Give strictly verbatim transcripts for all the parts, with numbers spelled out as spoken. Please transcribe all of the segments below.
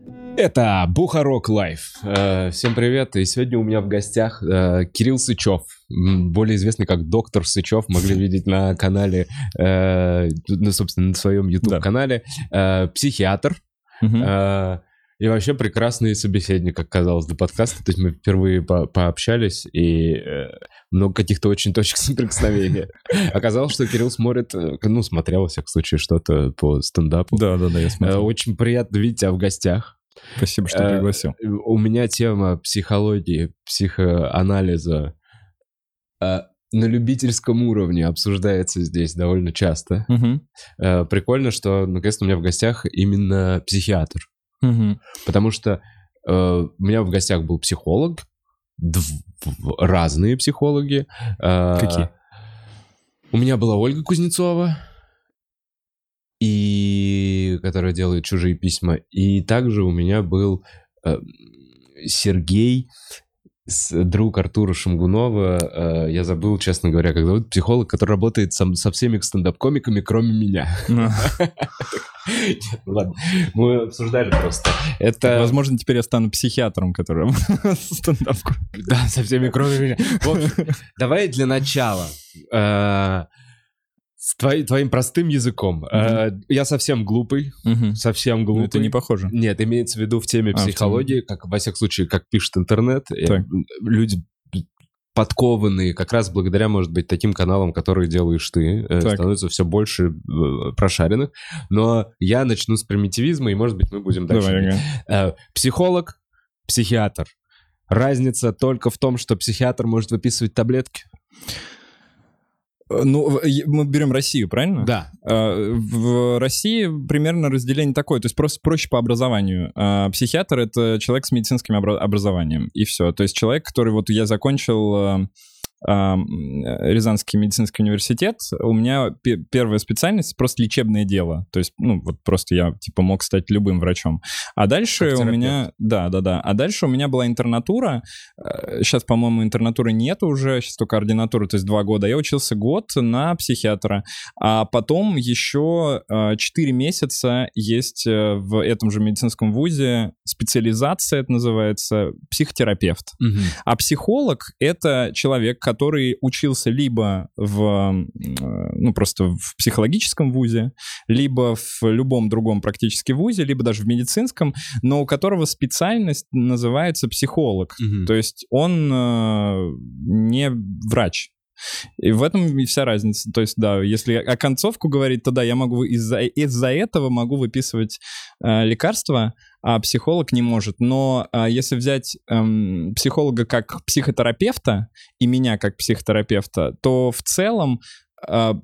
Это Бухарок Лайф. Всем привет, и сегодня у меня в гостях Кирилл Сычев, более известный как Доктор Сычев, могли видеть на канале, ну, собственно, на своем YouTube-канале, да. Психиатр. Угу. И вообще прекрасный собеседник, как казалось, до подкаста. То есть мы впервые по- пообщались, и э, много каких-то очень точек соприкосновения. Оказалось, что Кирилл смотрит, ну, смотрел, во всяком случае, что-то по стендапу. Да-да-да, я смотрел. Э, очень приятно видеть тебя в гостях. Спасибо, что пригласил. Э, у меня тема психологии, психоанализа э, на любительском уровне обсуждается здесь довольно часто. Угу. Э, прикольно, что, наконец-то, у меня в гостях именно психиатр. Угу. Потому что э, у меня в гостях был психолог, дв- разные психологи. Э, Какие? У меня была Ольга Кузнецова, и, которая делает «Чужие письма». И также у меня был э, Сергей, друг Артура Шамгунова. Э, я забыл, честно говоря, как зовут, психолог, который работает со, со всеми стендап-комиками, кроме меня. Ладно, мы обсуждали просто. Это... Возможно, теперь я стану психиатром, который стендапку. Да, со всеми, кроме меня. Давай для начала с твоим простым языком. Я совсем глупый, совсем глупый. Это не похоже. Нет, имеется в виду в теме психологии, как во всяком случае, как пишет интернет. Люди подкованные, как раз благодаря, может быть, таким каналам, которые делаешь ты, так. становится все больше прошаренных. Но я начну с примитивизма, и, может быть, мы будем дальше. Давай, ага. Психолог, психиатр. Разница только в том, что психиатр может выписывать таблетки. Ну, мы берем Россию, правильно? Да. В России примерно разделение такое, то есть просто проще по образованию. Психиатр — это человек с медицинским образованием, и все. То есть человек, который вот я закончил Рязанский медицинский университет, у меня п- первая специальность просто лечебное дело. То есть, ну, вот просто я, типа, мог стать любым врачом. А дальше у меня... Да, да, да. А дальше у меня была интернатура. Сейчас, по-моему, интернатуры нет уже, сейчас только ординатура, то есть два года. Я учился год на психиатра. А потом еще четыре месяца есть в этом же медицинском вузе специализация, это называется, психотерапевт. Угу. А психолог — это человек, который учился либо в, ну, просто в психологическом вузе, либо в любом другом практически вузе, либо даже в медицинском, но у которого специальность называется психолог. Mm-hmm. То есть он э, не врач. И в этом и вся разница. То есть, да, если о концовку говорить, то да, я могу из-за, из-за этого могу выписывать э, лекарства, а психолог не может. Но э, если взять э, психолога как психотерапевта и меня как психотерапевта, то в целом, э,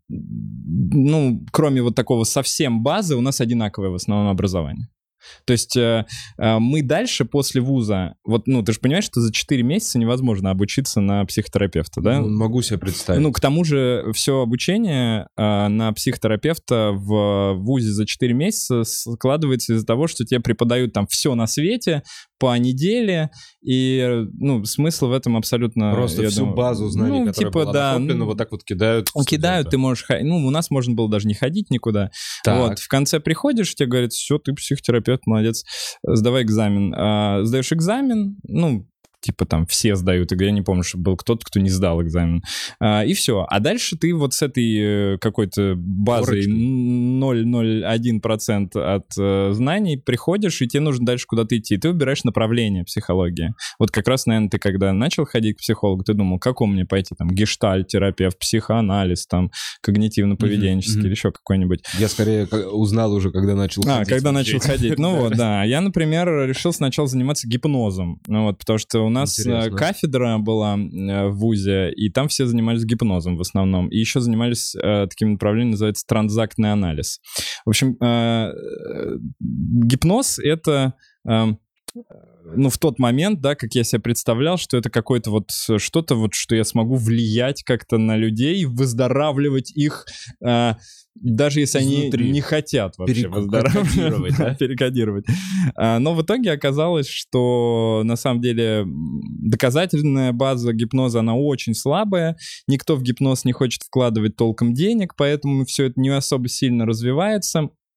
ну, кроме вот такого совсем базы, у нас одинаковое в основном образование. То есть э, э, мы дальше после вуза, вот, ну, ты же понимаешь, что за четыре месяца невозможно обучиться на психотерапевта, да? Ну, могу себе представить. Ну, к тому же все обучение э, на психотерапевта в вузе за четыре месяца складывается из-за того, что тебе преподают там все на свете по неделе, и, ну, смысл в этом абсолютно... Просто всю думаю, базу знаний, ну, которая типа, была да, накоплена, вот так вот кидают. Кидают, ты можешь... Ну, у нас можно было даже не ходить никуда. Так. Вот, в конце приходишь, тебе говорят, все, ты психотерапевт, молодец, сдавай экзамен. А, сдаешь экзамен, ну, типа там все сдают, и я не помню, что был кто-то, кто не сдал экзамен. А, и все. А дальше ты вот с этой какой-то базой ноль целых ноль один процент от э, знаний приходишь, и тебе нужно дальше куда-то идти. Ты выбираешь направление психологии. Вот как раз, наверное, ты когда начал ходить к психологу, ты думал, как мне пойти? Там гештальт-терапевт, психоанализ, там когнитивно-поведенческий mm-hmm. или еще какой-нибудь. Я скорее узнал уже, когда начал а, ходить. А, когда начал ходить. Ну вот, да. Я, например, решил сначала заниматься гипнозом. Ну вот, потому что у нас Интересно. кафедра была в вузе, и там все занимались гипнозом в основном. И еще занимались э, таким направлением, называется транзактный анализ. В общем, э, гипноз — это... Э, ну, в тот момент, да, как я себе представлял, что это какое-то вот что-то вот, что я смогу влиять как-то на людей, выздоравливать их, э, даже если Изнутри. Они не хотят вообще выздоравливать. Да? Перекодировать. А, но в итоге оказалось, что на самом деле доказательная база гипноза, она очень слабая, никто в гипноз не хочет вкладывать толком денег, поэтому все это не особо сильно развивается.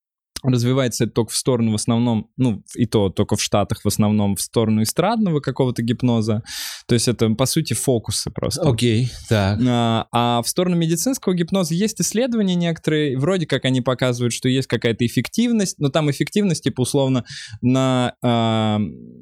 развивается это только в сторону в основном, ну, и то только в Штатах в основном, в сторону эстрадного какого-то гипноза. То есть это, по сути, фокусы просто. Окей, okay, так. А, а в сторону медицинского гипноза есть исследования некоторые, вроде как они показывают, что есть какая-то эффективность, но там эффективность, типа, условно, на а,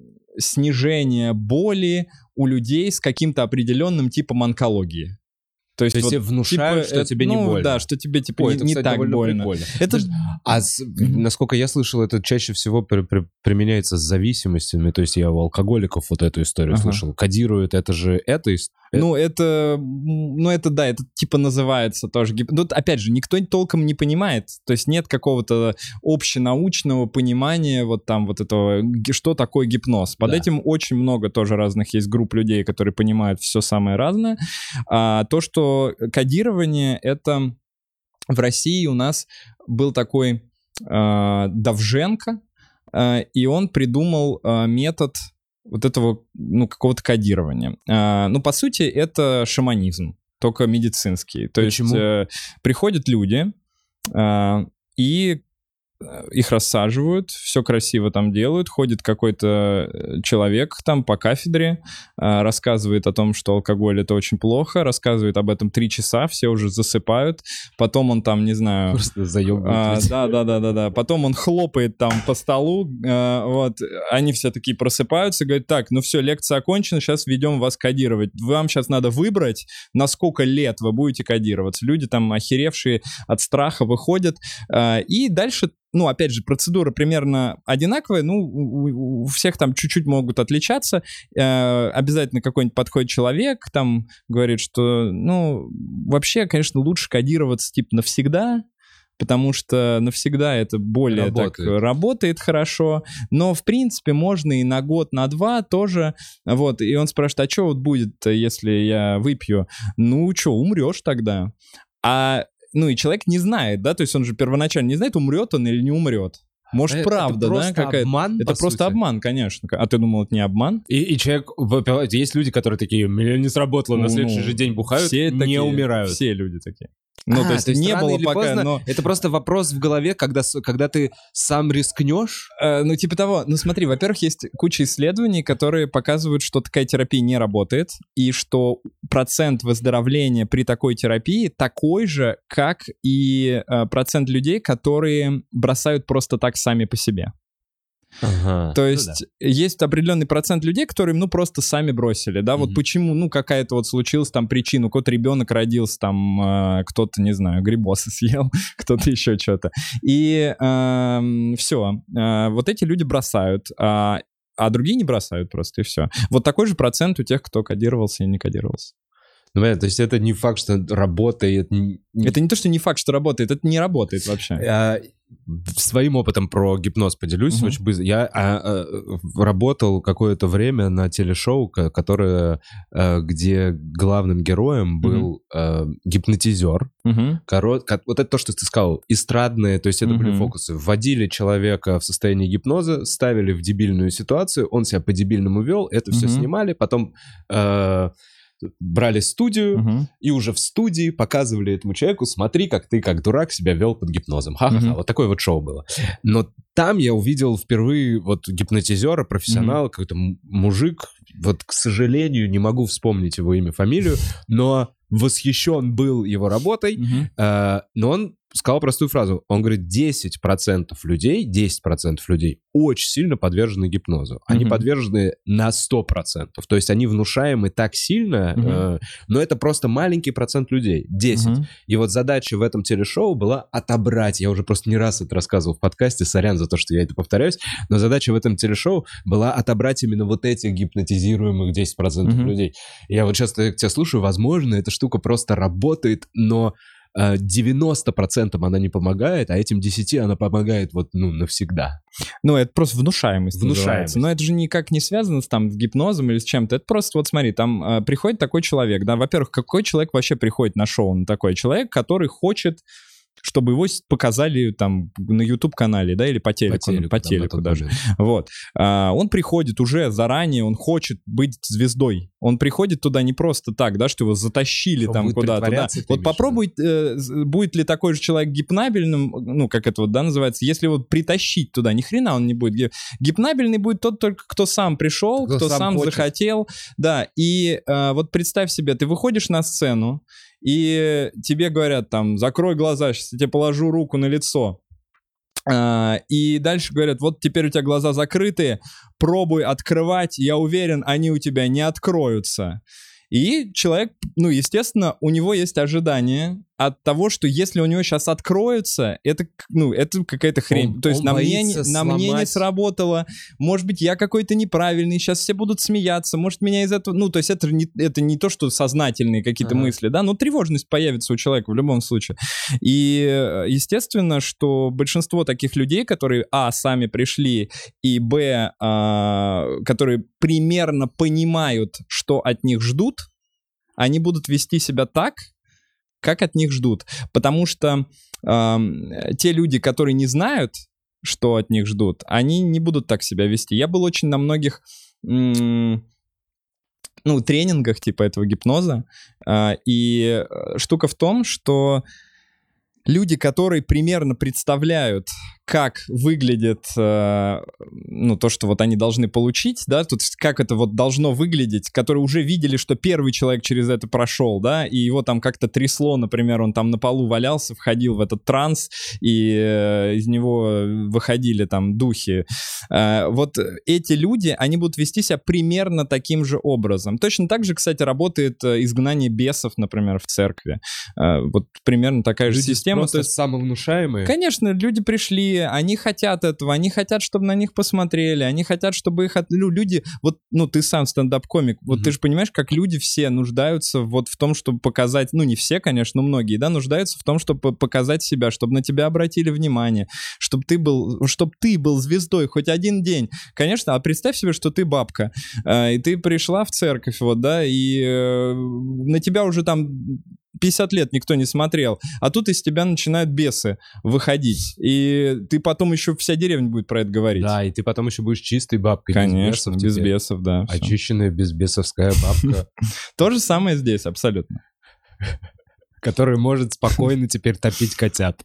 снижение боли у людей с каким-то определенным типом онкологии. То есть, То есть вот, внушают, типа, что тебе ну, не больно. Да, что тебе типа Ой, не, это, не кстати, так больно. Прикольно. Это... А с, насколько я слышал, это чаще всего при, при, применяется с зависимостями. То есть я у алкоголиков вот эту историю ага. слышал. Кодируют, это же это история. Ну, это, ну, это, да, это типа называется тоже. Тут, опять же, никто толком не понимает, то есть нет какого-то общенаучного понимания вот там вот этого, что такое гипноз. Под да. этим очень много тоже разных есть групп людей, которые понимают все самое разное. А то, что кодирование, это в России у нас был такой э, Довженко, э, и он придумал э, метод вот этого, ну, какого-то кодирования. А, ну, по сути, это шаманизм, только медицинский. То Почему? есть э, приходят люди э, и их рассаживают, все красиво там делают, ходит какой-то человек там по кафедре, э, рассказывает о том, что алкоголь — это очень плохо, рассказывает об этом три часа, все уже засыпают, потом он там, не знаю... Просто заебывает. Да-да-да-да-да. Потом он хлопает там по столу, э, вот, они все такие просыпаются, говорят, так, ну все, лекция окончена, сейчас ведем вас кодировать. Вам сейчас надо выбрать, на сколько лет вы будете кодироваться. Люди там охеревшие от страха выходят, э, и дальше... Ну, опять же, процедура примерно одинаковая, ну, у, у всех там чуть-чуть могут отличаться. Э, обязательно какой-нибудь подходит человек, там говорит, что, ну, вообще, конечно, лучше кодироваться, типа, навсегда, потому что навсегда это более работает. так работает хорошо, но, в принципе, можно и на год, на два тоже, вот, и он спрашивает, а что вот будет, если я выпью? Ну, что, умрешь тогда? А ну и человек не знает, да, то есть он же первоначально не знает, умрет он или не умрет. Может, это правда, да, какая-то. Обман, это просто сути. обман, конечно. А ты думал, это не обман? И, и человек, есть люди, которые такие, меня не сработало, ну, на следующий ну, же день бухают, все не такие, умирают. Все люди такие. Ну, а, то есть, то есть не было пока, поздно, но... Это просто вопрос в голове, когда, когда ты сам рискнешь? Э, ну, типа того. Ну, смотри, во-первых, есть куча исследований, которые показывают, что такая терапия не работает, и что процент выздоровления при такой терапии такой же, как и э, процент людей, которые бросают просто так сами по себе. Ага, То есть ну да. есть определенный процент людей, которые, ну, просто сами бросили, да, mm-hmm. вот почему, ну, какая-то вот случилась там причина, какой-то ребенок родился, там, э, кто-то, не знаю, грибосы съел, кто-то еще что-то, и э, все, э, вот эти люди бросают, а, а другие не бросают просто, и все. Вот такой же процент у тех, кто кодировался и не кодировался. Ну, понятно, то есть это не факт, что работает. Это не то, что не факт, что работает, это не работает вообще. А, своим опытом про гипноз поделюсь uh-huh. очень быстро. Я а, а, работал какое-то время на телешоу, которое, а, где главным героем был uh-huh. а, гипнотизер. Uh-huh. Корот, вот это то, что ты сказал, эстрадные, то есть это uh-huh. были фокусы. Вводили человека в состояние гипноза, ставили в дебильную ситуацию, он себя по-дебильному вел, это uh-huh. все снимали, потом... А, брали студию, uh-huh. и уже в студии показывали этому человеку, смотри, как ты, как дурак, себя вел под гипнозом. Ха-ха-ха, uh-huh. вот такое вот шоу было. Но там я увидел впервые вот гипнотизера, профессионала, uh-huh. какой-то мужик, вот, к сожалению, не могу вспомнить его имя, фамилию, но восхищен был его работой, uh-huh. э, но он сказал простую фразу. Он говорит, десять процентов людей, десять процентов людей очень сильно подвержены гипнозу. Они uh-huh. подвержены на сто процентов. То есть они внушаемы так сильно, uh-huh. э, но это просто маленький процент людей, десять. Uh-huh. И вот задача в этом телешоу была отобрать, я уже просто не раз это рассказывал в подкасте, сорян за то, что я это повторяюсь, но задача в этом телешоу была отобрать именно вот этих гипнотизируемых десять процентов uh-huh. людей. И я вот сейчас тебя слушаю, возможно, эта штука просто работает, но девяносто процентов она не помогает, а этим десяти она помогает вот, ну, навсегда. Ну, это просто внушаемость. Внушаемость. Но это же никак не связано с, там, с гипнозом или с чем-то. Это просто, вот смотри, там э, приходит такой человек, да, во-первых, какой человек вообще приходит на шоу на такой человек, который хочет чтобы его показали там на YouTube-канале, да, или по телеку, по телеку, по телеку даже. Вот. А, он приходит уже заранее, он хочет быть звездой. Он приходит туда не просто так, да, что его затащили что там куда-то. Да. Вот попробуй, э, будет ли такой же человек гипнабельным, ну, как это вот, да, называется, если его притащить туда, ни хрена он не будет. Гипнабельный будет тот только, кто сам пришел, кто, кто сам, сам захотел. Да, и э, вот представь себе, ты выходишь на сцену, и тебе говорят там, закрой глаза, сейчас я тебе положу руку на лицо. Uh, и дальше говорят, вот теперь у тебя глаза закрыты, пробуй открывать, я уверен, они у тебя не откроются. И человек, ну, естественно, у него есть ожидание от того, что если у него сейчас откроется, это, ну, это какая-то хрень. Он, То есть на мне, на мне не сработало, может быть, я какой-то неправильный, сейчас все будут смеяться, может, меня из этого... Ну, то есть это не, это не то, что сознательные какие-то ага. мысли, да, но тревожность появится у человека в любом случае. И, естественно, что большинство таких людей, которые, а, сами пришли, и, б, а, которые примерно понимают, что от них ждут, они будут вести себя так, как от них ждут. Потому что э, те люди, которые не знают, что от них ждут, они не будут так себя вести. Я был очень на многих м- ну, тренингах типа этого гипноза. Э, и штука в том, что люди, которые примерно представляют, как выглядит, э, ну, то, что вот они должны получить, да, тут как это вот должно выглядеть, которые уже видели, что первый человек через это прошел, да, и его там как-то трясло, например, он там на полу валялся, входил в этот транс, и э, из него выходили там духи. Э, вот эти люди, они будут вести себя примерно таким же образом. Точно так же, кстати, работает изгнание бесов, например, в церкви. Э, вот примерно такая люди же система. Просто то есть самовнушаемые? Конечно, люди пришли, они хотят этого, они хотят, чтобы на них посмотрели, они хотят, чтобы их... От... Ну, люди, вот, ну, ты сам стендап-комик, вот mm-hmm. ты же понимаешь, как люди все нуждаются вот в том, чтобы показать, ну, не все, конечно, но многие, да, нуждаются в том, чтобы показать себя, чтобы на тебя обратили внимание, чтобы ты был, чтобы ты был звездой хоть один день. Конечно, а представь себе, что ты бабка, э, и ты пришла в церковь, вот, да, и э, на тебя уже там пятьдесят лет никто не смотрел, а тут из тебя начинают бесы выходить, и ты потом еще вся деревня будет про это говорить. Да, и ты потом еще будешь чистой бабкой. Конечно, без бесов, без бесов, да. Очищенная безбесовская бабка. То же самое здесь, абсолютно. Который может спокойно теперь топить котят.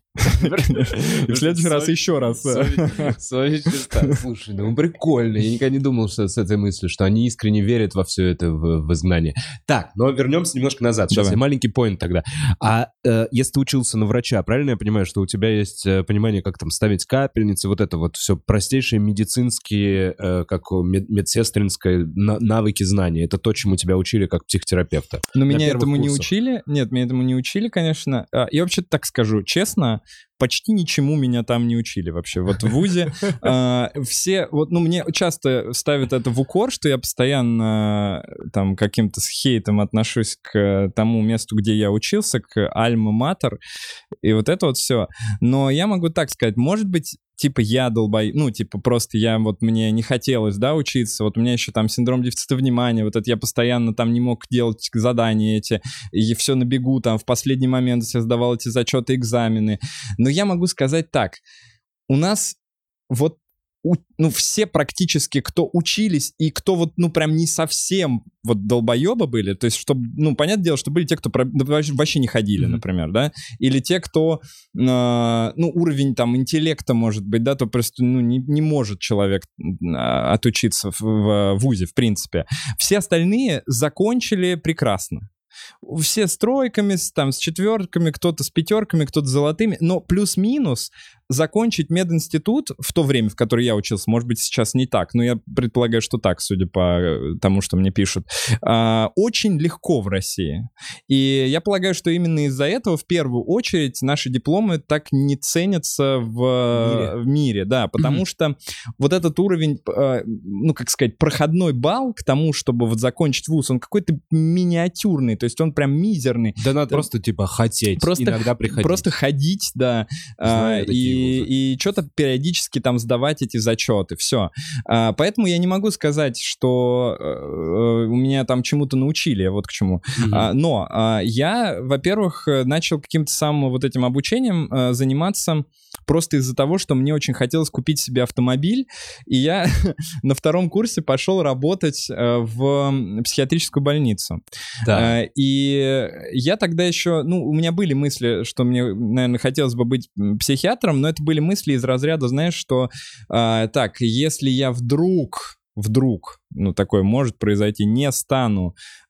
В следующий раз еще раз. Совесть чиста. Слушай, ну прикольно. Я никогда не думал что с этой мыслью, что они искренне верят во все это в, в изгнание. Так, но вернемся немножко назад. Сейчас я маленький поинт тогда. А э, если ты учился на врача, правильно я понимаю, что у тебя есть э, понимание, как там ставить капельницы, вот это вот все простейшие медицинские, э, как мед, медсестринские навыки, знания. Это то, чему тебя учили как психотерапевта. Но меня этому не учили. Нет, меня этому не учили. Учили, конечно. Я вообще так скажу, честно, почти ничему меня там не учили вообще. Вот в вузе э, все, вот, ну, мне часто ставят это в укор, что я постоянно там каким-то с хейтом отношусь к тому месту, где я учился, к альма-матер, и вот это вот все. Но я могу так сказать, может быть, типа я долбай, ну, типа просто я, вот мне не хотелось, да, учиться, вот у меня еще там синдром дефицита внимания, вот это я постоянно там не мог делать задания эти, и все на бегу, там в последний момент я сдавал эти зачеты, экзамены. Но я могу сказать так, у нас вот ну, все практически, кто учились и кто вот, ну, прям не совсем вот долбоебы были, то есть, чтобы, ну, понятное дело, что были те, кто про, вообще не ходили, mm-hmm. например, да, или те, кто, э, ну, уровень там интеллекта, может быть, да, то просто, ну, не, не может человек отучиться в, в вузе, в принципе. Все остальные закончили прекрасно. Все с тройками, там, с четверками, кто-то с пятерками, кто-то с золотыми, но плюс-минус закончить мединститут в то время, в которое я учился, может быть, сейчас не так, но я предполагаю, что так, судя по тому, что мне пишут, очень легко в России. И я полагаю, что именно из-за этого в первую очередь наши дипломы так не ценятся в мире, в мире, да, потому mm-hmm. что вот этот уровень, ну, как сказать, проходной балл к тому, чтобы вот закончить вуз, он какой-то миниатюрный, то есть он прям мизерный. Да надо просто, типа, хотеть, просто, иногда приходить. Просто ходить, да. Знаю, и и, и что-то периодически там сдавать эти зачеты, все. А, поэтому я не могу сказать, что э, у меня там чему-то научили, вот к чему. Mm-hmm. А, но а, я, во-первых, начал каким-то самым вот этим обучением а, заниматься просто из-за того, что мне очень хотелось купить себе автомобиль, и я на втором курсе пошел работать а, в психиатрическую больницу. Да. А, и я тогда еще, ну, у меня были мысли, что мне, наверное, хотелось бы быть психиатром, но это были мысли из разряда, знаешь, что а, так, если я вдруг, вдруг, ну, такое может произойти, не стану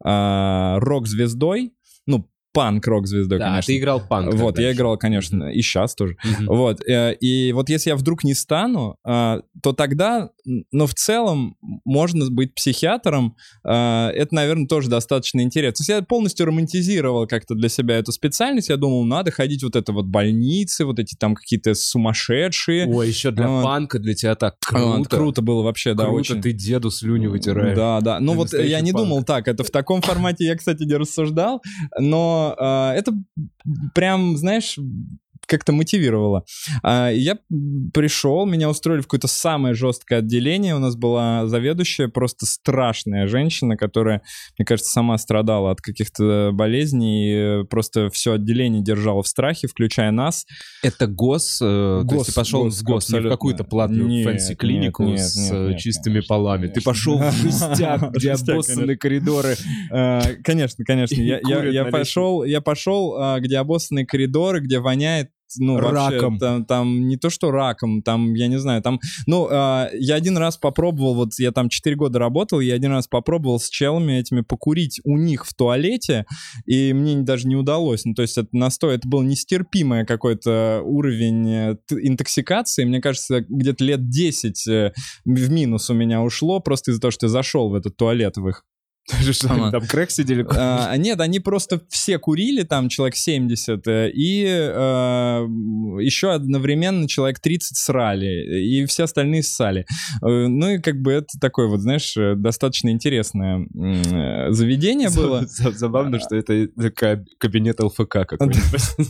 а, рок-звездой, ну, панк-рок-звездой, да, конечно. Да, ты играл панк. Вот, я играл, конечно, mm-hmm. и сейчас тоже. Mm-hmm. Вот, и вот если я вдруг не стану, то тогда, ну, в целом, можно быть психиатром, это, наверное, тоже достаточно интересно. То есть я полностью романтизировал как-то для себя эту специальность, я думал, надо ходить вот это вот больницы, вот эти там какие-то сумасшедшие. Ой, еще для вот. Панка, для тебя так круто. Вот, круто было вообще, круто, да, очень. Круто, ты деду слюни вытираешь. Да, да, ну вот я не панк. Думал так, это в таком формате я, кстати, не рассуждал, но это прям, знаешь, как-то мотивировало. Я пришел, меня устроили в какое-то самое жесткое отделение. У нас была заведующая, просто страшная женщина, которая, мне кажется, сама страдала от каких-то болезней, и просто все отделение держала в страхе, включая нас. Это гос? гос то есть ты пошел гос, в гос, не в какую-то платную фэнси-клинику нет, нет, с нет, чистыми нет, полами. Конечно. Ты пошел в жестяк, где обоссаны коридоры. Конечно, конечно. Я пошел, я пошел, где обоссаны коридоры, где воняет, ну, раком. Вообще, там, там не то, что раком, там, я не знаю, там, ну, э, я один раз попробовал, вот я там четыре года работал, я один раз попробовал с челами этими покурить у них в туалете, и мне даже не удалось, ну, то есть это настой, это был нестерпимый какой-то уровень интоксикации, мне кажется, где-то лет десять в минус у меня ушло, просто из-за того, что я зашел в этот туалет в их. Что, они там крэк сидели? А, нет, они просто все курили, там человек семьдесят, и а, еще одновременно человек тридцать срали, и все остальные ссали. Ну и как бы это такое вот, знаешь, достаточно интересное заведение было. Забавно, что это кабинет ЛФК какой-нибудь.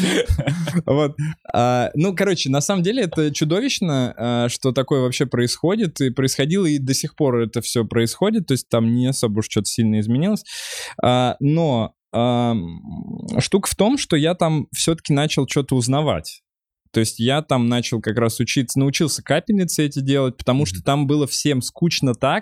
Вот. Ну, короче, на самом деле это чудовищно, что такое вообще происходит, и происходило, и до сих пор это все происходит, то есть там не особо уж что-то сильно изменилось. А, но а, штука в том, что я там все-таки начал что-то узнавать. То есть я там начал как раз учиться, научился капельницы эти делать, потому что там было всем скучно так.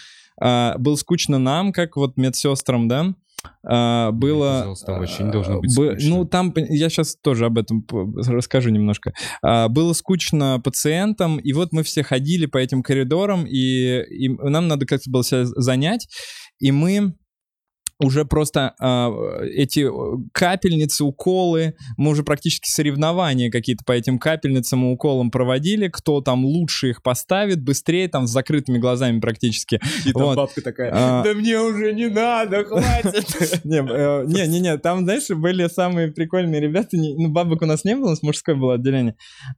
А, было скучно нам, как вот медсестрам, да. Uh, было... Мне казалось, там вообще не должно быть б... скучно. Ну, там, я сейчас тоже об этом расскажу немножко. Uh, было скучно пациентам, и вот мы все ходили по этим коридорам, и, и нам надо как-то было себя занять, и мы уже просто э, эти капельницы, уколы, мы уже практически соревнования какие-то по этим капельницам и уколам проводили, кто там лучше их поставит, быстрее, там с закрытыми глазами практически. И там вот. Бабка такая, а... да мне уже не надо, хватит. Не-не-не, там, знаешь, были самые прикольные ребята, ну, бабок у нас не было, у нас мужское было отделение.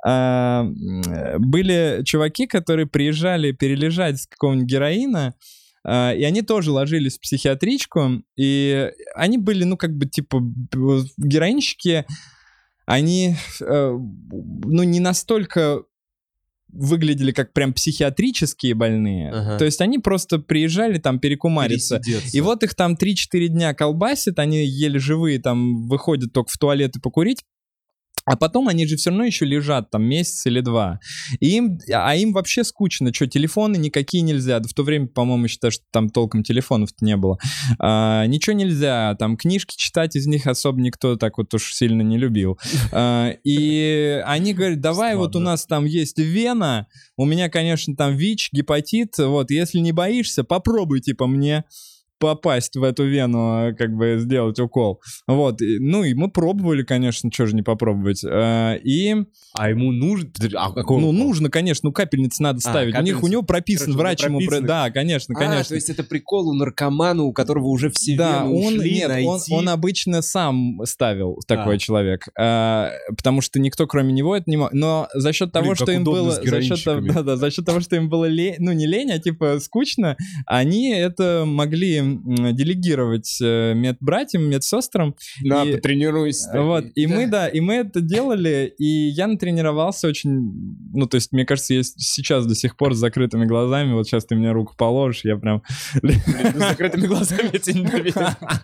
Были чуваки, которые приезжали перележать с какого-нибудь героина, и они тоже ложились в психиатричку, и они были, ну, как бы, типа, героинщики, они, ну, не настолько выглядели как прям психиатрические больные, ага. То есть они просто приезжали там перекумариться, и вот их там три-четыре дня колбасит, они еле живые там выходят только в туалет и покурить, а потом они же все равно еще лежат там месяц или два. И им, а им вообще скучно, что телефоны никакие нельзя. Да в то время, по-моему, считаю, что там толком телефонов-то не было. А, ничего нельзя, там книжки читать из них особо никто так вот уж сильно не любил. А, и они говорят, давай вот у нас там есть вена, у меня, конечно, там ВИЧ, гепатит, вот, если не боишься, попробуй, типа, мне попасть в эту вену, как бы сделать укол. Вот. Ну, и мы пробовали, конечно, что же не попробовать. И... А ему нужно... А какого? Ну, нужно, конечно, ну, капельницы надо а, ставить. Капельницы. У них, у него прописан Хорошо, врач ему... Про... Да, конечно, а, конечно. то есть это прикол у наркомана, у которого уже все да, вены он, ушли, нет, найти... он, он обычно сам ставил, такой а. человек. А, потому что никто, кроме него, это не мог. Но за счет того, Блин, что им было... За счет, да, да, за счет того, что им было лень, ну, не лень, а типа скучно, они это могли делегировать медбратьям, медсестрам. На, и, потренируйся. Вот, и мы, да, и мы это делали, и я натренировался очень, ну, то есть, мне кажется, я сейчас до сих пор с закрытыми глазами, вот сейчас ты мне руку положишь, я прям... С закрытыми глазами я тебя ненавижу.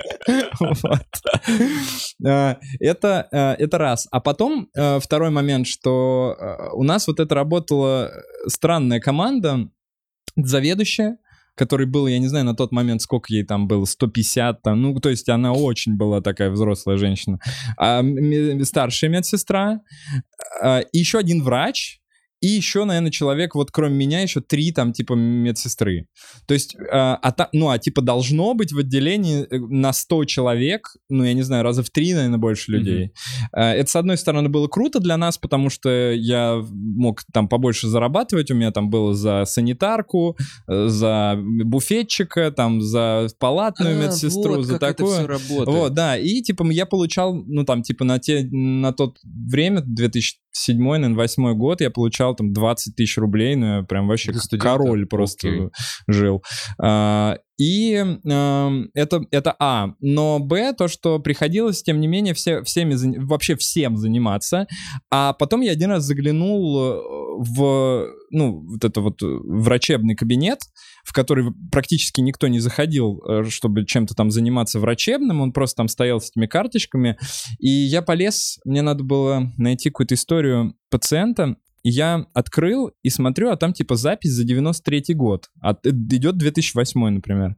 Это, это раз. А потом второй момент, что у нас вот это работала странная команда, заведующая, который был, я не знаю, на тот момент, сколько ей там было, сто пятьдесят, там, ну, то есть она очень была такая взрослая женщина. А, м- старшая медсестра, а, и еще один врач, и еще, наверное, человек, вот кроме меня, еще три там типа медсестры. То есть, а, а та, ну, а типа должно быть в отделении на сто человек, ну, я не знаю, раза в три, наверное, больше людей. Mm-hmm. А, это, с одной стороны, было круто для нас, потому что я мог там побольше зарабатывать, у меня там было за санитарку, за буфетчика, там, за палатную а, медсестру, вот, за как такое. Это все работает. Вот, да, и типа я получал, ну, там, типа на, те, на тот время, две тысячи седьмой, наверное, восьмой год, я получал там двадцать тысяч рублей, ну, я прям вообще как король просто okay. жил. А, и а, это, это А. Но Б, то, что приходилось, тем не менее, все, всеми, вообще всем заниматься. А потом я один раз заглянул в, ну, вот это вот врачебный кабинет, в который практически никто не заходил, чтобы чем-то там заниматься врачебным, он просто там стоял с этими карточками, и я полез, мне надо было найти какую-то историю пациента, и я открыл и смотрю, а там типа запись за девяносто третий год, а идет две тысячи восьмой, например.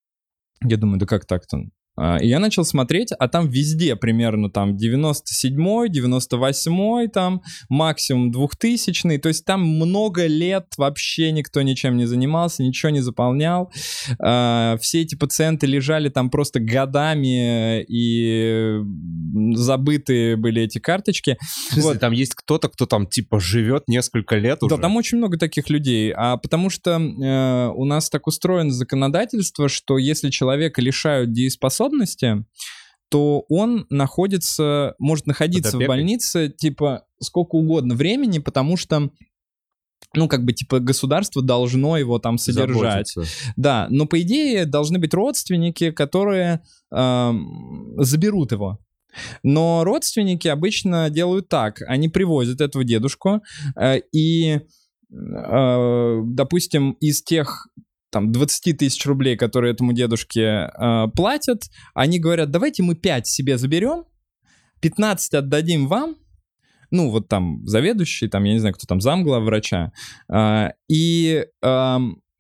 Я думаю, да как так-то? И я начал смотреть, а там везде примерно там девяносто седьмой, девяносто восьмой, там максимум двухтысячный, то есть там много лет вообще никто ничем не занимался, ничего не заполнял. Все эти пациенты лежали там просто годами, и забытые были эти карточки. Вот. Там есть кто-то, кто там типа живет несколько лет уже? Да, там очень много таких людей, а потому что э, у нас так устроено законодательство, что если человека лишают дееспособности, то он находится, может находиться в больнице, типа, сколько угодно времени, потому что, ну, как бы, типа, государство должно его там содержать. Заботиться. Да, но, по идее, должны быть родственники, которые э, заберут его. Но родственники обычно делают так. Они привозят этого дедушку, э, и, э, допустим, из тех... там, двадцать тысяч рублей, которые этому дедушке э, платят, они говорят, давайте мы пять себе заберем, пятнадцать отдадим вам, ну, вот там заведующий, там, я не знаю, кто там, замглава врача, э, и э,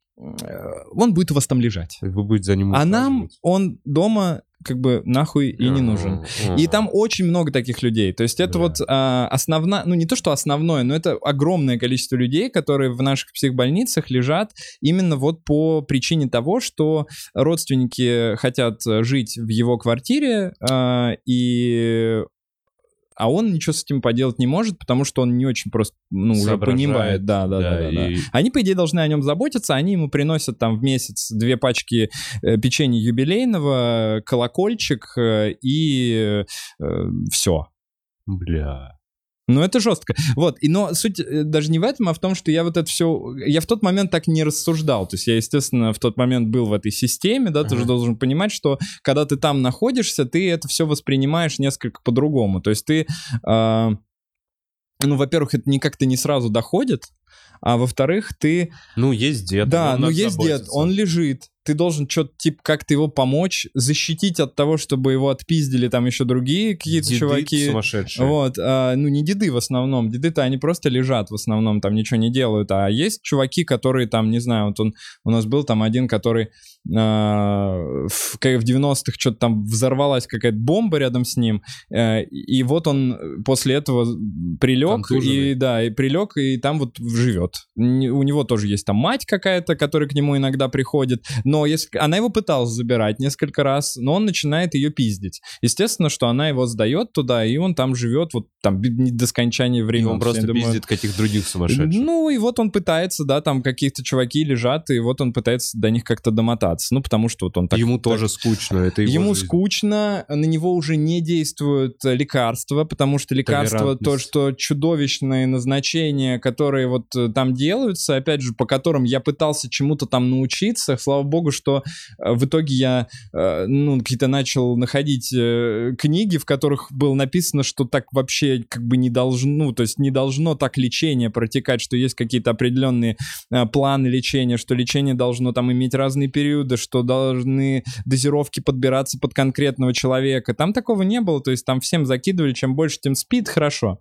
он будет у вас там лежать. Вы будете за ним ухаживать. А нам он дома как бы нахуй и не нужен. И там очень много таких людей. То есть это вот а, основная, ну не то, что основное, но это огромное количество людей, которые в наших психбольницах лежат именно вот по причине того, что родственники хотят жить в его квартире, а, и... а он ничего с этим поделать не может, потому что он не очень просто, ну, уже понимает. Да, да, да, да, да, и... да. Они, по идее, должны о нем заботиться, они ему приносят там в месяц две пачки э, печенья юбилейного, колокольчик э, и э, все. Бля... Ну, это жестко. Вот, и, но суть даже не в этом, а в том, что я вот это все... Я в тот момент так не рассуждал. То есть я, естественно, в тот момент был в этой системе, да, ты uh-huh. же должен понимать, что когда ты там находишься, ты это все воспринимаешь несколько по-другому. То есть ты... Э, ну, во-первых, это никак-то не сразу доходит, а во-вторых, ты... Ну, есть дед. Да, ну есть дед, он лежит. Ты должен что-то, типа, как-то его помочь, защитить от того, чтобы его отпиздили там еще другие какие-то деды чуваки. Сумасшедшие. Вот, а, ну не деды в основном. Деды-то они просто лежат в основном, там ничего не делают. А есть чуваки, которые там, не знаю, вот он, у нас был там один, который а, в, в девяностых что-то там взорвалась какая-то бомба рядом с ним, а, и вот он после этого прилег, и, да, и прилег, и там вот живет. У него тоже есть там мать какая-то, которая к нему иногда приходит. Но если она его пыталась забирать несколько раз, но он начинает ее пиздить. Естественно, что она его сдает туда, и он там живет вот там до скончания времени. И он просто думаю, пиздит каких-то других сумасшедших. Ну, и вот он пытается, да, там каких-то чуваки лежат, и вот он пытается до них как-то домотаться. Ну, потому что вот он так... Ему так, тоже скучно, это его Ему жизнь. Скучно, на него уже не действуют лекарства, потому что лекарства, то, что чудовищные назначения, которые вот там там делаются, опять же, по которым я пытался чему-то там научиться. Слава богу, что э, в итоге я, э, ну, какие-то начал находить э, книги, в которых было написано, что так вообще как бы не должно, ну, то есть не должно так лечение протекать, что есть какие-то определенные э, планы лечения, что лечение должно там иметь разные периоды, что должны дозировки подбираться под конкретного человека. Там такого не было, то есть там всем закидывали, чем больше, тем спит, хорошо.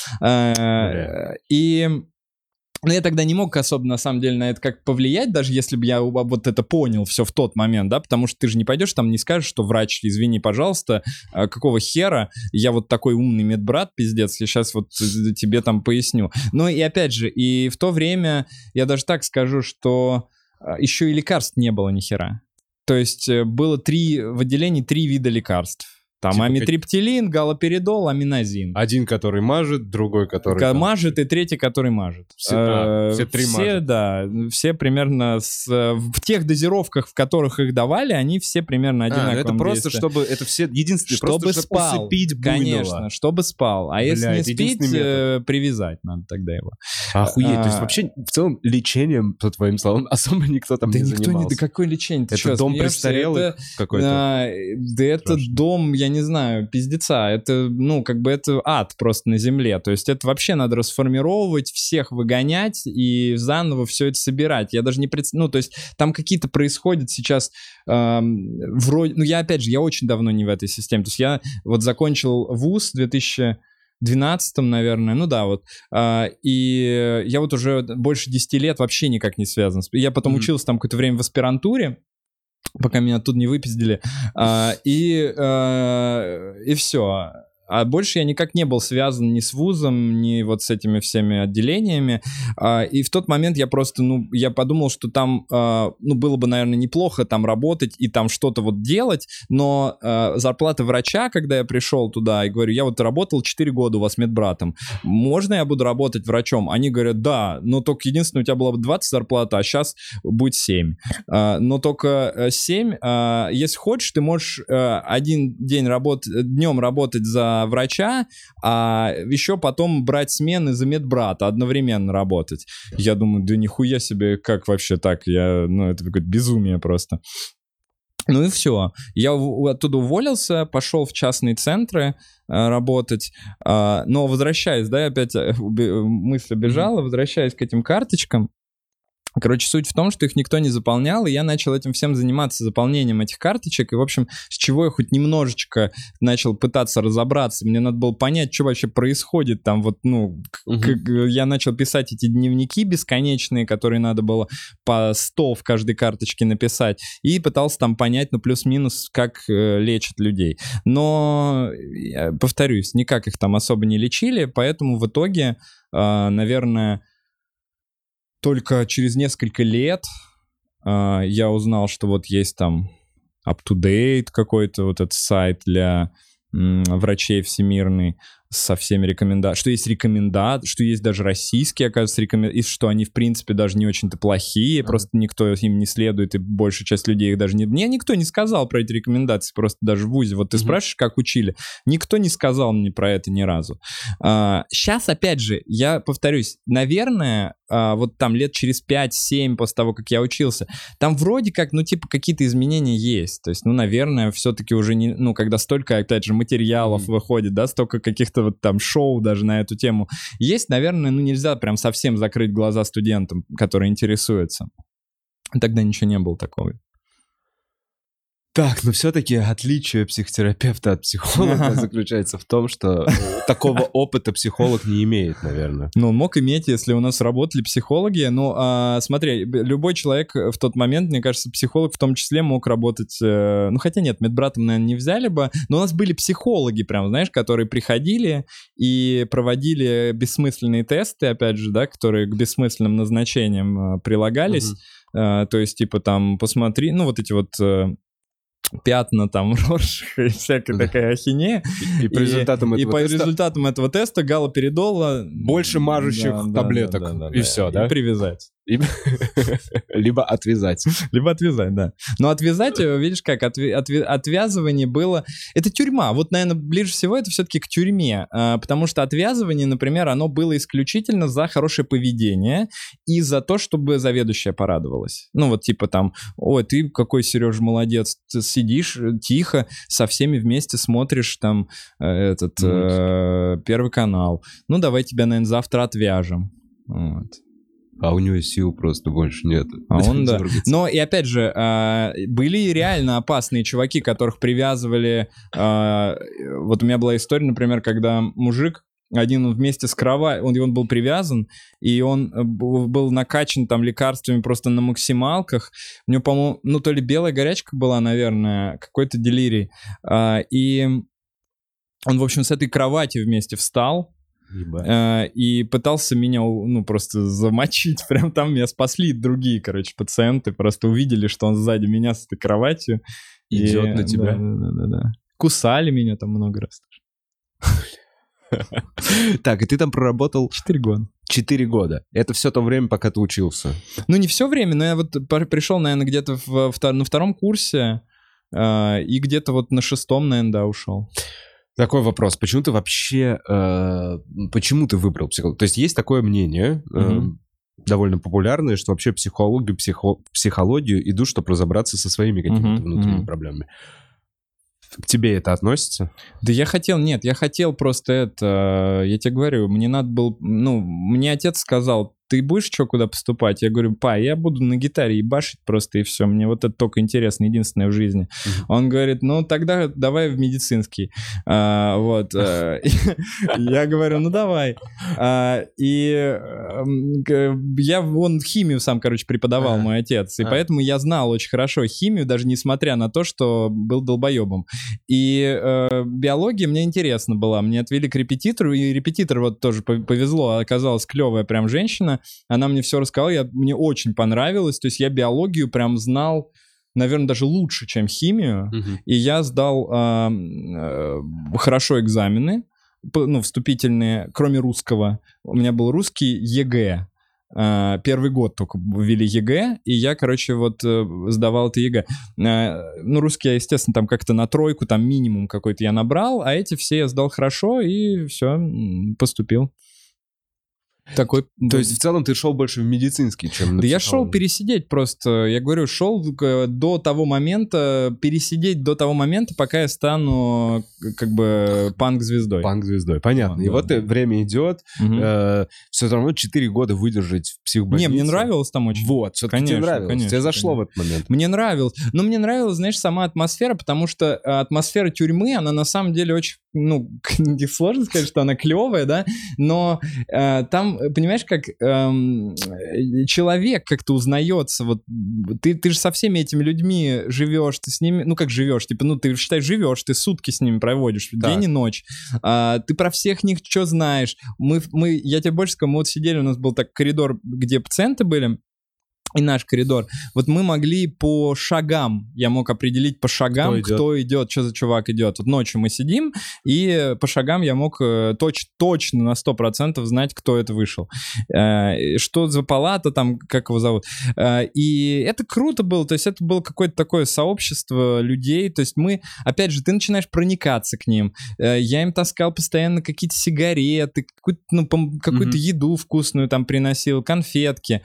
Э, и... Но я тогда не мог особо, на самом деле, на это как повлиять, даже если бы я вот это понял все в тот момент, да, потому что ты же не пойдешь там, не скажешь, что врач, извини, пожалуйста, какого хера, я вот такой умный медбрат, пиздец, я сейчас вот тебе там поясню. Ну и опять же, и в то время, я даже так скажу, что еще и лекарств не было ни хера. То есть было три, в отделении три вида лекарств. Там типа амитриптилин, галоперидол, аминазин. Один, который мажет, другой, который... К- мажет, и третий, который мажет. Все, а, все три все, мажут. Да, все примерно с, в тех дозировках, в которых их давали, они все примерно одинаковые. А, это просто, действия. Чтобы... Это все единственное, чтобы просто, спал, чтобы усыпить буйного. Конечно, чтобы спал. А Бля, если не спить, э, привязать надо тогда его. Охуеть, а, то есть вообще в целом лечением, по твоим словам, особо никто там да не никто занимался. Не, да какое лечение? Ты это что, дом смеешься? престарелых это, какой-то? А, да это Страшно. Дом, я не знаю, пиздеца. Это, ну, как бы это ад просто на земле. То есть это вообще надо расформировывать, всех выгонять и заново все это собирать. Я даже не представляю, ну, то есть там какие-то происходят сейчас эм, вроде... Ну, я, опять же, я очень давно не в этой системе. То есть я вот закончил вуз в две тысячи двенадцатом, наверное, ну да, вот. А, и я вот уже больше десяти лет вообще никак не связан. Я потом mm-hmm. учился там какое-то время в аспирантуре, пока меня оттуда не выпиздили. А, и, а, и все. А больше я никак не был связан ни с вузом, ни вот с этими всеми отделениями. А, и в тот момент я просто, ну, я подумал, что там, а, ну, было бы, наверное, неплохо там работать и там что-то вот делать, но а, зарплата врача, когда я пришел туда и говорю, я вот работал четыре года у вас медбратом, можно я буду работать врачом? Они говорят, да, но только единственное, у тебя была бы двадцать зарплата, а сейчас будет семь. А, но только семь, а, если хочешь, ты можешь а, один день работ... днем работать за врача, а еще потом брать смены за медбрата, одновременно работать. Я думаю, да нихуя себе, как вообще так? Я, ну, это какое-то безумие просто. Ну и все. Я оттуда уволился, пошел в частные центры э, работать, э, но возвращаясь, да, опять мысль убежала, возвращаясь к этим карточкам, короче, суть в том, что их никто не заполнял, и я начал этим всем заниматься, заполнением этих карточек, и, в общем, с чего я хоть немножечко начал пытаться разобраться, мне надо было понять, что вообще происходит там, вот, ну, uh-huh. как, я начал писать эти дневники бесконечные, которые надо было по сто в каждой карточке написать, и пытался там понять, ну, плюс-минус, как э, лечат людей. Но, я повторюсь, никак их там особо не лечили, поэтому в итоге, э, наверное... Только через несколько лет э, я узнал, что вот есть там UpToDate какой-то вот этот сайт для м, врачей всемирный со всеми рекомендациями, что есть рекомендации, что есть даже российские, оказывается, рекомендации, и что они, в принципе, даже не очень-то плохие, uh-huh. просто никто им не следует, и большая часть людей их даже не... Мне никто не сказал про эти рекомендации, просто даже в вузе. Вот ты uh-huh. спрашиваешь, как учили? Никто не сказал мне про это ни разу. А, сейчас, опять же, я повторюсь, наверное, а, вот там лет через пять-семь после того, как я учился, там вроде как, ну, типа, какие-то изменения есть. То есть, ну, наверное, все-таки уже не... Ну, когда столько, опять же, материалов uh-huh. выходит, да, столько каких-то вот там шоу даже на эту тему есть, наверное, ну нельзя прям совсем закрыть глаза студентам, которые интересуются. Тогда ничего не было такого. Так, но все-таки отличие психотерапевта от психолога заключается в том, что такого опыта психолог не имеет, наверное. Ну, он мог иметь, если у нас работали психологи. Ну, а, смотри, любой человек в тот момент, мне кажется, психолог в том числе мог работать... Э, ну, хотя нет, медбратом, наверное, не взяли бы. Но у нас были психологи прям, знаешь, которые приходили и проводили бессмысленные тесты, опять же, да, которые к бессмысленным назначениям э, прилагались. Uh-huh. Э, то есть, типа, там, посмотри, ну, вот эти вот... Э, пятна там, Роршаха и всякая такая ахинея. И, и по результатам и, этого и по теста... результатам этого теста галоперидола... Больше мажущих да, таблеток, да, да, да, и да, все, и да? И привязать. Либо отвязать. Либо отвязать, да. Но отвязать, видишь как, отвя- отвя- отвязывание было... Это тюрьма. Вот, наверное, ближе всего это все-таки к тюрьме. А, потому что отвязывание, например, оно было исключительно за хорошее поведение и за то, чтобы заведующая порадовалась. Ну, вот типа там, ой, ты какой, Сереж, молодец. Ты сидишь тихо, со всеми вместе смотришь там этот э, Первый канал. Ну, давай тебя, наверное, завтра отвяжем. Вот. А у него сил просто больше нет. А он, да. Но и опять же, были реально опасные чуваки, которых привязывали... Вот у меня была история, например, когда мужик, один вместе с кроватью, он, он был привязан, и он был накачан там лекарствами просто на максималках. У него, по-моему, ну то ли белая горячка была, наверное, какой-то делирий. И он, в общем, с этой кровати вместе встал, Э, и пытался меня, ну, просто замочить. Прям там меня спасли другие, короче, пациенты. Просто увидели, что он сзади меня с этой кроватью. Идет и, на тебя. Да, да, да, да. Кусали меня там много раз. Так, и ты там проработал... Четыре года. Четыре года. Это все то время, пока ты учился? Ну, не все время, но я вот пришел, наверное, где-то в, в, на втором курсе, э, и где-то вот на шестом, наверное, да, ушел. Такой вопрос. Почему ты вообще... Э, почему ты выбрал психологию? То есть есть такое мнение, э, mm-hmm. довольно популярное, что вообще психологию, психо, психологию идут, чтобы разобраться со своими какими-то mm-hmm. внутренними mm-hmm. проблемами. К тебе это относится? Да я хотел... Нет, я хотел просто это... Я тебе говорю, мне надо было... Ну, мне отец сказал, ты будешь что, куда поступать? Я говорю, па, я буду на гитаре ебашить просто, и все. Мне вот это только интересно, единственное в жизни. Mm-hmm. Он говорит, ну, тогда давай в медицинский. А, вот. Я говорю, ну, давай. И я, он химию сам, короче, преподавал, мой отец. И поэтому я знал очень хорошо химию, даже несмотря на то, что был долбоебом. И биология мне интересна была. Мне отвели к репетитору, и репетитор вот тоже повезло, оказалась клевая прям женщина. Она мне все рассказала, я, мне очень понравилось. То есть я биологию прям знал, наверное, даже лучше, чем химию. Uh-huh. И я сдал э, э, хорошо экзамены, ну, вступительные, кроме русского. У меня был русский ЕГЭ. Uh, первый год только ввели ЕГЭ, и я, короче, вот uh, сдавал это ЕГЭ. Uh, ну, русский я, естественно, там как-то на тройку, там минимум какой-то я набрал, а эти все я сдал хорошо, и все, поступил. Такой... То есть в целом ты шел больше в медицинский, чем на Да я шел пересидеть просто. Я говорю, шел до того момента, пересидеть до того момента, пока я стану как бы панк-звездой. Панк-звездой, понятно. А, и да, вот да. время идет, угу. э, все равно четыре года выдержать в психбольнице. Не, мне нравилось там очень. Вот, все-таки тебе нравилось. Конечно, тебе зашло конечно. в этот момент. Мне нравилось. Но мне нравилась, знаешь, сама атмосфера, потому что атмосфера тюрьмы, она на самом деле очень, ну, сложно сказать, что она клевая, да, но э, там понимаешь, как эм, человек как-то узнается, вот ты, ты же со всеми этими людьми живешь, ты с ними, ну как живешь, типа, ну ты, считай, живешь, ты сутки с ними проводишь, так. день и ночь, а, ты про всех них что знаешь, мы, мы, я тебе больше скажу, мы вот сидели, у нас был так коридор, где пациенты были, и наш коридор. Вот мы могли по шагам, я мог определить по шагам, кто идет, кто идет, что за чувак идет. Вот ночью мы сидим, и по шагам я мог точ, точно на сто процентов знать, кто это вышел. Что за палата там, как его зовут. И это круто было, то есть это было какое-то такое сообщество людей, то есть мы, опять же, ты начинаешь проникаться к ним. Я им таскал постоянно какие-то сигареты, какую-то, ну, какую-то mm-hmm. еду вкусную там приносил, конфетки.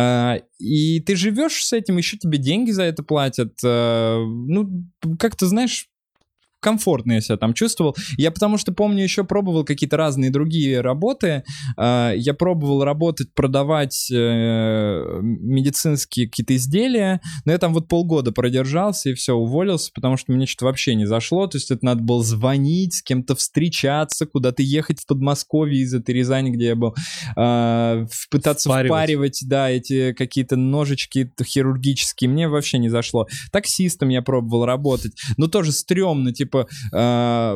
И ты живешь с этим, еще тебе деньги за это платят. Ну, как-то, знаешь, комфортно я себя там чувствовал. Я потому что, помню, еще пробовал какие-то разные другие работы. Я пробовал работать, продавать медицинские какие-то изделия, но я там вот полгода продержался и все, уволился, потому что мне что-то вообще не зашло. То есть это надо было звонить, с кем-то встречаться, куда-то ехать в Подмосковье из этой Рязани, где я был, пытаться впаривать, впаривать да, эти какие-то ножички хирургические. Мне вообще не зашло. Таксистом я пробовал работать, но тоже стрёмно, типа Типа, э,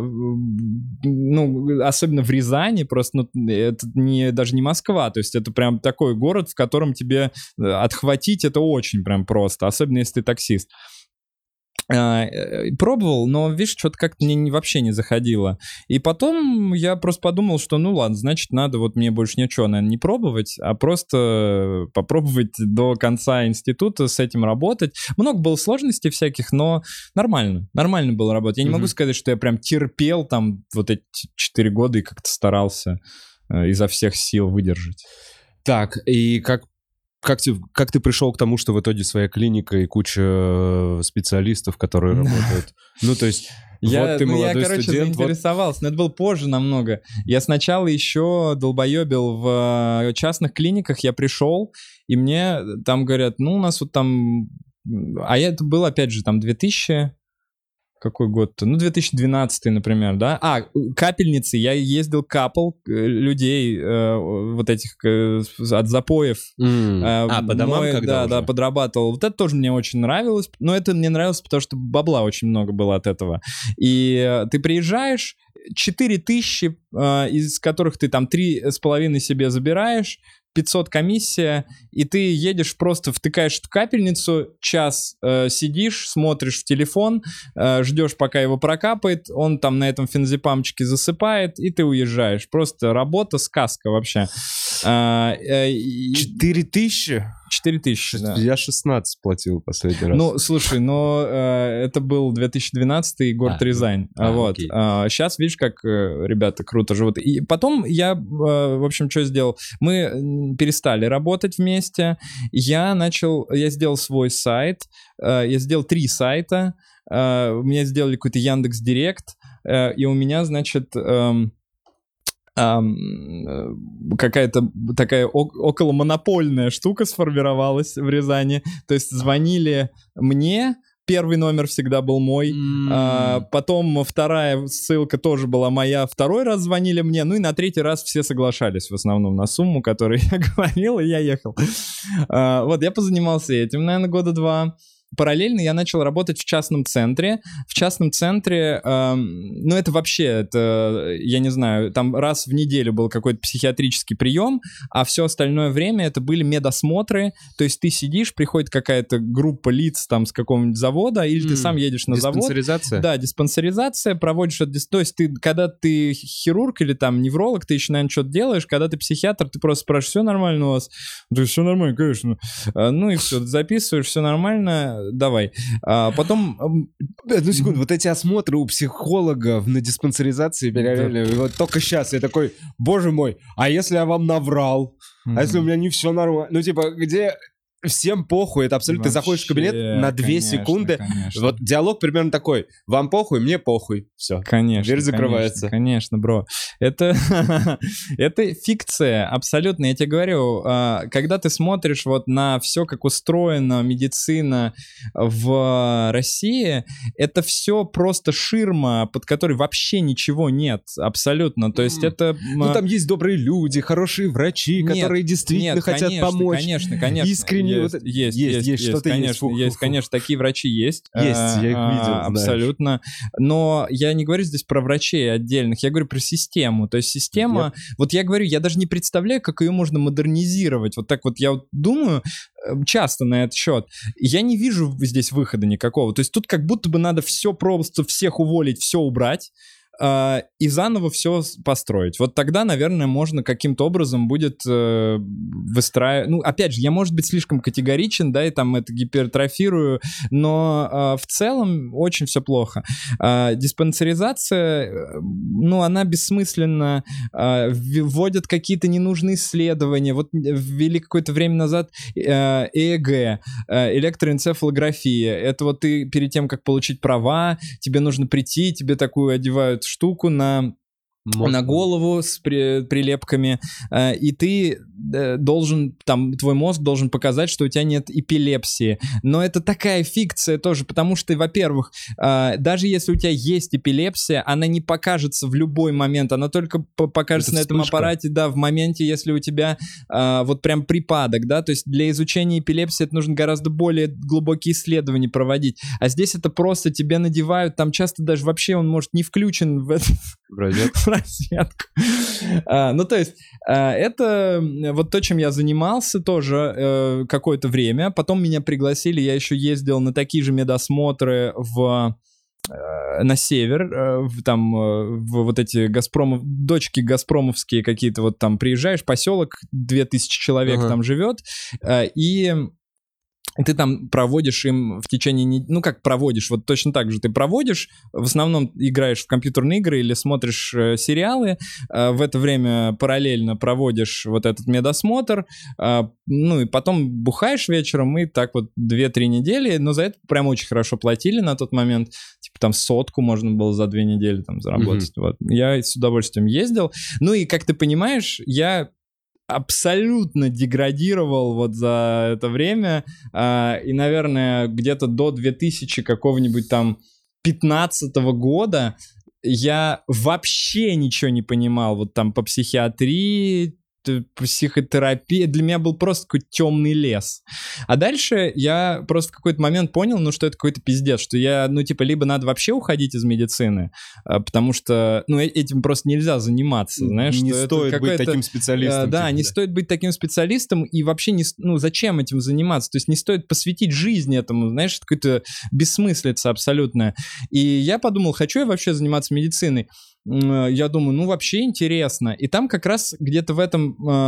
ну, особенно в Рязани, просто, ну, это не, даже не Москва, то есть это прям такой город, в котором тебе отхватить это очень прям просто, особенно если ты таксист. Пробовал, но, видишь, что-то как-то мне вообще не заходило. И потом я просто подумал, что ну ладно, значит, надо вот мне больше ничего, наверное, не пробовать, а просто попробовать до конца института с этим работать. Много было сложностей всяких, но нормально. Нормально было работать. Я не mm-hmm. могу сказать, что я прям терпел там вот эти четыре года и как-то старался э, изо всех сил выдержать. Так, и как Как ты, как ты пришел к тому, что в итоге своя клиника и куча специалистов, которые работают? Ну, то есть, я, вот ты ну, молодой я, короче, студент. заинтересовался, вот... но это было позже намного. Я сначала еще долбоебил в частных клиниках, я пришел, и мне там говорят, ну, у нас вот там... А я, это был, опять же, там, две тысячи... Какой год-то? Ну, две тысячи двенадцатый, например, да? А, капельницы. Я ездил, капал людей э, вот этих э, от запоев. Mm. Э, а, по домам мой, когда Да, уже? да, подрабатывал. Вот это тоже мне очень нравилось. Но это мне нравилось, потому что бабла очень много было от этого. И э, ты приезжаешь, четыре тысячи, э, из которых ты там три с половиной себе забираешь, пятьсот комиссия, и ты едешь просто, втыкаешь в капельницу, час э, сидишь, смотришь в телефон, э, ждешь, пока его прокапает, он там на этом феназепамчике засыпает, и ты уезжаешь. Просто работа, сказка вообще. Четыре тысячи? Четыре тысячи, да. Я шестнадцать платил последний раз. Ну, слушай, но э, это был две тысячи двенадцатый, город а, Рязань. А, вот. А, сейчас, видишь, как э, ребята круто живут. И потом я, э, в общем, что сделал? Мы перестали работать вместе. Я начал, я сделал свой сайт. Э, я сделал три сайта. Э, у меня сделали какой-то Яндекс.Директ. Э, и у меня, значит... Э, Um, какая-то такая о- околомонопольная штука сформировалась в Рязани. То есть звонили мне, первый номер всегда был мой, mm. а, потом вторая ссылка тоже была моя, второй раз звонили мне, ну и на третий раз все соглашались в основном на сумму, которую я говорил, и я ехал. А, вот, я позанимался этим, наверное, года два. Параллельно я начал работать в частном центре. В частном центре, э, ну это вообще, это, я не знаю, там раз в неделю был какой-то психиатрический прием, а все остальное время это были медосмотры. То есть ты сидишь, приходит какая-то группа лиц там с какого-нибудь завода, или mm. ты сам едешь на завод. Диспансеризация? Да, диспансеризация, проводишь это. То есть ты, когда ты хирург или там невролог, ты еще, наверное, что-то делаешь. Когда ты психиатр, ты просто спрашиваешь, все нормально у вас? Да все нормально, конечно. Ну и все, записываешь, все нормально. Давай. А потом... Одну секунду, вот эти осмотры у психологов на диспансеризации, реально, да. Вот только сейчас я такой, боже мой, а если я вам наврал? Mm-hmm. А если у меня не все нормально? Ну, типа, где... Всем похуй, это абсолютно... Вообще, ты заходишь в кабинет на две конечно, секунды. Конечно. Вот диалог примерно такой. Вам похуй, мне похуй. Все. Конечно. Дверь закрывается. Конечно, конечно, бро. Это, это фикция, абсолютно. Я тебе говорю, когда ты смотришь вот на все, как устроена медицина в России, это все просто ширма, под которой вообще ничего нет. Абсолютно. То есть mm. это... Ну, там есть добрые люди, хорошие врачи, нет, которые действительно нет, хотят конечно, помочь. Конечно, конечно. Искренне. Есть, вот есть, есть, есть, есть, что-то конечно, есть. Есть, конечно, такие врачи есть. Есть, а, я их видел, а, абсолютно. Но я не говорю здесь про врачей отдельных, я говорю про систему. То есть система, yep. вот я говорю, я даже не представляю, как ее можно модернизировать. Вот так вот я вот думаю часто на этот счет. Я не вижу здесь выхода никакого. То есть тут как будто бы надо все просто, всех уволить, все убрать. Uh, и заново все построить. Вот тогда, наверное, можно каким-то образом будет uh, выстраивать... Ну, опять же, я, может быть, слишком категоричен, да, и там это гипертрофирую, но uh, в целом очень все плохо. Uh, диспансеризация, ну, она бессмысленна, uh, вводят какие-то ненужные исследования. Вот ввели какое-то время назад uh, ЭЭГ, uh, электроэнцефалография. Это вот ты перед тем, как получить права, тебе нужно прийти, тебе такую одевают штуку на, на голову с при, прилепками, э, и ты э, должен, там, твой мозг должен показать, что у тебя нет эпилепсии. Но это такая фикция тоже, потому что, во-первых, э, даже если у тебя есть эпилепсия, она не покажется в любой момент, она только покажется это на этом вспышка. Аппарате, да, в моменте, если у тебя э, вот прям припадок, да, то есть для изучения эпилепсии это нужно гораздо более глубокие исследования проводить, а здесь это просто тебе надевают, там часто даже вообще он может не включен в этот контрразведку. А, ну, то есть, а, это вот то, чем я занимался тоже а, какое-то время. Потом меня пригласили, я еще ездил на такие же медосмотры в... на север, в, там, в вот эти Газпромов, дочки газпромовские какие-то, вот там приезжаешь, поселок, две тысячи человек uh-huh. там живет, и ты там проводишь им в течение... Ну, как проводишь? Вот точно так же ты проводишь, в основном играешь в компьютерные игры или смотришь э, сериалы, э, в это время параллельно проводишь вот этот медосмотр, э, ну, и потом бухаешь вечером, и так вот две-три недели, но за это прям очень хорошо платили на тот момент, типа там сотку можно было за две недели там заработать. Mm-hmm. Вот. Я с удовольствием ездил. Ну, и, как ты понимаешь, я... абсолютно деградировал вот за это время, э, и, наверное, где-то до две тысячи какого-нибудь там пятнадцатого года я вообще ничего не понимал вот там по психиатрии, психотерапия. Для меня был просто какой-то темный лес. А дальше я просто в какой-то момент понял, ну, что это какой-то пиздец, что я, ну, типа, либо надо вообще уходить из медицины, потому что, ну, этим просто нельзя заниматься, знаешь. Не что стоит это быть таким специалистом. Да, типа, не да. стоит быть таким специалистом, и вообще, не, ну, зачем этим заниматься? То есть не стоит посвятить жизнь этому, знаешь, это какая-то бессмыслица абсолютная. И я подумал, хочу я вообще заниматься медициной? Я думаю, ну, вообще интересно. И там как раз где-то в этом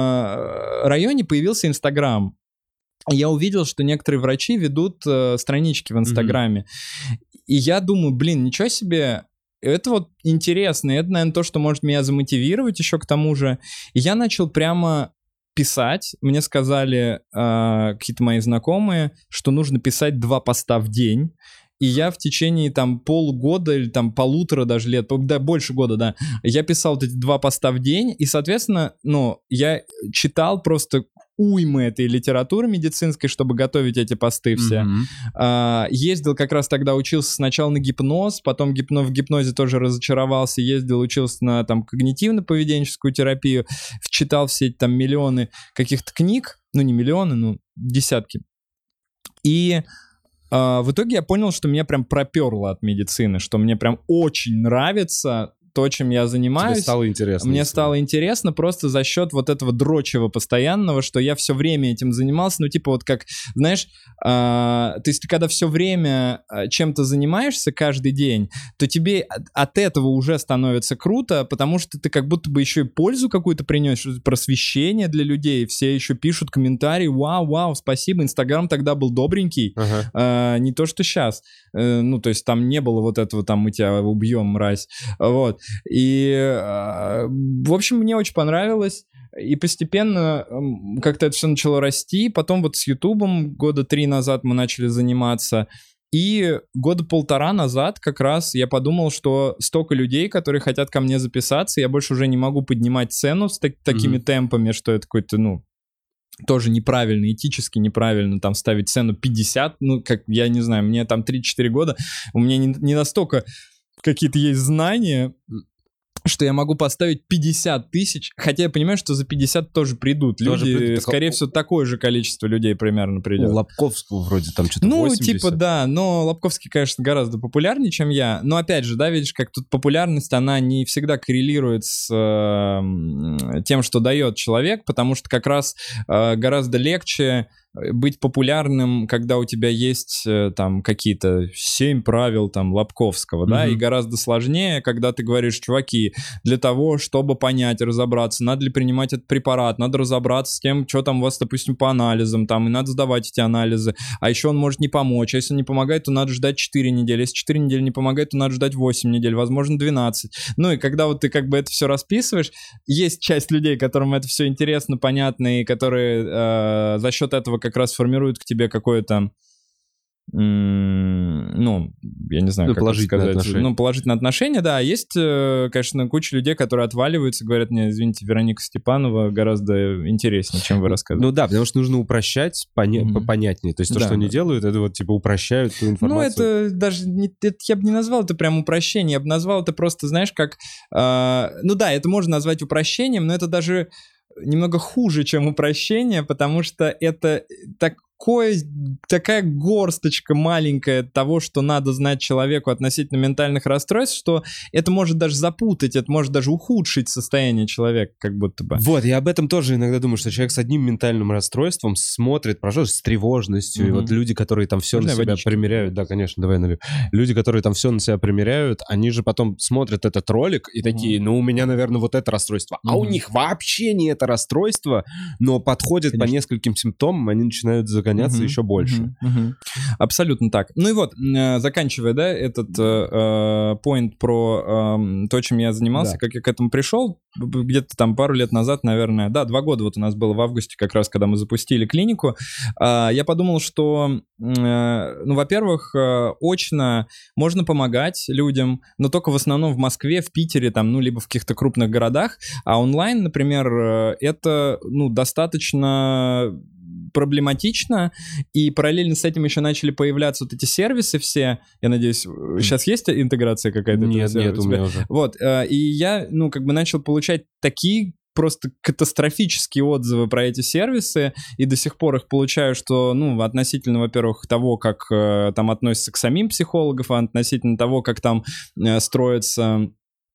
э, районе появился Инстаграм. Я увидел, что некоторые врачи ведут э, странички в Инстаграме. Mm-hmm. И я думаю, блин, ничего себе, это вот интересно. Это, наверное, то, что может меня замотивировать еще к тому же. И я начал прямо писать. Мне сказали э, какие-то мои знакомые, что нужно писать два поста в день. И я в течение там полугода или там полутора даже лет, да, больше года, да, я писал вот эти два поста в день, и, соответственно, ну, я читал просто уймы этой литературы медицинской, чтобы готовить эти посты все. Mm-hmm. А, ездил как раз тогда, учился сначала на гипноз, потом гипно, в гипнозе тоже разочаровался, ездил, учился на там когнитивно-поведенческую терапию, читал все эти там миллионы каких-то книг, ну, не миллионы, ну, десятки. И... Uh, в итоге я понял, что меня прям проперло от медицины, что мне прям очень нравится то, чем я занимаюсь. Тебе стало интересно. Мне стало интересно просто за счет вот этого дрочева постоянного, что я все время этим занимался. Ну, типа вот как, знаешь, э, то есть ты когда все время чем-то занимаешься каждый день, то тебе от, от этого уже становится круто, потому что ты как будто бы еще и пользу какую-то принес, просвещение для людей. Все еще пишут комментарии: вау, вау, спасибо, Инстаграм тогда был добренький. Ага. Э, не то, что сейчас. Э, ну, то есть там не было вот этого, там мы тебя убьем, мразь. Вот. И, в общем, мне очень понравилось, и постепенно как-то это все начало расти. Потом вот с Ютубом года три назад мы начали заниматься, и года полтора назад как раз я подумал, что столько людей, которые хотят ко мне записаться, я больше уже не могу поднимать цену с так- такими mm-hmm. темпами, что это какой-то, ну, тоже неправильно, этически неправильно там ставить цену пятьдесят, ну, как, я не знаю, мне там три-четыре года, у меня не, не настолько... какие-то есть знания, что я могу поставить пятьдесят тысяч, хотя я понимаю, что за пятьдесят тоже придут. Люди, тоже придут, скорее так... всего, такое же количество людей примерно придет. У Лобковского вроде там что-то ну, восемьдесят. Ну, типа, да, но Лобковский, конечно, гораздо популярнее, чем я. Но, опять же, да, видишь, как тут популярность, она не всегда коррелирует с э, тем, что дает человек, потому что как раз э, гораздо легче быть популярным, когда у тебя есть э, там какие-то семь правил там Лобковского, mm-hmm. да, и гораздо сложнее, когда ты говоришь: чуваки, для того, чтобы понять, разобраться, надо ли принимать этот препарат, надо разобраться с тем, что там у вас, допустим, по анализам, там, и надо сдавать эти анализы, а еще он может не помочь, а если он не помогает, то надо ждать четыре недели, если четыре недели не помогает, то надо ждать восемь недель, возможно, двенадцать. Ну, и когда вот ты как бы это все расписываешь, есть часть людей, которым это все интересно, понятно, и которые э, за счет этого как раз формируют к тебе какое-то, м- ну, я не знаю, ну, как положительное сказать, отношение. ну, положительное отношение, да. Есть, конечно, куча людей, которые отваливаются, говорят мне: извините, Вероника Степанова гораздо интереснее, чем вы рассказываете. Ну да, потому что нужно упрощать поня- mm-hmm. попонятнее. То есть то, да, что они да. делают, это вот типа упрощают ту информацию. Ну, это даже, не, это, я бы не назвал это прям упрощение, я бы назвал это просто, знаешь, как, э, ну да, это можно назвать упрощением, но это даже немного хуже, чем упрощение, потому что это так такой, такая горсточка маленькая того, что надо знать человеку относительно ментальных расстройств, что это может даже запутать, это может даже ухудшить состояние человека, как будто бы. Вот, я об этом тоже иногда думаю, что человек с одним ментальным расстройством смотрит, пожалуйста, с тревожностью, mm-hmm. и вот люди, которые там все Можно на себя водички? примеряют, да, конечно, давай налью. Люди, которые там все на себя примеряют, они же потом смотрят этот ролик и mm-hmm. такие, ну, у меня, наверное, вот это расстройство, mm-hmm. а у них вообще не это расстройство, но подходит конечно. по нескольким симптомам, они начинают загоняться mm-hmm. еще больше. Mm-hmm. Mm-hmm. Абсолютно так. Ну и вот, э, заканчивая, да, этот поинт э, про э, то, чем я занимался, да. как я к этому пришел, где-то там пару лет назад, наверное, да, два года вот у нас было в августе, как раз, когда мы запустили клинику, э, я подумал, что, э, ну, во-первых, э, очно можно помогать людям, но только в основном в Москве, в Питере, там, ну, либо в каких-то крупных городах, а онлайн, например, э, это, ну, достаточно проблематично, и параллельно с этим еще начали появляться вот эти сервисы все, я надеюсь, сейчас есть интеграция какая-то? Нет, нет, у меня уже. Вот, и я, ну, как бы начал получать такие просто катастрофические отзывы про эти сервисы, и до сих пор их получаю, что, ну, относительно, во-первых, того, как э, там относятся к самим психологам, а относительно того, как там э, строится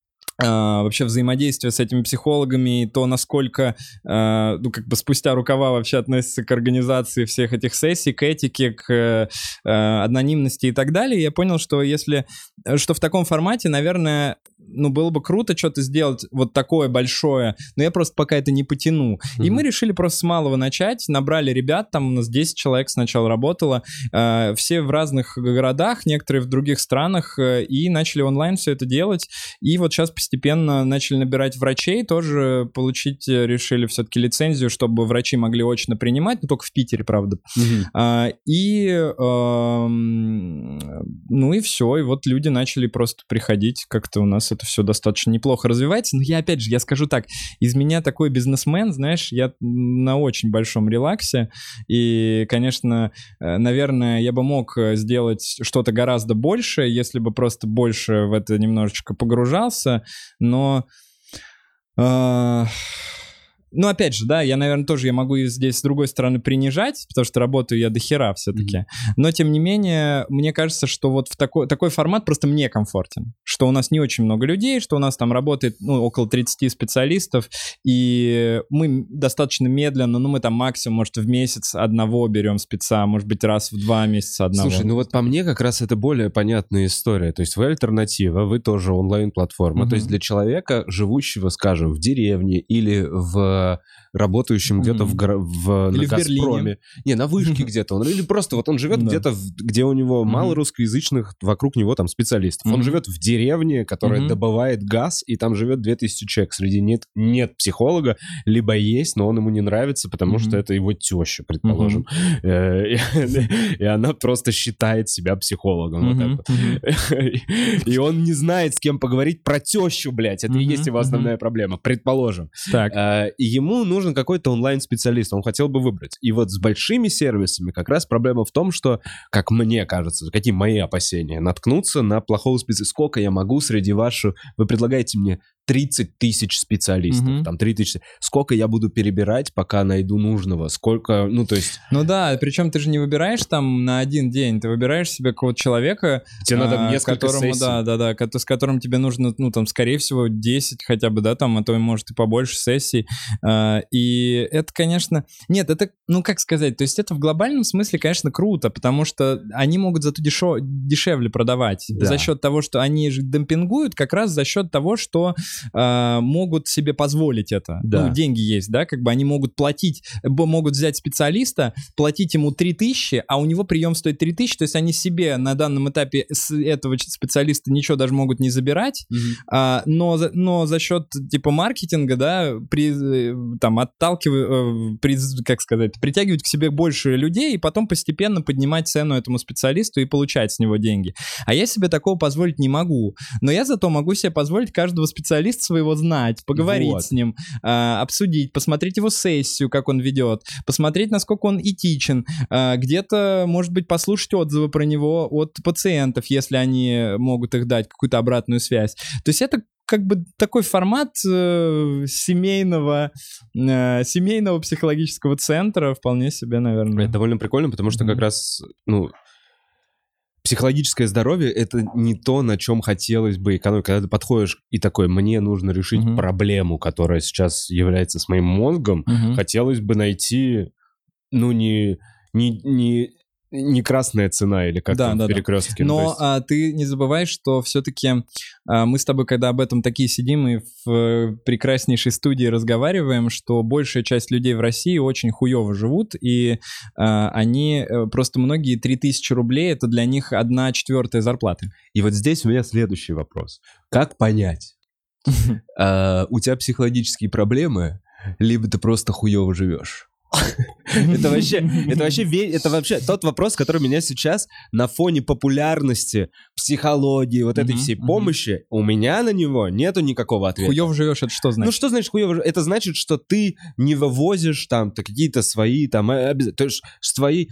Uh, вообще взаимодействие с этими психологами и то, насколько, uh, ну, как бы спустя рукава вообще относятся к организации всех этих сессий, к этике, к uh, анонимности и так далее, я понял, что если, что в таком формате, наверное, ну, было бы круто что-то сделать вот такое большое, но я просто пока это не потяну. Mm-hmm. И мы решили просто с малого начать, набрали ребят, там у нас десять человек сначала работало, uh, все в разных городах, некоторые в других странах, uh, и начали онлайн все это делать, и вот сейчас постепенно начали набирать врачей, тоже получить решили все-таки лицензию, чтобы врачи могли очно принимать, но только в Питере, правда. Mm-hmm. А, и, а, ну и все, и вот люди начали просто приходить, как-то у нас это все достаточно неплохо развивается, но я, опять же, я скажу так, из меня такой бизнесмен, знаешь, я на очень большом релаксе, и, конечно, наверное, я бы мог сделать что-то гораздо больше, если бы просто больше в это немножечко погружался, но, э, ну, опять же, да, я, наверное, тоже я могу здесь с другой стороны принижать, потому что работаю я до хера все-таки, mm-hmm. но, тем не менее, мне кажется, что вот в такой, такой формат просто мне комфортен, что у нас не очень много людей, что у нас там работает, ну, около тридцать специалистов, и мы достаточно медленно, ну, мы там максимум, может, в месяц одного берем спеца, может быть, раз в два месяца одного. Слушай, ну вот по мне как раз это более понятная история, то есть вы альтернатива, вы тоже онлайн-платформа, mm-hmm. то есть для человека, живущего, скажем, в деревне или в работающим mm-hmm. где-то в, в, на Газпроме. Не, на вышке где-то. Он, или просто вот он живет да. где-то, в, где у него mm-hmm. мало русскоязычных вокруг него там специалистов. Mm-hmm. Он живет в деревне, которая mm-hmm. добывает газ, и там живет две тысячи человек. Среди нет, нет психолога, либо есть, но он ему не нравится, потому mm-hmm. что это его теща, предположим. Mm-hmm. И она просто считает себя психологом. И он не знает, с кем поговорить про тещу, блядь. Это и есть его основная проблема, предположим. Так. И ему нужен какой-то онлайн-специалист, он хотел бы выбрать. И вот с большими сервисами как раз проблема в том, что, как мне кажется, какие мои опасения, наткнуться на плохого специалиста. Сколько я могу среди ваших... Вы предлагаете мне тридцать тысяч специалистов, mm-hmm. там три тысячи. Сколько я буду перебирать, пока найду нужного? Сколько, ну, то есть... Ну да, причем ты же не выбираешь там на один день, ты выбираешь себе какого-то человека, тебе надо несколько которому, сессий. Да, да, да, с которым тебе нужно, ну, там, скорее всего, десять хотя бы, да, там, а то, может, и побольше сессий. И это, конечно... Нет, это, ну, как сказать, то есть это в глобальном смысле, конечно, круто, потому что они могут зато дешев... дешевле продавать да. за счет того, что они же демпингуют, как раз за счет того, что э, могут себе позволить это. Да. Ну, деньги есть, да, как бы они могут платить, могут взять специалиста, платить ему три тысячи, а у него прием стоит три тысячи, то есть они себе на данном этапе с этого специалиста ничего даже могут не забирать, mm-hmm. э, но, но за счет, типа, маркетинга, да, при, там, отталкивать, э, при, как сказать, притягивать к себе больше людей и потом постепенно поднимать цену этому специалисту и получать с него деньги. А я себе такого позволить не могу. Но я зато могу себе позволить каждого специалиста своего знать, поговорить вот. с ним, э, обсудить, посмотреть его сессию, как он ведет, посмотреть, насколько он этичен, э, где-то, может быть, послушать отзывы про него от пациентов, если они могут их дать, какую-то обратную связь. То есть это как бы такой формат э, семейного, э, семейного психологического центра вполне себе, наверное. Это довольно прикольно, потому что mm-hmm. как раз, ну, психологическое здоровье — это не то, на чем хотелось бы экономить. Когда ты подходишь и такой, мне нужно решить mm-hmm. проблему, которая сейчас является с моим мозгом, mm-hmm. хотелось бы найти, ну, не... не, не Не красная цена или как да, там да, в перекрестке. Да. Но ну, есть... а, ты не забывай, что все-таки а, мы с тобой, когда об этом такие сидим и в а, прекраснейшей студии разговариваем, что большая часть людей в России очень хуёво живут, и а, они, просто многие три тысячи рублей — это для них одна четвертая зарплаты. И вот здесь у меня следующий вопрос. Как понять? У тебя психологические проблемы, либо ты просто хуёво живешь? Это вообще, это вообще, это вообще тот вопрос, который меня сейчас на фоне популярности психологии, вот этой uh-huh, всей uh-huh. помощи, у меня на него нету никакого ответа. Хуёво живешь, это что значит? Ну что значит хуёво живешь? Это значит, что ты не вывозишь там какие-то свои там, то есть свои...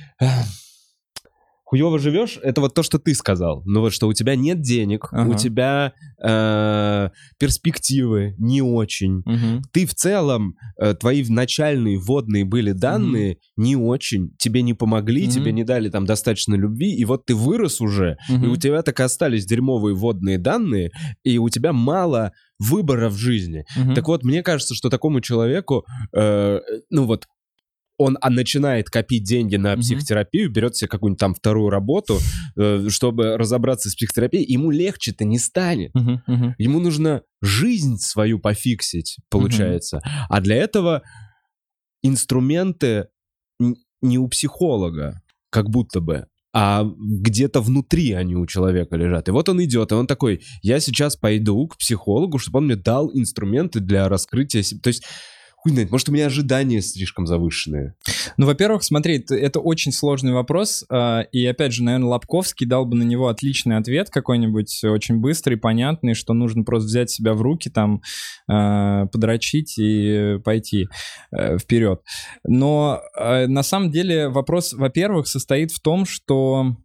Хуёво живешь, это вот то, что ты сказал. Ну вот, что у тебя нет денег, ага. у тебя э, перспективы не очень. Угу. Ты в целом, э, твои начальные вводные были данные угу. не очень, тебе не помогли, угу. тебе не дали там достаточно любви, и вот ты вырос уже, угу. и у тебя так и остались дерьмовые вводные данные, и у тебя мало выбора в жизни. Угу. Так вот, мне кажется, что такому человеку, э, ну вот, он а, начинает копить деньги на психотерапию, берет себе какую-нибудь там вторую работу, э, чтобы разобраться с психотерапией, ему легче-то не станет. Uh-huh, uh-huh. Ему нужно жизнь свою пофиксить, получается. Uh-huh. А для этого инструменты не у психолога, как будто бы, а где-то внутри они у человека лежат. И вот он идет, и он такой, я сейчас пойду к психологу, чтобы он мне дал инструменты для раскрытия себя. То есть... Может, у меня ожидания слишком завышенные? Ну, во-первых, смотри, это очень сложный вопрос, и, опять же, наверное, Лобковский дал бы на него отличный ответ какой-нибудь, очень быстрый, понятный, что нужно просто взять себя в руки, там, подрочить и пойти вперед. Но на самом деле вопрос, во-первых, состоит в том, что...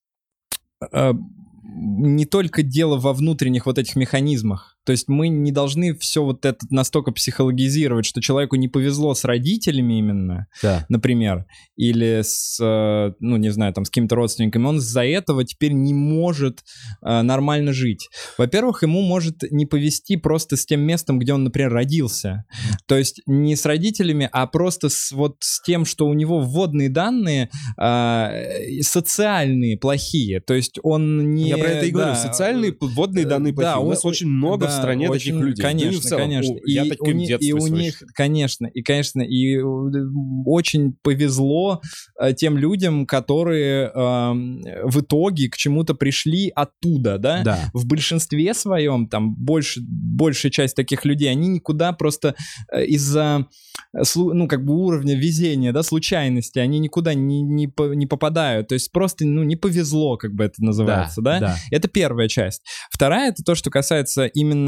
не только дело во внутренних вот этих механизмах. То есть мы не должны все вот это настолько психологизировать, что человеку не повезло с родителями именно, да. например, или с, ну, не знаю, там, с какими-то родственниками, он из-за этого теперь не может э, нормально жить. Во-первых, ему может не повезти просто с тем местом, где он, например, родился. То есть не с родителями, а просто с, вот с тем, что у него вводные данные э, социальные, плохие. То есть он не... Я про это и говорю. Да, социальные вводные данные плохие. Да, у нас он, очень много да, в стране очень, таких людей. Конечно, ну, целом, конечно. О, я таким у, и у них, конечно, и, конечно, и очень повезло э, тем людям, которые э, в итоге к чему-то пришли оттуда, да? Да. В большинстве своем, там, больше, большая часть таких людей, они никуда просто э, из-за, ну, как бы уровня везения, да, случайности, они никуда не, не, по, не попадают. То есть просто, ну, не повезло, как бы это называется, да? да? Да. Это первая часть. Вторая — это то, что касается именно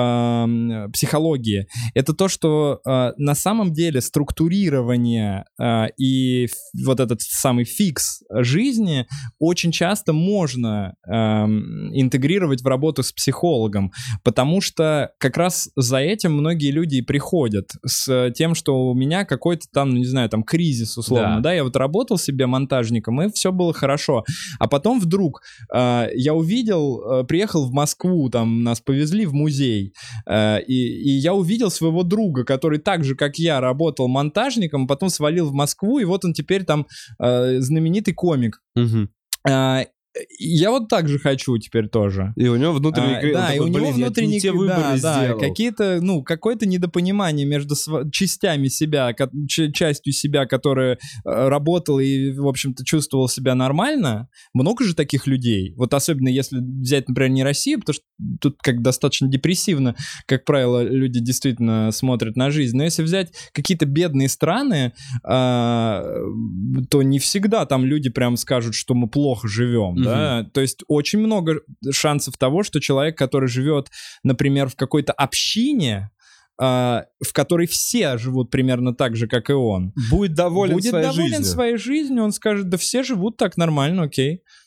э, психологии. Это то, что э, на самом деле структурирование э, и вот этот самый фикс жизни очень часто можно э, интегрировать в работу с психологом, потому что как раз за этим многие люди и приходят, с тем, что у меня какой-то там, ну, не знаю, там кризис условно, да, да? Я вот работал себе монтажником, и все было хорошо. А потом вдруг э, я увидел, э, приехал в Москву, там нас повезли в музей, э, и, и я увидел своего друга, который так же, как я, работал монтажником, потом свалил в Москву, и вот он теперь там э, знаменитый комик. Угу. Э, Я вот так же хочу теперь тоже. И у него внутренний... А, да, и у него внутренний... те выборы да, сделал. Да, какие-то, ну, какое-то недопонимание между св... частями себя, ко... частью себя, которая работала и, в общем-то, чувствовала себя нормально. Много же таких людей. Вот особенно если взять, например, не Россию, потому что тут как достаточно депрессивно, как правило, люди действительно смотрят на жизнь. Но если взять какие-то бедные страны, а, то не всегда там люди прям скажут, что мы плохо живем. Да? Угу. То есть очень много шансов того, что человек, который живет, например, в какой-то общине, э, в которой все живут примерно так же, как и он, будет доволен, будет своей, доволен жизнью. своей жизнью, он скажет, да все живут так нормально, окей.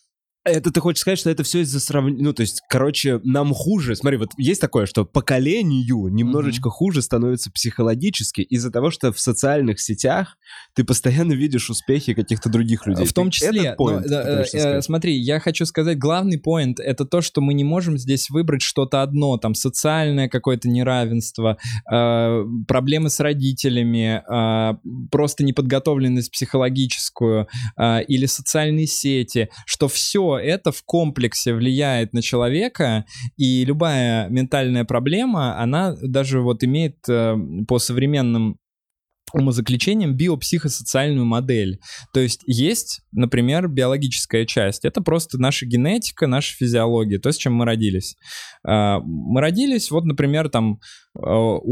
Это ты хочешь сказать, что это все из-за сравнения... Ну, то есть, короче, нам хуже. Смотри, вот есть такое, что поколению немножечко mm-hmm. хуже становится психологически из-за того, что в социальных сетях ты постоянно видишь успехи каких-то других людей. В том числе, point, но, э, э, смотри, я хочу сказать, главный point — это то, что мы не можем здесь выбрать что-то одно, там, социальное какое-то неравенство, э, проблемы с родителями, э, просто неподготовленность психологическую э, или социальные сети, что все это в комплексе влияет на человека, и любая ментальная проблема, она даже вот имеет э, по современным умозаключением биопсихосоциальную модель. То есть есть, например, биологическая часть. Это просто наша генетика, наша физиология, то, с чем мы родились. Э, мы родились, вот, например, там э,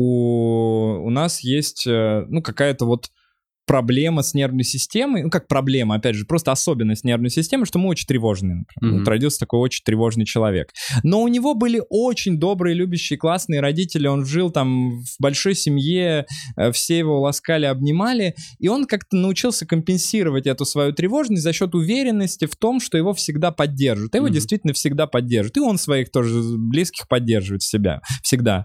у, у нас есть э, ну, какая-то вот проблема с нервной системой, ну как проблема, опять же, просто особенность нервной системы, что мы очень тревожные, например. Mm-hmm. Вот родился такой очень тревожный человек. Но у него были очень добрые, любящие, классные родители, он жил там в большой семье, все его ласкали, обнимали, и он как-то научился компенсировать эту свою тревожность за счет уверенности в том, что его всегда поддержат. Его mm-hmm. действительно всегда поддержат. И он своих тоже близких поддерживает себя всегда.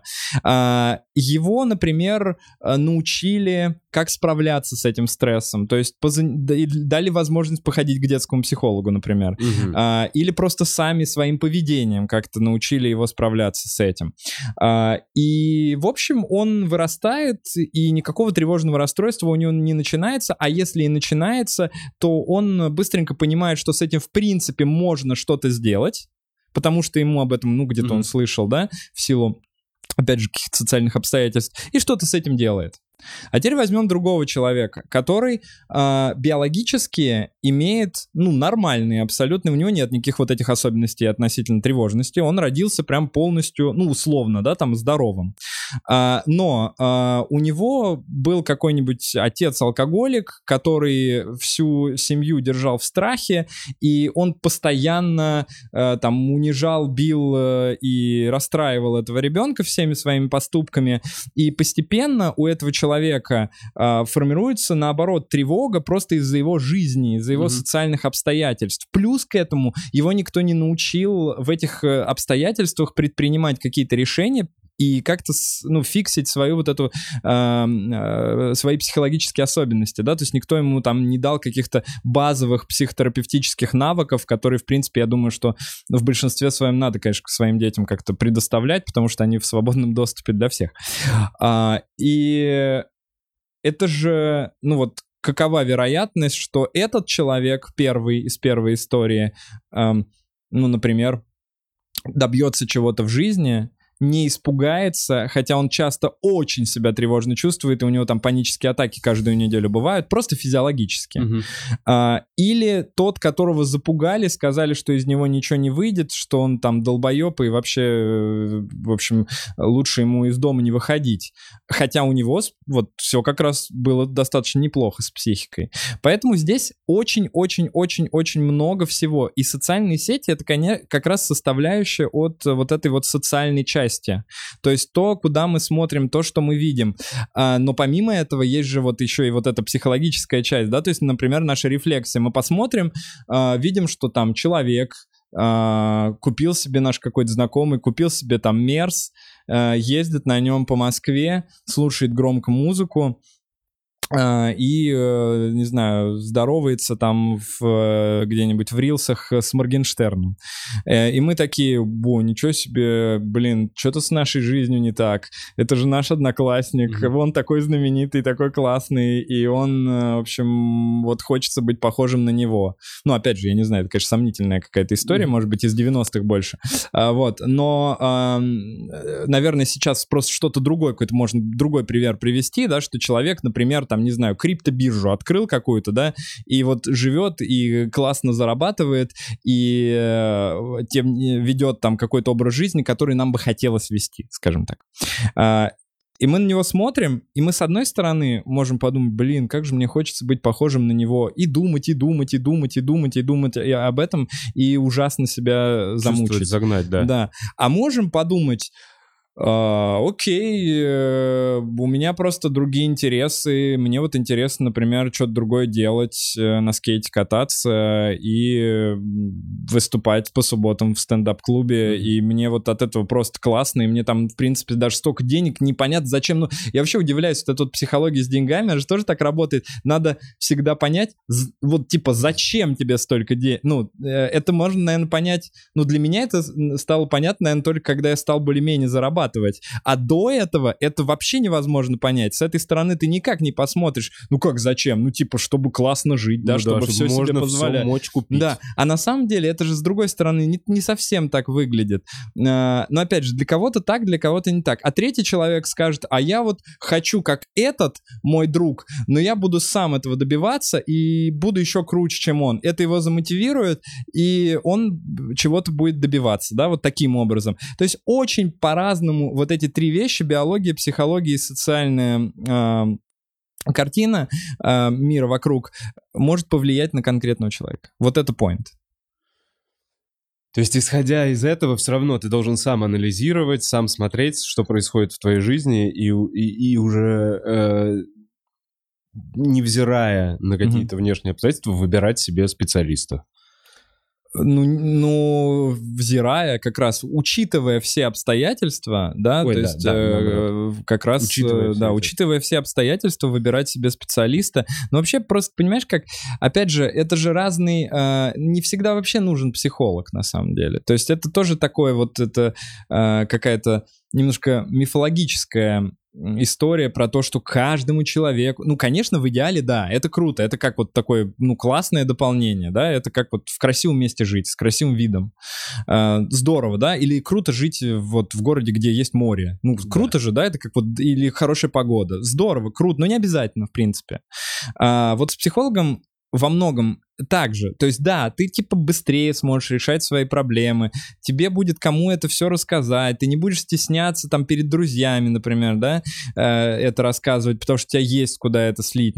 Его, например, научили, как справляться с этим стрессом, то есть поза... дали возможность походить к детскому психологу, например, угу. а, или просто сами своим поведением как-то научили его справляться с этим. А, и, в общем, он вырастает, и никакого тревожного расстройства у него не начинается, а если и начинается, то он быстренько понимает, что с этим, в принципе, можно что-то сделать, потому что ему об этом, ну, где-то угу. он слышал, да, в силу, опять же, каких-то социальных обстоятельств, и что-то с этим делает. А теперь возьмем другого человека, который э, биологически имеет, ну, нормальные абсолютно, у него нет никаких вот этих особенностей относительно тревожности, он родился прям полностью, ну, условно, да, там, здоровым. А, но а, у него был какой-нибудь отец-алкоголик, который всю семью держал в страхе, и он постоянно а, там унижал, бил а, и расстраивал этого ребенка всеми своими поступками, и постепенно у этого человека а, формируется, наоборот, тревога просто из-за его жизни, из-за его mm-hmm. социальных обстоятельств. Плюс к этому его никто не научил в этих обстоятельствах предпринимать какие-то решения, и как-то, ну, фиксить свою вот эту, э, э, свои психологические особенности, да, то есть никто ему там не дал каких-то базовых психотерапевтических навыков, которые, в принципе, я думаю, что в большинстве своем надо, конечно, своим детям как-то предоставлять, потому что они в свободном доступе для всех. А, и это же, ну вот, какова вероятность, что этот человек, первый из первой истории, э, ну, например, добьется чего-то в жизни, не испугается, хотя он часто очень себя тревожно чувствует, и у него там панические атаки каждую неделю бывают, просто физиологически. Uh-huh. А, или тот, которого запугали, сказали, что из него ничего не выйдет, что он там долбоеб, и вообще, в общем, лучше ему из дома не выходить. Хотя у него вот все как раз было достаточно неплохо с психикой. Поэтому здесь очень-очень-очень-очень много всего. И социальные сети — это как раз составляющая от вот этой вот социальной части. То есть то, куда мы смотрим, то, что мы видим. А, но помимо этого есть же вот еще и вот эта психологическая часть, да, то есть, например, наша рефлексия. Мы посмотрим, а, видим, что там человек а, купил себе, наш какой-то знакомый, купил себе там Мерс, а, ездит на нем по Москве, слушает громко музыку, и, не знаю, здоровается там в, где-нибудь в рилсах с Моргенштерном. И мы такие: бо, ничего себе, блин, что-то с нашей жизнью не так. Это же наш одноклассник, mm-hmm. он такой знаменитый, такой классный, и он, в общем, вот хочется быть похожим на него. Ну, опять же, я не знаю, это, конечно, сомнительная какая-то история, mm-hmm. может быть, из девяностых больше. А, вот, но, наверное, сейчас просто что-то другое, какой-то можно другой пример привести, да, что человек, например, там, не знаю, криптобиржу открыл какую-то, да, и вот живет и классно зарабатывает, и э, тем ведет там какой-то образ жизни, который нам бы хотелось вести, скажем так. А, и мы на него смотрим, и мы, с одной стороны, можем подумать: блин, как же мне хочется быть похожим на него, и думать, и думать, и думать, и думать, и думать и об этом, и ужасно себя замучить. Чувствовать, загнать, да. Да. А можем подумать: А, окей, э, у меня просто другие интересы. Мне вот интересно, например, что-то другое делать, э, на скейте кататься и выступать по субботам в стендап-клубе. Mm-hmm. И мне вот от этого просто классно. И мне там, в принципе, даже столько денег, непонятно зачем. Ну, я вообще удивляюсь, вот эта вот психология с деньгами, она же тоже так работает. Надо всегда понять, вот типа, зачем тебе столько денег. Ну, э, это можно, наверное, понять. Ну, для меня это стало понятно, наверное, только когда я стал более-менее зарабатывать. А до этого это вообще невозможно понять. С этой стороны ты никак не посмотришь, ну как, зачем? Ну типа, чтобы классно жить, да, ну, чтобы, да, чтобы все себе позволять. Мочь купить. Да, а на самом деле это же с другой стороны не, не совсем так выглядит. Но опять же, для кого-то так, для кого-то не так. А третий человек скажет, а я вот хочу как этот мой друг, но я буду сам этого добиваться и буду еще круче, чем он. Это его замотивирует, и он чего-то будет добиваться, да, вот таким образом. То есть очень по-разному вот эти три вещи: биология, психология и социальная э, картина э, мира вокруг может повлиять на конкретного человека. Вот это point. То есть, исходя из этого, все равно ты должен сам анализировать, сам смотреть, что происходит в твоей жизни, и, и, и уже, э, невзирая на какие-то mm-hmm. внешние обстоятельства, выбирать себе специалиста. Ну, ну, взирая, как раз учитывая все обстоятельства, да, Ой, то да, есть да, э, как раз, учитывая, да, учитывая все обстоятельства, выбирать себе специалиста. Но вообще просто, понимаешь, как, опять же, это же разный, э, не всегда вообще нужен психолог, на самом деле. То есть это тоже такое вот, это э, какая-то немножко мифологическая история про то, что каждому человеку... Ну, конечно, в идеале, да, это круто. Это как вот такое, ну, классное дополнение, да, это как вот в красивом месте жить, с красивым видом. Э, здорово, да, или круто жить вот в городе, где есть море. Ну, да. Круто же, да, это как вот... Или хорошая погода. Здорово, круто, но не обязательно, в принципе. А вот с психологом во многом так же. То есть, да, ты типа быстрее сможешь решать свои проблемы, тебе будет кому это все рассказать, ты не будешь стесняться там перед друзьями, например, да, э, это рассказывать, потому что у тебя есть куда это слить,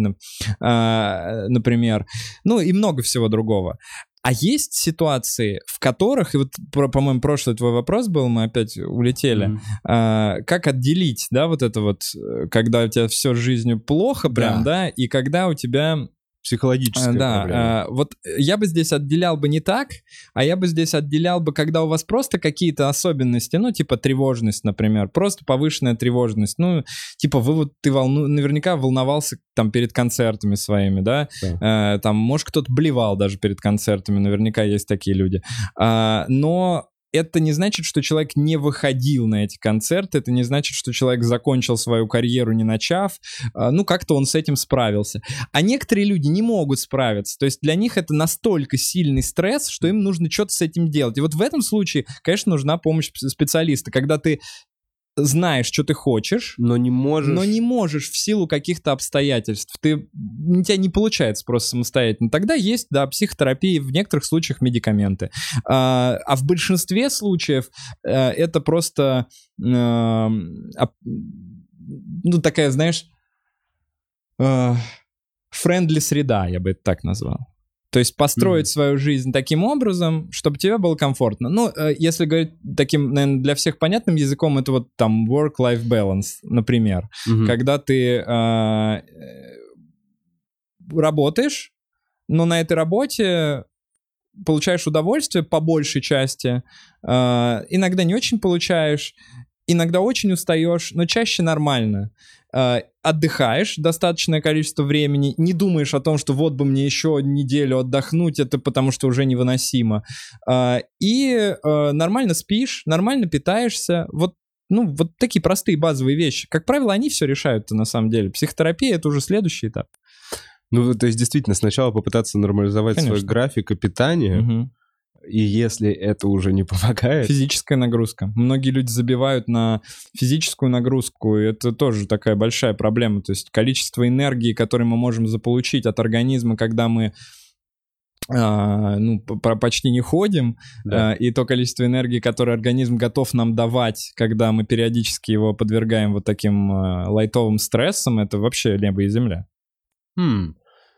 э, например. Ну и много всего другого. А есть ситуации, в которых, и вот, по-моему, прошлый твой вопрос был, мы опять улетели, mm-hmm. а, как отделить, да, вот это вот, когда у тебя все с жизнью плохо прям, да, да и когда у тебя... Психологическая да, проблема. А, вот я бы здесь отделял бы не так, а я бы здесь отделял бы, когда у вас просто какие-то особенности, ну, типа тревожность, например, просто повышенная тревожность, ну, типа вы вот, ты волну, наверняка волновался там перед концертами своими, да, да. А, там, может, кто-то блевал даже перед концертами, наверняка есть такие люди, а, но... Это не значит, что человек не выходил на эти концерты, это не значит, что человек закончил свою карьеру, не начав. Ну, как-то он с этим справился. А некоторые люди не могут справиться. То есть для них это настолько сильный стресс, что им нужно что-то с этим делать. И вот в этом случае, конечно, нужна помощь специалиста. Когда ты знаешь, что ты хочешь, но не можешь, но не можешь в силу каких-то обстоятельств. Ты, у тебя не получается просто самостоятельно. Тогда есть, да, психотерапия, в некоторых случаях медикаменты. А, а в большинстве случаев а, это просто а, а, ну, такая, знаешь, а, friendly среда, я бы это так назвал. То есть построить mm-hmm. свою жизнь таким образом, чтобы тебе было комфортно. Ну, если говорить таким, наверное, для всех понятным языком, это вот там work-life balance, например. Mm-hmm. Когда ты э, работаешь, но на этой работе получаешь удовольствие по большей части, э, иногда не очень получаешь, иногда очень устаешь, но чаще нормально. Отдыхаешь достаточное количество времени, не думаешь о том, что вот бы мне еще неделю отдохнуть, это потому что уже невыносимо. И нормально спишь, нормально питаешься. Вот, ну, вот такие простые базовые вещи. Как правило, они все решают-то на самом деле. Психотерапия — это уже следующий этап. Ну, то есть действительно сначала попытаться нормализовать Конечно. свой график и питание, угу. И если это уже не помогает... Физическая нагрузка. Многие люди забивают на физическую нагрузку, и это тоже такая большая проблема. То есть количество энергии, которое мы можем заполучить от организма, когда мы а, ну, почти не ходим, да. а, и то количество энергии, которое организм готов нам давать, когда мы периодически его подвергаем вот таким а, лайтовым стрессам, это вообще небо и земля. Хм.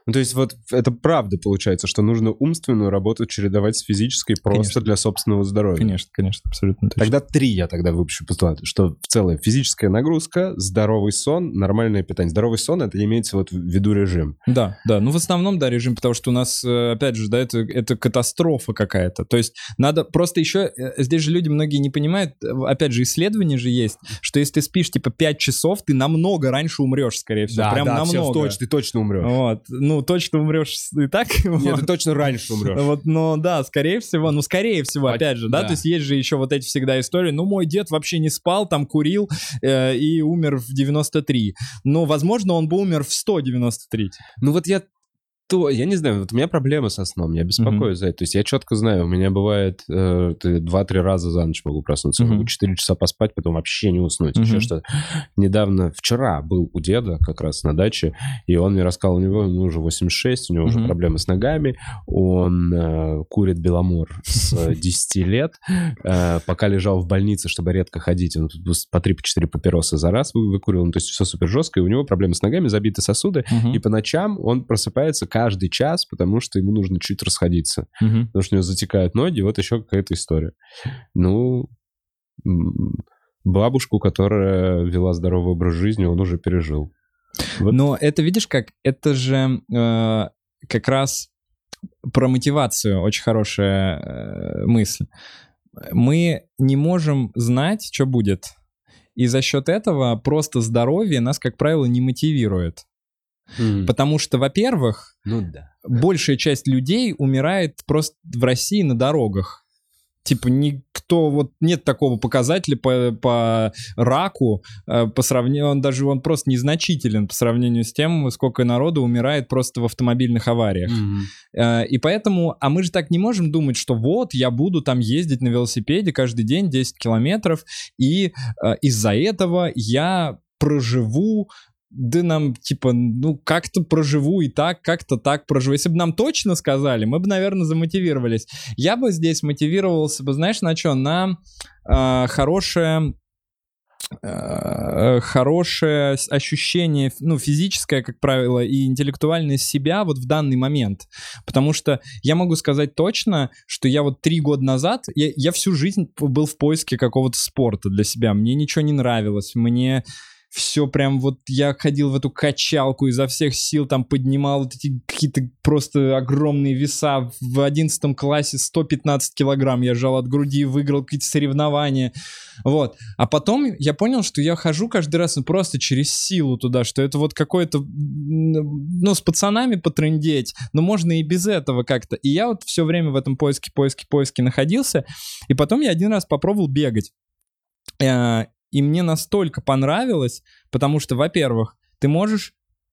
Ну, то есть вот это правда получается, что нужно умственную работу чередовать с физической просто конечно. Для собственного здоровья. Конечно, конечно, абсолютно точно. Тогда три я тогда выпущу постулат, что в целом физическая нагрузка, здоровый сон, нормальное питание. Здоровый сон — это имеется вот в виду режим. Да, да, ну в основном, да, режим, потому что у нас, опять же, да, это, это катастрофа какая-то. То есть надо просто еще, здесь же люди многие не понимают, опять же, исследования же есть, что если ты спишь типа пять часов, ты намного раньше умрешь, скорее всего. Да, Прям да, намного. Все, точно, ты точно умрешь. Вот, ну точно умрешь и так. Нет, вот. ты точно раньше умрешь. Вот, но да, скорее всего, ну скорее всего, опять же, да, да, то есть есть же еще вот эти всегда истории, ну мой дед вообще не спал, там курил э, и умер в девяносто три. Но, возможно, он бы умер в сто девяносто три. Ну вот я то, я не знаю, вот у меня проблемы со сном, я беспокоюсь mm-hmm. за это. То есть я четко знаю, у меня бывает э, два-три раза за ночь могу проснуться, mm-hmm. могу четыре часа поспать, потом вообще не уснуть. Mm-hmm. Еще что недавно, вчера был у деда как раз на даче, и он мне рассказал, у него ему уже восемьдесят шесть, у него mm-hmm. уже проблемы с ногами, он э, курит Беломор с десяти лет, э, пока лежал в больнице, чтобы редко ходить, он по три-четыре папиросы за раз выкурил, ну, то есть все супер жестко, и у него проблемы с ногами, забиты сосуды, mm-hmm. и по ночам он просыпается каждый час, потому что ему нужно чуть расходиться. Uh-huh. Потому что у него затекают ноги, вот еще какая-то история. Ну, бабушку, которая вела здоровый образ жизни, он уже пережил. Вот. Но это, видишь, как это же э, как раз про мотивацию очень хорошая э, мысль. Мы не можем знать, что будет. И за счет этого просто здоровье нас, как правило, не мотивирует. Mm. Потому что, во-первых, ну, да. большая часть людей умирает просто в России на дорогах. Типа никто, вот нет такого показателя по, по раку, по сравнению, он даже он просто незначителен по сравнению с тем, сколько народу умирает просто в автомобильных авариях. Mm-hmm. И поэтому, а мы же так не можем думать, что вот я буду там ездить на велосипеде каждый день десять километров, и из-за этого я проживу. Да нам, типа, ну, как-то проживу и так, как-то так проживу. Если бы нам точно сказали, мы бы, наверное, замотивировались. Я бы здесь мотивировался бы, знаешь, на что? На э, хорошее... хорошее ощущение, ну, физическое, как правило, и интеллектуальное себя вот в данный момент. Потому что я могу сказать точно, что я вот три года назад, я, я всю жизнь был в поиске какого-то спорта для себя. Мне ничего не нравилось, мне... Все прям вот, я ходил в эту качалку, изо всех сил там поднимал вот эти какие-то просто огромные веса. В одиннадцатом классе сто пятнадцать килограмм я жал от груди, выиграл какие-то соревнования. Вот. А потом я понял, что я хожу каждый раз ну, просто через силу туда, что это вот какое-то, ну, с пацанами потрындеть, но можно и без этого как-то. И я вот все время в этом поиске, поиске, поиске находился, и потом я один раз попробовал бегать. И мне настолько понравилось, потому что, во-первых, ты можешь,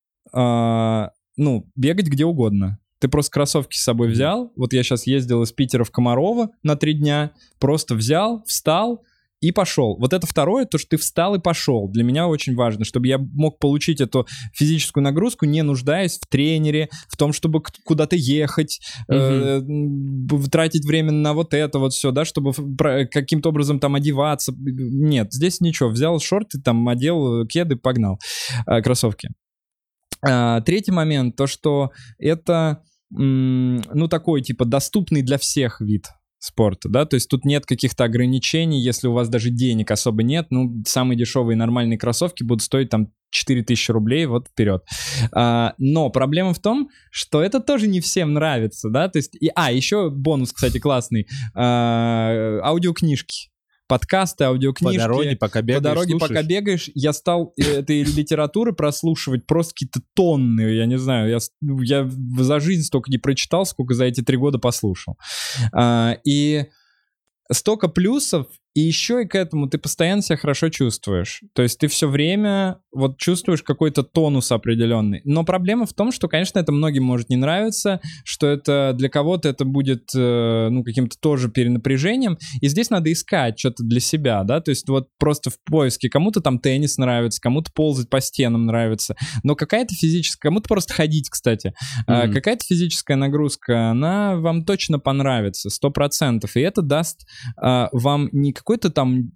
э, ну, бегать где угодно. Ты просто кроссовки с собой взял. Вот я сейчас ездил из Питера в Комарово на три дня. Просто взял, встал и пошел. Вот это второе, то, что ты встал и пошел. Для меня очень важно, чтобы я мог получить эту физическую нагрузку, не нуждаясь в тренере, в том, чтобы куда-то ехать, mm-hmm. э, тратить время на вот это вот все, да, чтобы каким-то образом там одеваться. Нет, здесь ничего. Взял шорты, там одел кеды, погнал. Э, кроссовки. Э, третий момент, то, что это, м, ну, такой, типа, доступный для всех вид спорта, да, то есть тут нет каких-то ограничений, если у вас даже денег особо нет, ну, самые дешевые нормальные кроссовки будут стоить там четыре тысячи рублей, вот вперед. А, но проблема в том, что это тоже не всем нравится, да, то есть, и, а, еще бонус, кстати, классный, а, аудиокнижки. Подкасты, аудиокнижки. По дороге, пока бегаешь, По дороге, слушаешь? пока бегаешь, я стал этой литературы прослушивать просто какие-то тонны, я не знаю, я, я за жизнь столько не прочитал, сколько за эти три года послушал. А, и столько плюсов, и еще и к этому ты постоянно себя хорошо чувствуешь. То есть ты все время вот чувствуешь какой-то тонус определенный. Но проблема в том, что, конечно, это многим может не нравиться, что это для кого-то это будет, э, ну, каким-то тоже перенапряжением. И здесь надо искать что-то для себя, да, то есть вот просто в поиске. Кому-то там теннис нравится, кому-то ползать по стенам нравится. Но какая-то физическая, кому-то просто ходить, кстати. Mm-hmm. Э, какая-то физическая нагрузка, она вам точно понравится, сто процентов. И это даст э, вам не какой-то там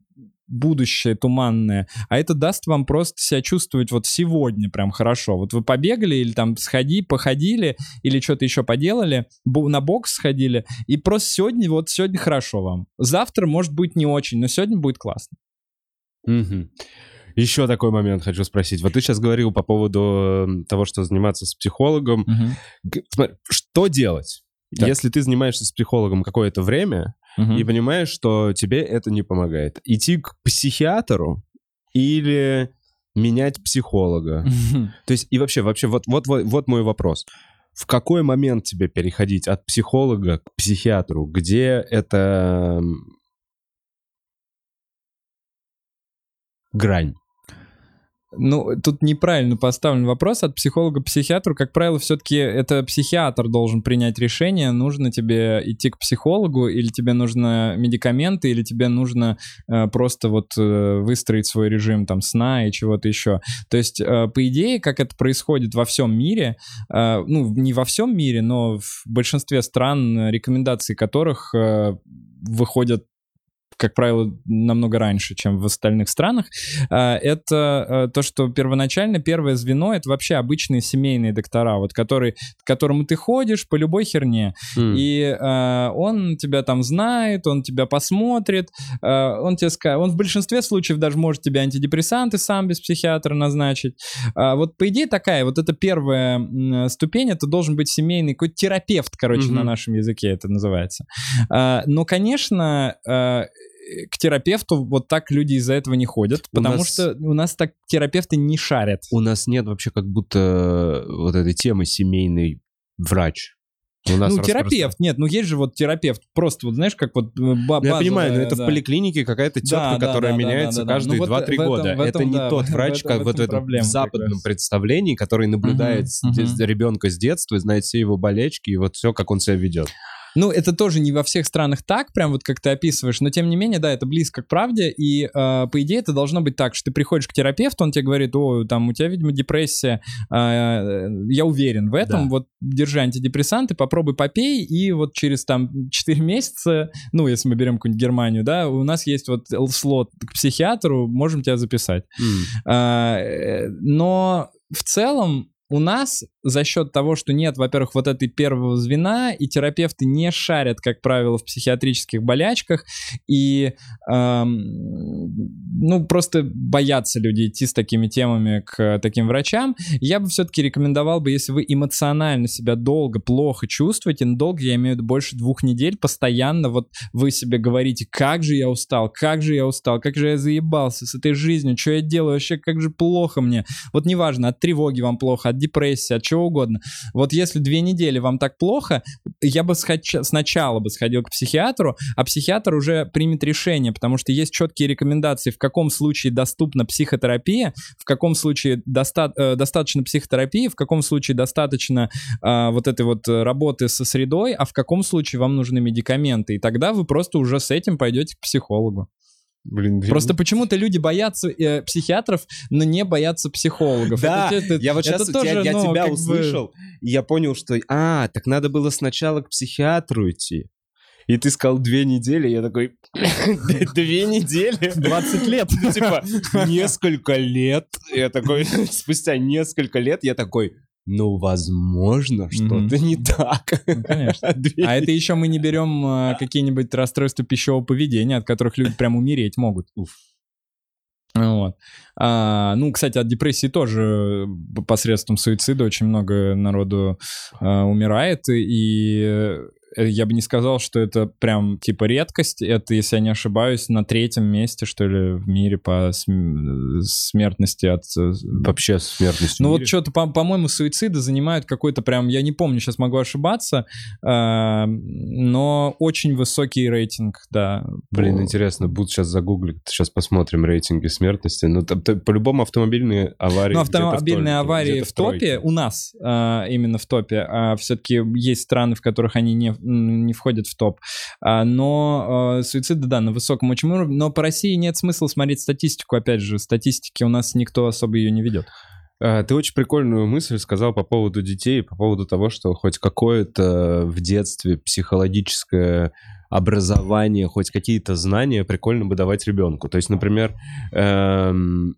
будущее туманное, а это даст вам просто себя чувствовать вот сегодня прям хорошо. Вот вы побегали или там сходи, походили, или что-то еще поделали, на бокс сходили, и просто сегодня, вот сегодня хорошо вам. Завтра, может быть, не очень, но сегодня будет классно. Угу. Еще такой момент хочу спросить. Вот ты сейчас говорил по поводу того, что заниматься с психологом. Угу. Смотри, что делать, так. если ты занимаешься с психологом какое-то время, угу. и понимаешь, что тебе это не помогает? Идти к психиатру или менять психолога? Угу. То есть, и вообще, вообще вот, вот, вот, вот мой вопрос. В какой момент тебе переходить от психолога к психиатру? Где это грань? Ну, тут неправильно поставлен вопрос. От психолога к психиатру, как правило, все-таки это психиатр должен принять решение, нужно тебе идти к психологу, или тебе нужно медикаменты, или тебе нужно э, просто вот э, выстроить свой режим там сна и чего-то еще. То есть, э, по идее, как это происходит во всем мире, э, ну, не во всем мире, но в большинстве стран, рекомендации которых э, выходят, как правило, намного раньше, чем в остальных странах, это то, что первоначально первое звено — это вообще обычные семейные доктора, вот который, к которому ты ходишь по любой херне, mm. и он тебя там знает, он тебя посмотрит, он тебе скажет, он в большинстве случаев даже может тебе антидепрессанты сам без психиатра назначить. Вот по идее такая, вот эта первая ступень, это должен быть семейный какой-то терапевт, короче, mm-hmm. на нашем языке это называется. Но, конечно, к терапевту вот так люди из-за этого не ходят, у потому нас... что у нас так терапевты не шарят. У нас нет вообще как будто вот этой темы семейный врач. У нас ну, терапевт, нет, ну есть же вот терапевт, просто вот знаешь, как вот базовая... Я понимаю, но это да. в поликлинике какая-то тетка, да, которая да, меняется да, да, каждые ну, два-три вот года. Этом, это не да, тот врач, этом, как вот в этом проблема, в западном представлении, который наблюдает uh-huh, uh-huh. ребенка с детства, знает все его болячки и вот все, как он себя ведет. Ну, это тоже не во всех странах так, прям вот как ты описываешь, но тем не менее, да, это близко к правде, и э, по идее это должно быть так, что ты приходишь к терапевту, он тебе говорит, о, там, у тебя, видимо, депрессия, э, я уверен в этом, да. вот, держи антидепрессанты, попробуй попей, и вот через, там, четыре месяца, ну, если мы берем какую-нибудь Германию, да, у нас есть вот слот к психиатру, можем тебя записать. Mm. Э, но в целом, у нас за счет того, что нет, во-первых, вот этой первого звена, и терапевты не шарят, как правило, в психиатрических болячках, и эм, ну, просто боятся люди идти с такими темами к таким врачам. Я бы все-таки рекомендовал бы, если вы эмоционально себя долго, плохо чувствуете, но долго, я имею в виду больше двух недель, постоянно вот вы себе говорите, как же я устал, как же я устал, как же я заебался с этой жизнью, что я делаю, вообще как же плохо мне. Вот неважно, от тревоги вам плохо, от депрессии, от чего угодно. Вот если две недели вам так плохо, я бы сходи, сначала бы сходил к психиатру, а психиатр уже примет решение, потому что есть четкие рекомендации, в каком случае доступна психотерапия, в каком случае доста- э, достаточно психотерапии, в каком случае достаточно э, вот этой вот работы со средой, а в каком случае вам нужны медикаменты. И тогда вы просто уже с этим пойдете к психологу. Блин, Просто почему-то люди боятся э, психиатров, но не боятся психологов. Да, это, это, я вот сейчас это тоже, я, я ну, тебя как услышал, бы... и я понял, что, а, так надо было сначала к психиатру идти. И ты сказал две недели, я такой, две недели? двадцать лет. Типа, несколько лет. Я такой, спустя несколько лет я такой... Ну, возможно, что-то mm-hmm. не так. Ну, конечно. А это еще мы не берем а, какие-нибудь расстройства пищевого поведения, от которых люди прям умереть могут. Уф. Вот. А, ну, кстати, от депрессии тоже посредством суицида очень много народу а, умирает, и я бы не сказал, что это прям типа редкость. Это, если я не ошибаюсь, на третьем месте, что ли, в мире по см- смертности от... Вообще смертности. Ну вот что-то, по- по-моему, суициды занимают какой-то прям... Я не помню, сейчас могу ошибаться, э- но очень высокий рейтинг, да. Блин, интересно, буду сейчас загуглить, сейчас посмотрим рейтинги смертности. Ну, т- т- по-любому автомобильные аварии. Ну, автомобильные в топе, аварии в, в топе, у нас э- именно в топе. А все-таки есть страны, в которых они не не входят в топ. А, но э, суициды, да, на высоком очень уровне. Но по России нет смысла смотреть статистику. Опять же, статистики у нас никто особо ее не ведет. Ты очень прикольную мысль сказал по поводу детей, по поводу того, что хоть какое-то в детстве психологическое образование, хоть какие-то знания прикольно бы давать ребенку. То есть, например, эм...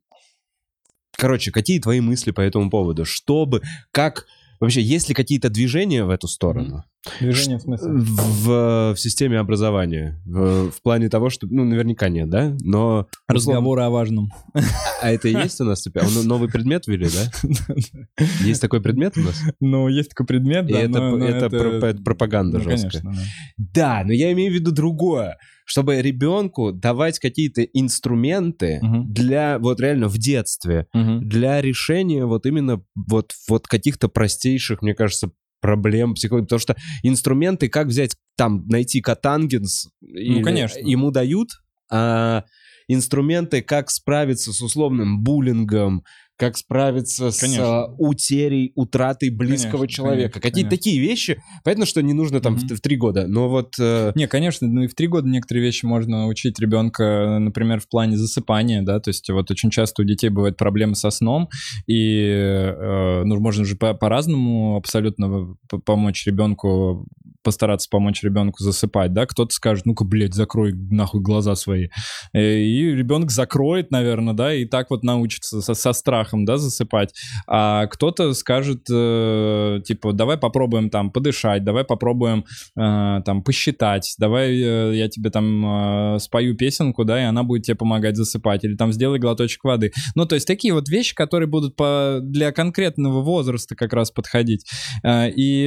короче, какие твои мысли по этому поводу? Чтобы, как... Вообще, есть ли какие-то движения в эту сторону? Движения в смысле? В, в системе образования. В, в плане того, что... Ну, наверняка нет, да? Но... Разговоры о важном. А это и есть у нас теперь? Новый предмет ввели, да? Есть такой предмет у нас? Ну, есть такой предмет, да. Это пропаганда жесткая. Да, но я имею в виду другое. Чтобы ребенку давать какие-то инструменты uh-huh. для, вот реально в детстве, uh-huh. для решения вот именно вот, вот каких-то простейших, мне кажется, проблем психологии. Потому что инструменты, как взять, там, найти котангенс, ну, конечно. Ему дают, а инструменты, как справиться с условным буллингом, как справиться конечно. с а, утерей, утратой близкого конечно, человека. Конечно, Какие-то конечно. такие вещи. Понятно, что не нужно там mm-hmm. в, в три года, но вот... Э... Не, конечно, ну и в три года некоторые вещи можно учить ребенка, например, в плане засыпания, да, то есть вот очень часто у детей бывают проблемы со сном, и э, ну, можно же по- по-разному абсолютно помочь ребенку, постараться помочь ребенку засыпать, да, кто-то скажет, ну-ка, блядь, закрой нахуй глаза свои. И ребенок закроет, наверное, да, и так вот научится со, со страхом, да, засыпать, а кто-то скажет, э, типа, давай попробуем там подышать, давай попробуем э, там посчитать, давай э, я тебе там э, спою песенку, да, и она будет тебе помогать засыпать, или там сделай глоточек воды. Ну, то есть такие вот вещи, которые будут по, для конкретного возраста как раз подходить. Э, и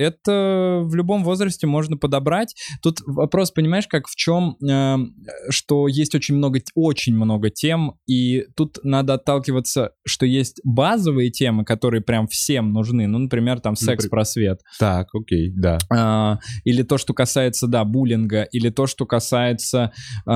это в любом возрасте можно подобрать. Тут вопрос, понимаешь, как в чем, э, что есть очень много, очень много тем, и тут надо отталкиваться, что есть базовые темы, которые прям всем нужны, ну, например, там секс-просвет. Так, окей, да. А, или то, что касается, да, буллинга, или то, что касается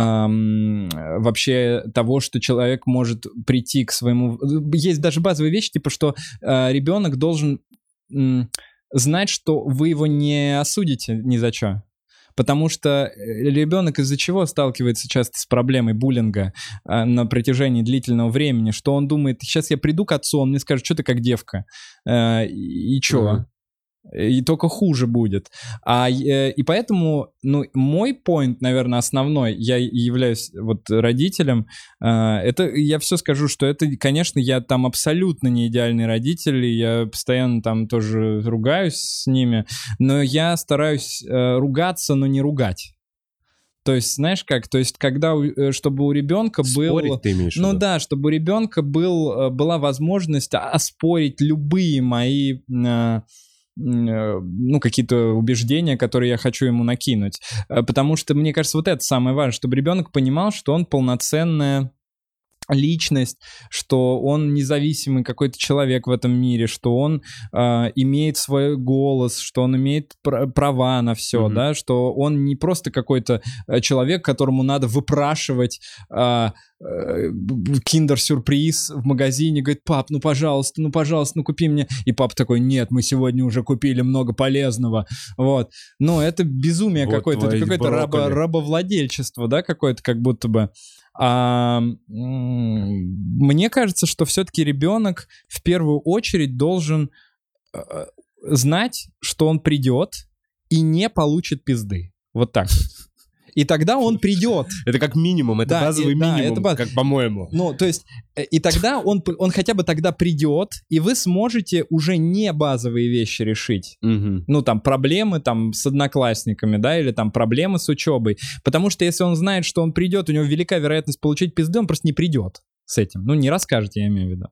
эм, вообще того, что человек может прийти к своему... Есть даже базовые вещи, типа, что э, ребенок должен э, знать, что вы его не осудите ни за что. Потому что ребенок из-за чего сталкивается часто с проблемой буллинга э, на протяжении длительного времени, что он думает, сейчас я приду к отцу, он мне скажет, что ты как девка, э, и, и чё? Uh-huh. И только хуже будет. А, э, и поэтому, ну, мой поинт, наверное, основной, я являюсь вот родителем, э, это, я все скажу, что это, конечно, я там абсолютно не идеальный родитель, и я постоянно там тоже ругаюсь с ними, но я стараюсь э, ругаться, но не ругать. То есть, знаешь как, то есть, когда, чтобы у ребенка был... Спорить ты имеешь в виду? Ну да, чтобы у ребенка был, была возможность оспорить любые мои... Э, ну, какие-то убеждения, которые я хочу ему накинуть. Потому что, мне кажется, вот это самое важное, чтобы ребенок понимал, что он полноценная личность, что он независимый какой-то человек в этом мире, что он э, имеет свой голос, что он имеет пр- права на все, mm-hmm. да, что он не просто какой-то человек, которому надо выпрашивать э, э, киндер-сюрприз в магазине, говорит, пап, ну пожалуйста, ну пожалуйста, ну купи мне, и папа такой, нет, мы сегодня уже купили много полезного, вот, ну это безумие вот какое-то, это какое-то рабо- рабовладельчество, да, какое-то как будто бы. А, мне кажется, что все-таки ребенок в первую очередь должен э, знать, что он придет и не получит пизды. Вот так вот. И тогда он придет. Это как минимум, это да, базовый и, минимум, да, это баз... как по-моему. Ну, то есть, и тогда он, он хотя бы тогда придет, и вы сможете уже не базовые вещи решить. Угу. Ну, там, проблемы там с одноклассниками, да, или там проблемы с учебой. Потому что если он знает, что он придет, у него велика вероятность получить пизды, он просто не придет с этим. Ну, не расскажет, я имею в виду.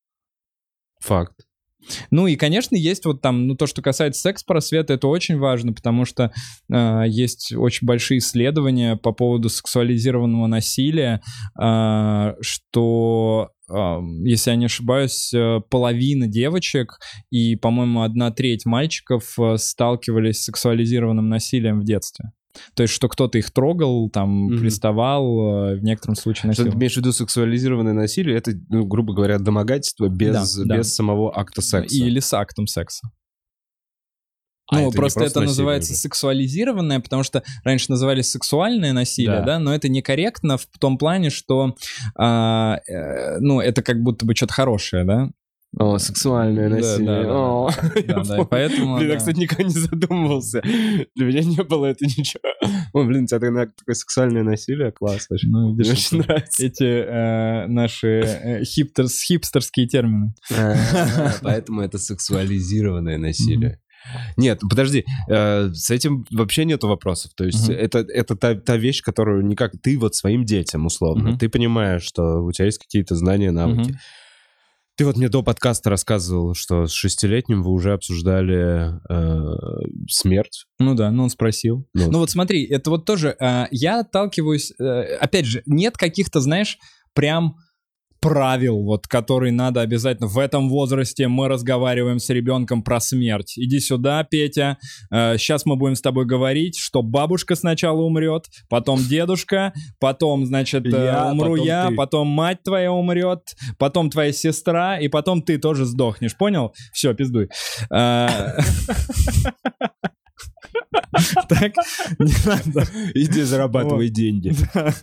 Факт. Ну и, конечно, есть вот там, ну то, что касается секс-просвета, это очень важно, потому что э, есть очень большие исследования по поводу сексуализированного насилия, э, что, э, если я не ошибаюсь, половина девочек и, по-моему, одна треть мальчиков сталкивались с сексуализированным насилием в детстве. То есть, что кто-то их трогал, там, mm-hmm. приставал, в некотором случае насиловал. Что ты имеешь в виду сексуализированное насилие? Это, ну, грубо говоря, домогательство без, да, без да. самого акта секса. Или с актом секса. А ну, это просто, просто это называется уже. Сексуализированное, потому что раньше называли сексуальное насилие, да, да, но это некорректно в том плане, что, а, э, ну, это как будто бы что-то хорошее, да. О, сексуальное насилие. Да, да, О, да, да, да, и поэтому... Блин, да. я, кстати, никогда не задумывался. Для меня не было это ничего. О, блин, у тебя такое, такое сексуальное насилие, класс. Вообще. Ну, видишь, Мне очень нравится. эти э, наши э, хиптерс, хипстерские термины. А, Поэтому это сексуализированное насилие. Нет, подожди, э, с этим вообще нету вопросов. То есть Мгм. это, это та, та вещь, которую никак... Ты вот своим детям, условно, Мгм. ты понимаешь, что у тебя есть какие-то знания, навыки. Мгм. Ты вот мне до подкаста рассказывал, что с шестилетним вы уже обсуждали э, смерть. Ну да, ну он спросил. Ну. Ну вот смотри, это вот тоже, э, я отталкиваюсь, э, опять же, нет каких-то, знаешь, прям правил, вот, которые надо обязательно. В этом возрасте мы разговариваем с ребенком про смерть. Иди сюда, Петя, э, сейчас мы будем с тобой говорить, что бабушка сначала умрет, потом дедушка, потом, значит, э, Я, умру потом я, ты. потом мать твоя умрет, потом твоя сестра, и потом ты тоже сдохнешь, понял? Все, пиздуй. Э, Так, не надо. Иди зарабатывай деньги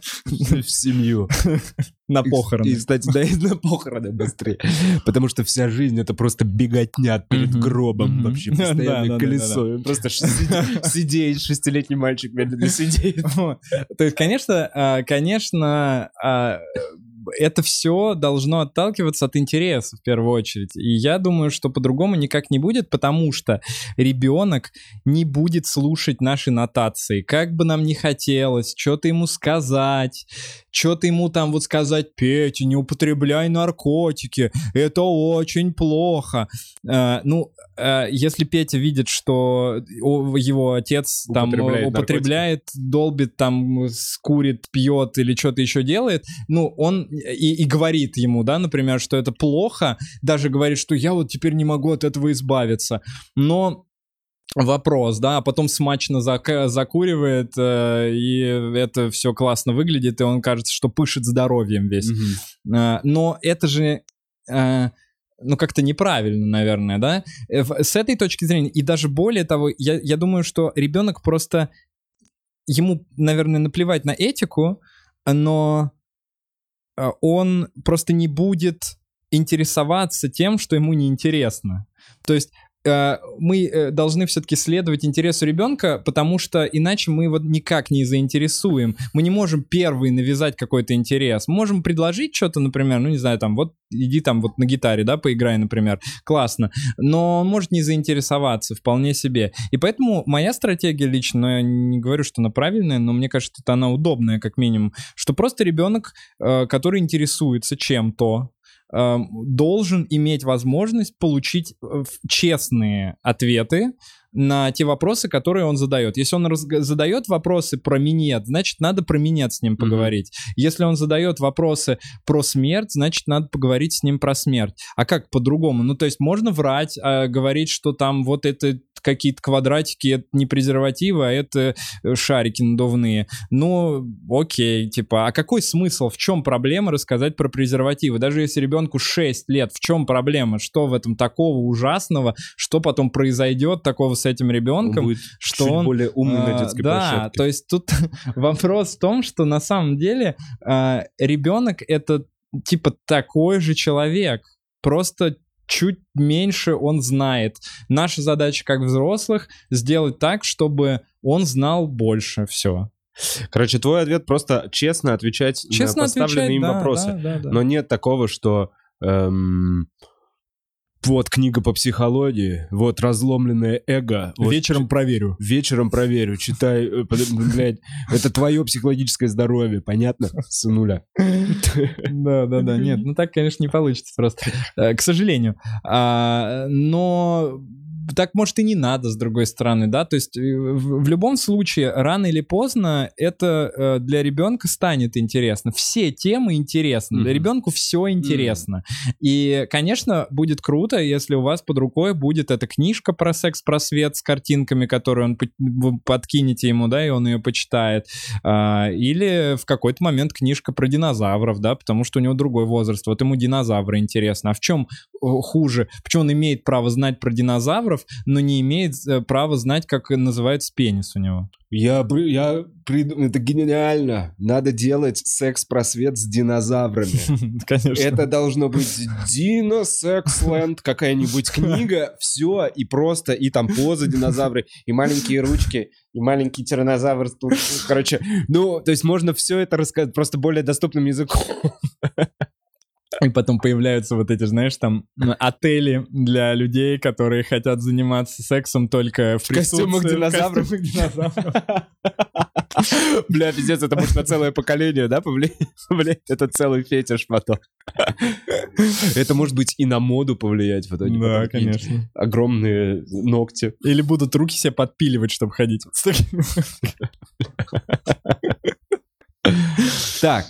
в семью. На И, похороны. кстати, да, и на похороны быстрее. Потому что вся жизнь — это просто беготня перед Мгм, гробом. мгм. Вообще Да, постоянное да, да, колесо. Он Просто ш- сидит- сидит, шестилетний мальчик медленно сидит. Вот. То есть, конечно, а, конечно, а, это все должно отталкиваться от интереса в первую очередь. И я думаю, что по-другому никак не будет, потому что ребенок не будет слушать наши нотации. Как бы нам ни хотелось, что-то ему сказать, что-то ему там вот сказать: Петя, не употребляй наркотики, это очень плохо. А, ну, а, если Петя видит, что о- его отец там Употребляет употребляет, долбит, там, скурит, пьет или что-то еще делает, ну, он и, и говорит ему, да, например, что это плохо, даже говорит, что я вот теперь не могу от этого избавиться, но вопрос, да, а потом смачно зак- закуривает, э, и это все классно выглядит, и он кажется, что пышет здоровьем весь. Э, но это же... э, ну, как-то неправильно, наверное, да? Э, в- С этой точки зрения, и даже более того, я, я думаю, что ребенок просто... Ему, наверное, наплевать на этику, но э, он просто не будет интересоваться тем, что ему неинтересно. То есть э, мы э, должны все-таки следовать интересу ребенка, потому что иначе мы его никак не заинтересуем. Мы не можем первый навязать какой-то интерес. Мы можем предложить что-то, например, ну, не знаю, там, вот иди там вот на гитаре, да, поиграй, например. Классно. Но он может не заинтересоваться вполне себе. И поэтому моя стратегия лично, но я не говорю, что она правильная, но мне кажется, что она удобная, как минимум, что просто ребенок, э, который интересуется чем-то, э, должен иметь возможность получить э, в- честные ответы на те вопросы, которые он задает. Если он разг- задает вопросы про минет, значит, надо про минет с ним поговорить. Если он задает вопросы про смерть, значит, надо поговорить с ним про смерть. А как по-другому? Ну, то есть можно врать, а, говорить, что там вот это какие-то квадратики, это не презервативы, а это э, шарики надувные. Ну, окей, типа, а какой смысл? В чем проблема рассказать про презервативы? Даже если ребенку шесть лет, в чем проблема? Что в этом такого ужасного? Что потом произойдет такого с этим Он ребенком? будет что чуть он, более умный на а, детской да, площадке. то есть тут вопрос в том, что на самом деле а, ребенок — это типа такой же человек, просто чуть меньше он знает. Наша задача как взрослых сделать так, чтобы он знал больше. Все. Короче, твой ответ просто честно отвечать Честно на поставленные отвечать, им да, вопросы. да, да, да. Но нет такого, что эм, вот книга по психологии, вот разломленное эго. Вот Вечером проверю. Вечером проверю, читай, э, под- блядь, это твое психологическое здоровье, понятно, сынуля? Да, да, да. Нет, ну так, конечно, не получится просто. Э, К сожалению. А, Но так, может, и не надо, с другой стороны, да, то есть э, в, в любом случае, рано или поздно это э, для ребенка станет интересно. Все темы интересны, для Мгм. ребенку все интересно. И, конечно, будет круто, если у вас под рукой будет эта книжка про секс-просвет с картинками, которую он, по- вы подкинете ему, да, и он ее почитает. А, Или в какой-то момент книжка про динозавров, да, потому что у него другой возраст. Вот ему динозавры интересно. А в чем э, хуже? Почему он имеет право знать про динозавров, динозавров, но не имеет права знать, как называется пенис у него. Я, я придумал, это гениально. Надо делать секс-просвет с динозаврами. Конечно. Это должно быть Dino Sexland, какая-нибудь книга, все, и просто, и там поза динозавры, и маленькие ручки, и маленький тираннозавр. Короче, ну, то есть можно все это рассказать просто более доступным языком. И потом появляются вот эти, знаешь, там отели для людей, которые хотят заниматься сексом только в, в костюмах динозавров. Бля, пиздец, это может на целое поколение, да, повлиять? Блядь, это целый фетиш потом. Это может быть и на моду повлиять в итоге. Да, конечно. Огромные ногти. Или будут руки себе подпиливать, чтобы ходить. Так,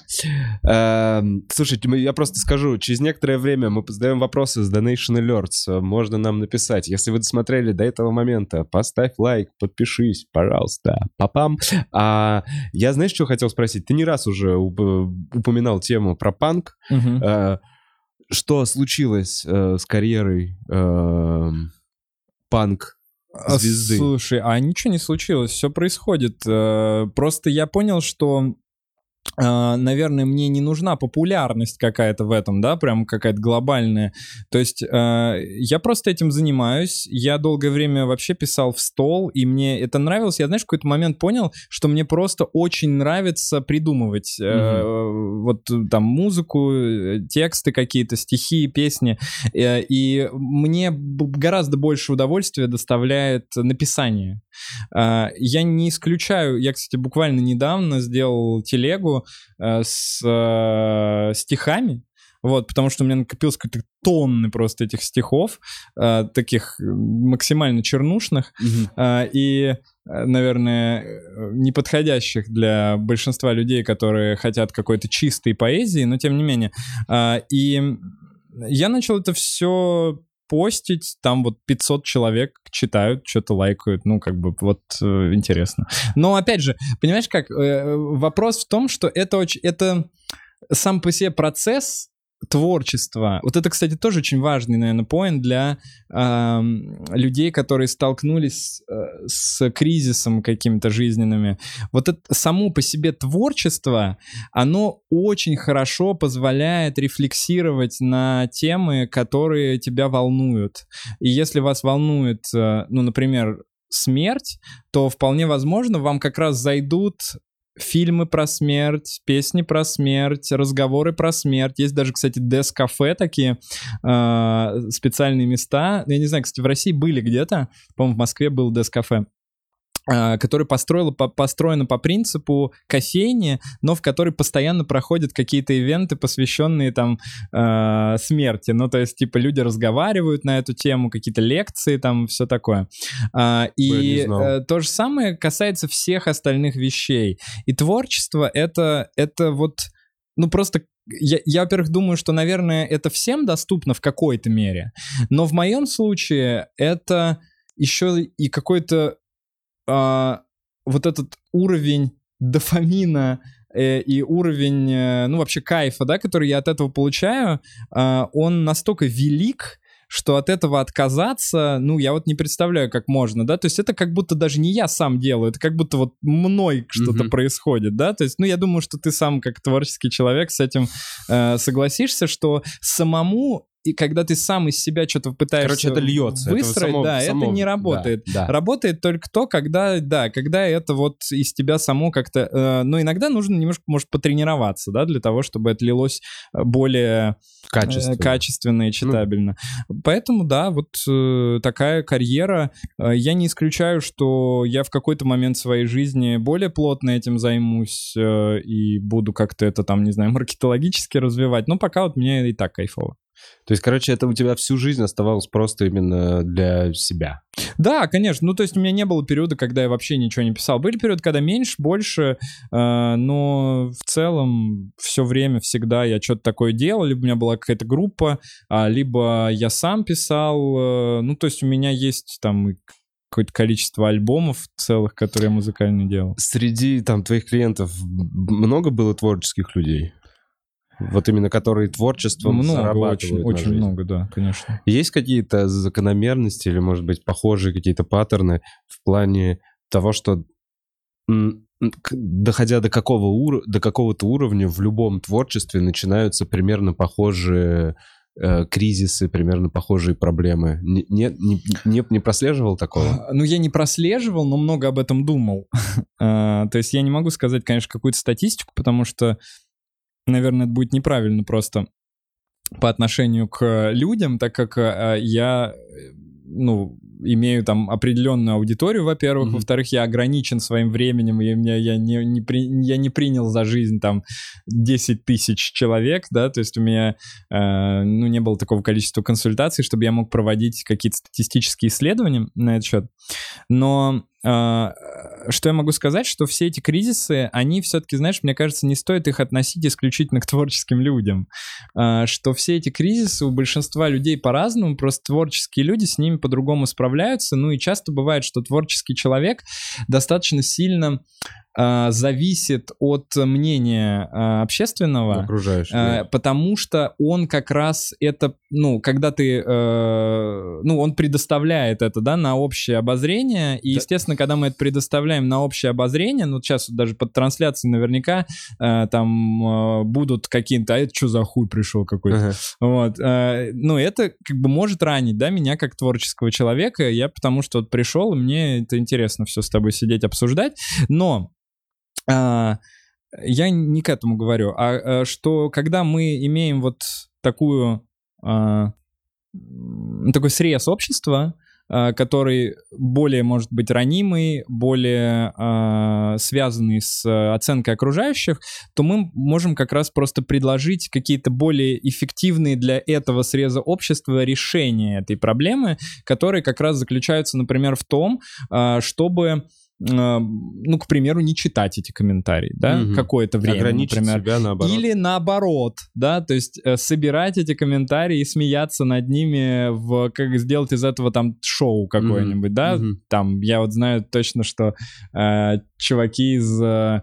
э, слушайте, я просто скажу, через некоторое время мы задаем вопросы с Donation Alerts, можно нам написать. Если вы досмотрели до этого момента, поставь лайк, подпишись, пожалуйста, папам. А я, знаешь, что хотел спросить? Ты не раз уже уп- упоминал тему про панк. Угу. Э, что случилось э, с карьерой э, панк? Звезды. Слушай, а ничего не случилось, все происходит. Просто я понял, что Uh, наверное, мне не нужна популярность какая-то в этом, да, прям какая-то глобальная. То есть uh, я просто этим занимаюсь. Я долгое время вообще писал в стол, и мне это нравилось. Я, знаешь, в какой-то момент понял, что мне просто очень нравится придумывать mm-hmm. uh, вот там музыку, тексты какие-то, стихи, песни. Uh, и мне гораздо больше удовольствия доставляет написание. Uh, я не исключаю... Я, кстати, буквально недавно сделал телегу с э, стихами, вот, потому что у меня накопилось какие-то тонны просто этих стихов, э, таких максимально чернушных, mm-hmm. э, и, наверное, неподходящих для большинства людей, которые хотят какой-то чистой поэзии, но тем не менее. Э, и я начал это все постить, там вот пятьсот человек читают, что-то лайкают, ну, как бы, вот, э, интересно. Но, опять же, понимаешь как, э, вопрос в том, что это очень, это сам по себе процесс творчества. Вот это, кстати, тоже очень важный, наверное, поинт для э, людей, которые столкнулись э, с кризисом какими-то жизненными. Вот это само по себе творчество, оно очень хорошо позволяет рефлексировать на темы, которые тебя волнуют. И если вас волнует, э, ну, например, смерть, то вполне возможно, вам как раз зайдут фильмы про смерть, песни про смерть, разговоры про смерть. Есть даже, кстати, дес-кафе такие, э, специальные места. Я не знаю, кстати, в России были где-то, по-моему, в Москве был дес-кафе, э, который построил, по, построено по принципу кофейни, но в которой постоянно проходят какие-то ивенты, посвященные там э, смерти. Ну, то есть, типа, люди разговаривают на эту тему, какие-то лекции, там, все такое. Э, и э, то же самое касается всех остальных вещей. И творчество — это, это вот, ну, просто... Я, я, во-первых, думаю, что, наверное, это всем доступно в какой-то мере, но в моем случае это еще и какой-то Uh, вот этот уровень дофамина э, и уровень, э, ну, вообще кайфа, да, который я от этого получаю, э, он настолько велик, что от этого отказаться, ну, я вот не представляю, как можно, да, то есть это как будто даже не я сам делаю, это как будто вот мной что-то mm-hmm. происходит, да, то есть, ну, я думаю, что ты сам как творческий человек с этим э, согласишься, что самому, и когда ты сам из себя что-то пытаешься Короче, это льется, выстроить, это само, да, само, это не работает. Да, да. Работает только то, когда, да, когда это вот из тебя само как-то... Э, но иногда нужно немножко, может, потренироваться, да, для того, чтобы это лилось более качественно, э, качественно и читабельно. Ну. Поэтому, да, вот э, такая карьера. Э, я не исключаю, что я в какой-то момент своей жизни более плотно этим займусь э, и буду как-то это там, не знаю, маркетологически развивать. Но пока вот мне и так кайфово. То есть, короче, это у тебя всю жизнь оставалось просто именно для себя? Да, конечно. Ну, то есть у меня не было периода, когда я вообще ничего не писал. Были периоды, когда меньше, больше, э, но в целом все время, всегда я что-то такое делал. Либо у меня была какая-то группа, а, либо я сам писал. Э, ну, то есть у меня есть там какое-то количество альбомов целых, которые я музыкально делал. Среди там твоих клиентов много было творческих людей? Вот именно которые творчеством много, зарабатывают. Очень, очень много, да, конечно. Есть какие-то закономерности или, может быть, похожие какие-то паттерны в плане того, что доходя до, какого ур... до какого-то уровня в любом творчестве начинаются примерно похожие э, кризисы, примерно похожие проблемы. Не, не, не, не прослеживал такого? Ну, я не прослеживал, но много об этом думал. То есть я не могу сказать, конечно, какую-то статистику, потому что, наверное, это будет неправильно просто по отношению к людям, так как я, ну, имею там определенную аудиторию, во-первых, mm-hmm. во-вторых, я ограничен своим временем, и меня, я, не, не при, я не принял за жизнь там десять тысяч человек, да, то есть у меня, э, ну, не было такого количества консультаций, чтобы я мог проводить какие-то статистические исследования на этот счет, но Uh, что я могу сказать, что все эти кризисы, они все-таки, знаешь, мне кажется, не стоит их относить исключительно к творческим людям, uh, что все эти кризисы у большинства людей по-разному, просто творческие люди с ними по-другому справляются, ну и часто бывает, что творческий человек достаточно сильно Uh, зависит от мнения uh, общественного, uh, потому что он как раз это, ну, когда ты, uh, ну, он предоставляет это, да, на общее обозрение, и, да. естественно, когда мы это предоставляем на общее обозрение, ну, сейчас даже под трансляцией наверняка uh, там uh, будут какие-то, а это что за хуй пришел какой-то, uh-huh. вот, uh, ну, это как бы может ранить, да, меня как творческого человека, я потому что вот пришел, и мне это интересно все с тобой сидеть, обсуждать, но Uh, я не к этому говорю, а uh, что когда мы имеем вот такую, uh, такой срез общества, uh, который более, может быть, ранимый, более uh, связанный с uh, оценкой окружающих, то мы можем как раз просто предложить какие-то более эффективные для этого среза общества решения этой проблемы, которые как раз заключаются, например, в том, uh, чтобы... ну, к примеру, не читать эти комментарии, да, угу. какое-то время, ограничить например. Себя наоборот. Или наоборот, да, то есть э, собирать эти комментарии и смеяться над ними, в, как сделать из этого там шоу какое-нибудь, угу. да, угу. там, я вот знаю точно, что э, чуваки из... Э,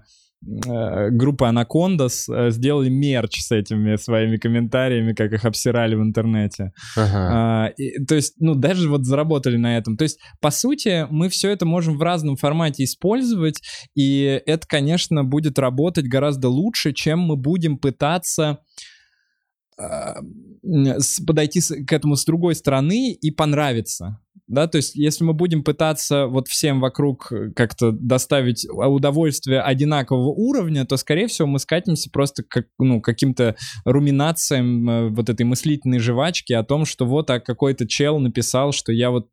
группы Анакондас сделали мерч с этими своими комментариями, как их обсирали в интернете. Ага. А, и, то есть, ну, даже вот заработали на этом. То есть, по сути, мы все это можем в разном формате использовать, и это, конечно, будет работать гораздо лучше, чем мы будем пытаться подойти к этому с другой стороны и понравиться. Да, то есть, если мы будем пытаться вот всем вокруг как-то доставить удовольствие одинакового уровня, то, скорее всего, мы скатимся просто к, ну, каким-то руминациям вот этой мыслительной жвачки о том, что вот а какой-то чел написал, что я вот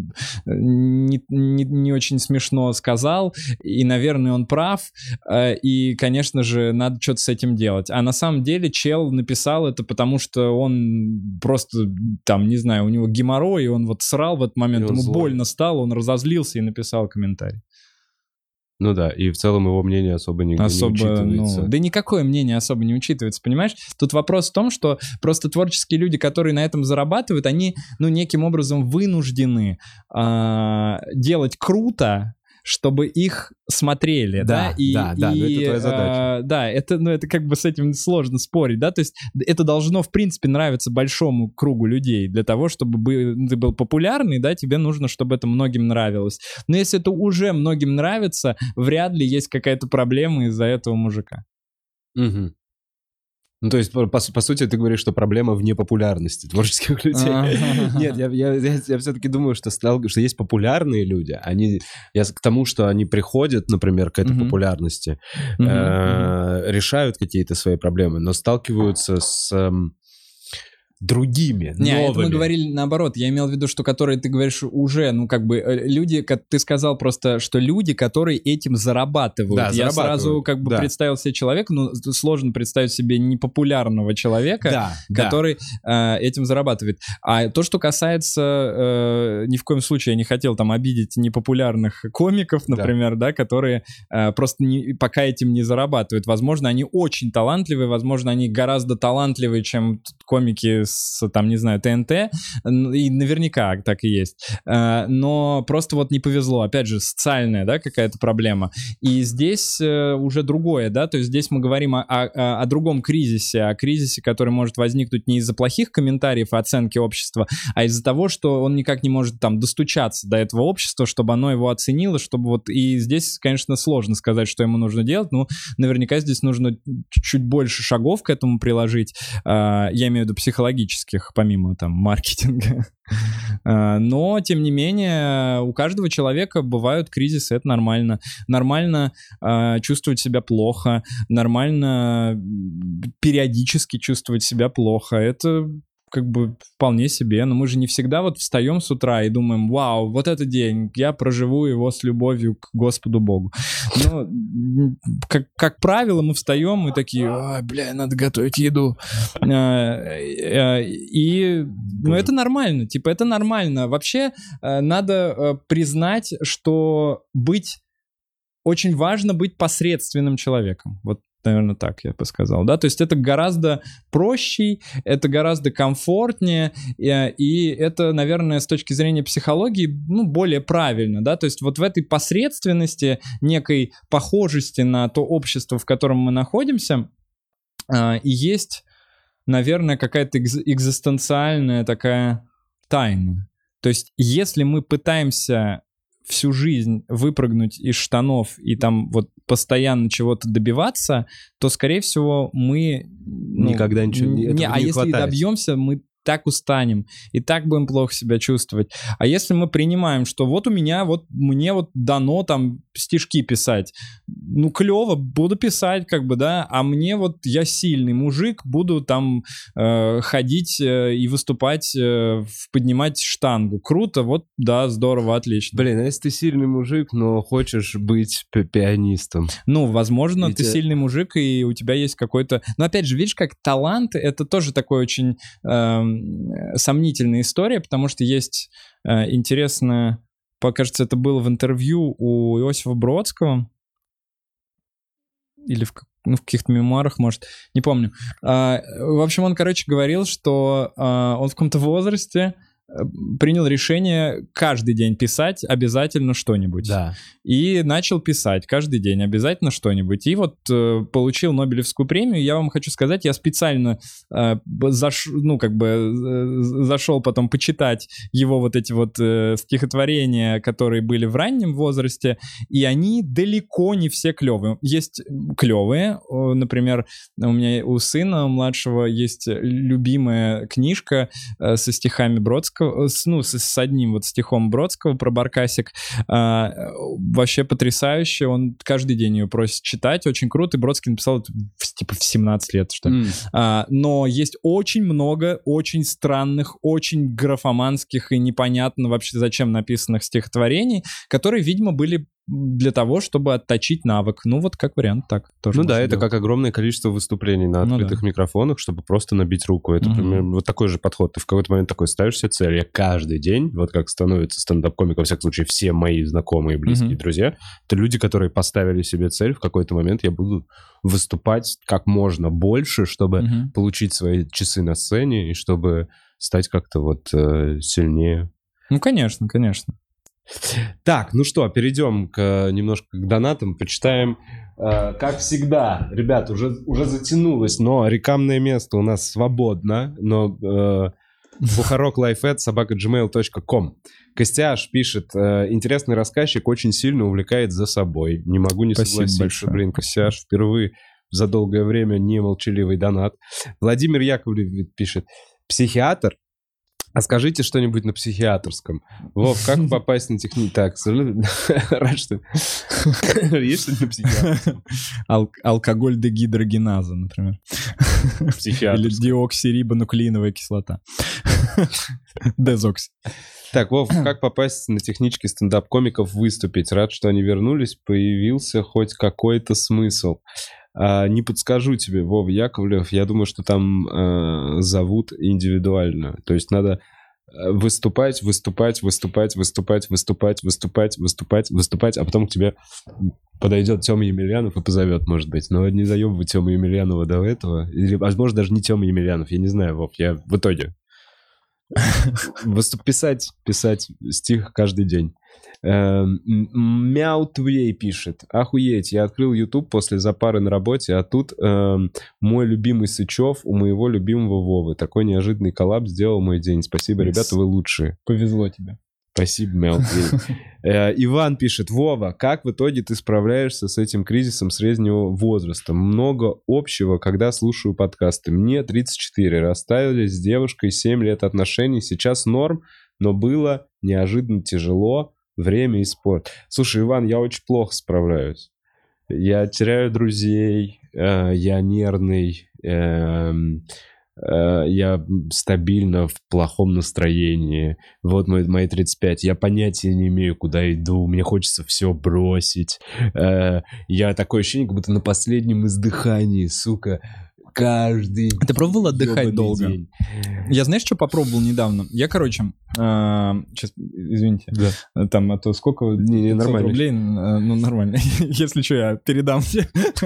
Не, не, не очень смешно сказал, и, наверное, он прав, и, конечно же, надо что-то с этим делать. А на самом деле чел написал это, потому что он просто, там, не знаю, у него геморрой, и он вот срал в этот момент, ему злой. Больно стало, он разозлился и написал комментарий. Ну да, и в целом его мнение особо не, особо, не учитывается. Ну, да никакое мнение особо не учитывается, понимаешь? Тут вопрос в том, что просто творческие люди, которые на этом зарабатывают, они, ну, неким образом вынуждены э, делать круто, чтобы их смотрели, да, да, и, да, да, и, это твоя задача. Э, да, это, ну, это как бы с этим сложно спорить, да, то есть это должно, в принципе, нравиться большому кругу людей для того, чтобы ты был популярный, да, тебе нужно, чтобы это многим нравилось. Но если это уже многим нравится, вряд ли есть какая-то проблема из-за этого мужика. Угу. Ну, то есть, по, по, по сути, ты говоришь, что проблема в непопулярности творческих людей. Нет, я, я, я, я все-таки думаю, что, стал, что есть популярные люди. Они, я к тому, что они приходят, например, к этой uh-huh. популярности, uh-huh. э, решают какие-то свои проблемы, но сталкиваются с... Э, другими, Не, новыми. Это мы говорили наоборот. Я имел в виду, что которые, ты говоришь, уже, ну, как бы, люди, как ты сказал просто, что люди, которые этим зарабатывают. Да, Я зарабатывают. сразу, как бы, да. представил себе человека, ну, сложно представить себе непопулярного человека, да, который да. э, этим зарабатывает. А то, что касается, э, ни в коем случае я не хотел там обидеть непопулярных комиков, например, да, да которые э, просто не, пока этим не зарабатывают. Возможно, они очень талантливые, возможно, они гораздо талантливее, чем комики с, там, не знаю, ТНТ, и наверняка так и есть. Но просто вот не повезло. Опять же, социальная, да, какая-то проблема. И здесь уже другое, да, то есть здесь мы говорим о, о, о другом кризисе, о кризисе, который может возникнуть не из-за плохих комментариев и оценки общества, а из-за того, что он никак не может там достучаться до этого общества, чтобы оно его оценило, чтобы вот... И здесь, конечно, сложно сказать, что ему нужно делать, но наверняка здесь нужно чуть больше шагов к этому приложить. Я имею в виду психологических, помимо там маркетинга. Но, тем не менее, у каждого человека бывают кризисы, это нормально. Нормально э, чувствовать себя плохо, нормально периодически чувствовать себя плохо. Это как бы вполне себе, но мы же не всегда вот встаем с утра и думаем: вау, вот этот день, я проживу его с любовью к Господу Богу. Но, как, как правило, мы встаем и такие: ой, бля, надо готовить еду. И, ну, это нормально, типа, это нормально. Вообще, надо признать, что быть, очень важно быть посредственным человеком. Вот, наверное, так я бы сказал, да, то есть это гораздо проще, это гораздо комфортнее, и, и это, наверное, с точки зрения психологии, ну, более правильно, да, то есть вот в этой посредственности, некой похожести на то общество, в котором мы находимся, э, и есть, наверное, какая-то экз- экзистенциальная такая тайна. То есть если мы пытаемся всю жизнь выпрыгнуть из штанов и там вот постоянно чего-то добиваться, то, скорее всего, мы... Ну, никогда ничего не, не, а не если и добьемся, мы так устанем, и так будем плохо себя чувствовать. А если мы принимаем, что вот у меня, вот мне вот дано там стишки писать, ну, клево, буду писать, как бы, да, а мне вот, я сильный мужик, буду там э, ходить э, и выступать, э, поднимать штангу. Круто, вот, да, здорово, отлично. Блин, а если ты сильный мужик, но хочешь быть пи- пианистом? Ну, возможно, Ведь ты это... сильный мужик, и у тебя есть какой-то... Но, опять же, видишь, как талант — это тоже такой очень... Э, сомнительная история, потому что есть э, интересная, кажется, это было в интервью у Иосифа Бродского или в, ну, в каких-то мемуарах, может, не помню. А, в общем, он, короче, говорил, что а, он в каком-то возрасте принял решение каждый день писать обязательно что-нибудь. Да. И начал писать каждый день обязательно что-нибудь. И вот э, получил Нобелевскую премию. Я вам хочу сказать, я специально э, заш, ну, как бы э, зашел потом почитать его вот эти вот э, стихотворения, которые были в раннем возрасте, и они далеко не все клевые. Есть клевые. Например, у меня у сына младшего есть любимая книжка э, со стихами Бродского, С, ну, с, с одним вот стихом Бродского про Баркасик. А, вообще потрясающе. Он каждый день ее просит читать. Очень круто. И Бродский написал это в, типа в семнадцать лет, что ли. Mm. А, но есть очень много очень странных, очень графоманских и непонятно вообще зачем написанных стихотворений, которые, видимо, были для того, чтобы отточить навык. Ну, вот как вариант, так тоже. Ну да, это делать. Как огромное количество выступлений на открытых ну, да. микрофонах, чтобы просто набить руку. Это, угу. примерно, вот такой же подход. Ты в какой-то момент такой ставишь себе цель. Я каждый день, вот как становится стендап-комиком, во всяком случае, все мои знакомые, близкие, угу. друзья, это люди, которые поставили себе цель, в какой-то момент я буду выступать как можно больше, чтобы угу. получить свои часы на сцене и чтобы стать как-то вот э, сильнее. Ну, конечно, конечно. Так, ну что, перейдем к, немножко к донатам, почитаем. Э, как всегда, ребят, уже, уже затянулось, но рекламное место у нас свободно, но э, бухароклайф собака джимейл точка ком. Костяш пишет: э, интересный рассказчик, очень сильно увлекает за собой. Не могу не Спасибо согласиться. Большое. Блин, Костяш впервые за долгое время не молчаливый донат. Владимир Яковлев пишет: психиатр. А скажите что-нибудь на психиатрском. Вов, как попасть на технику? Так, рад, что... Есть что-нибудь на психиатрском? Ал- алкоголь дегидрогеназа, например. Или диоксирибонуклеиновая кислота. Дезокси. Так, Вов, как попасть на технички стендап-комиков выступить? Рад, что они вернулись. Появился хоть какой-то смысл. А, не подскажу тебе, Вов Яковлев. Я думаю, что там э, зовут индивидуально. То есть надо выступать, выступать, выступать, выступать, выступать, выступать, выступать, выступать, а потом к тебе подойдет Тёма Емельянов и позовет, может быть. Но не заебывай Тёму Емельянова до этого. Или, возможно, даже не Тёма Емельянов, я не знаю, Вов, я в итоге. Выступ... Писать, писать стих каждый день. Мяутвей пишет: охуеть, я открыл YouTube после запары на работе, а тут э, мой любимый Сычев у моего любимого Вовы. Такой неожиданный коллаб сделал мой день. Спасибо, ребята, вы лучшие. Повезло тебе. Спасибо, Мяутвей. э, Иван пишет: Вова, как в итоге ты справляешься с этим кризисом среднего возраста? Много общего, когда слушаю подкасты. Мне тридцать четыре, расстались с девушкой, семь лет отношений, сейчас норм, но было неожиданно тяжело. Время и спорт. Слушай, Иван, я очень плохо справляюсь. Я теряю друзей, э, я нервный, э, э, я стабильно в плохом настроении. Вот мои, мои тридцать пять. Я понятия не имею, куда иду. Мне хочется все бросить. Э, я такое ощущение, как будто на последнем издыхании, сука. Каждый Ты пробовал отдыхать долго? День. Я, знаешь, что попробовал недавно? Я, короче, э, сейчас, извините, да. Там, а то сколько? Не, не, нормально. Рублей, ну, нормально. Если что, я передам тебе.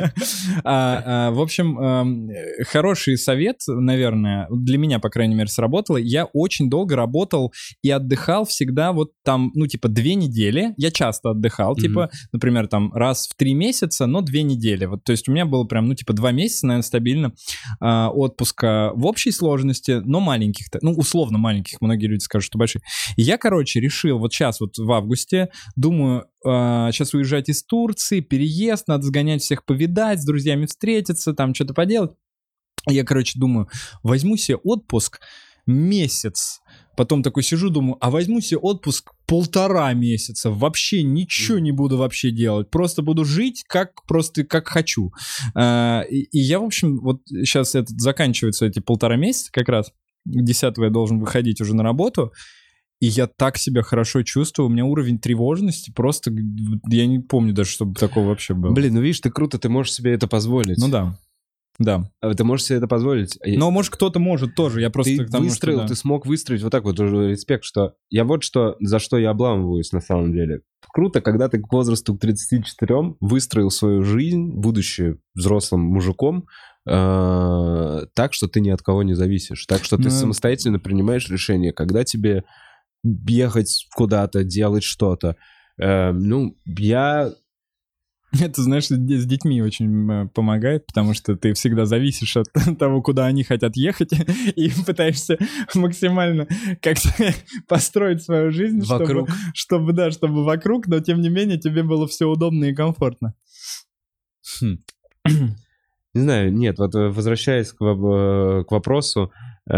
а, а, в общем, э, хороший совет, наверное, для меня, по крайней мере, сработало. Я очень долго работал и отдыхал всегда вот там, ну, типа, две недели. Я часто отдыхал, mm-hmm. типа, например, там, раз в три месяца, но две недели. Вот, то есть у меня было прям, ну, типа, два месяца, наверное, стабильно отпуска в общей сложности, но маленьких, ну, условно маленьких, многие люди скажут, что большие. И я, короче, решил вот сейчас вот в августе, думаю, э, сейчас уезжать из Турции, переезд, надо сгонять всех повидать, с друзьями встретиться, там что-то поделать. Я, короче, думаю, возьму себе отпуск месяц. Потом такой сижу, думаю, а возьму себе отпуск полтора месяца, вообще ничего не буду вообще делать, просто буду жить как просто как хочу. А, и, и я, в общем, вот сейчас этот, заканчиваются эти полтора месяца как раз, десятого я должен выходить уже на работу, и я так себя хорошо чувствую, у меня уровень тревожности просто, я не помню даже, чтобы такого вообще было. Блин, ну видишь, ты круто, ты можешь себе это позволить. Ну да. Да. Ты можешь себе это позволить. Но, может, кто-то может тоже. Я просто ты к тому, выстроил, что, да. ты смог выстроить вот так вот, уже респект, что я вот что, за что я обламываюсь на самом деле. Круто, когда ты к возрасту к тридцати четырем выстроил свою жизнь, будучи взрослым мужиком, э, так, что ты ни от кого не зависишь. Так, что ты Но... самостоятельно принимаешь решение, когда тебе ехать куда-то, делать что-то. Э, ну, я... Это, знаешь, с детьми очень помогает, потому что ты всегда зависишь от того, куда они хотят ехать, и пытаешься максимально как-то построить свою жизнь, вокруг. Чтобы, чтобы, да, чтобы вокруг, но тем не менее тебе было все удобно и комфортно. Хм. Не знаю, нет, вот возвращаясь к, к вопросу,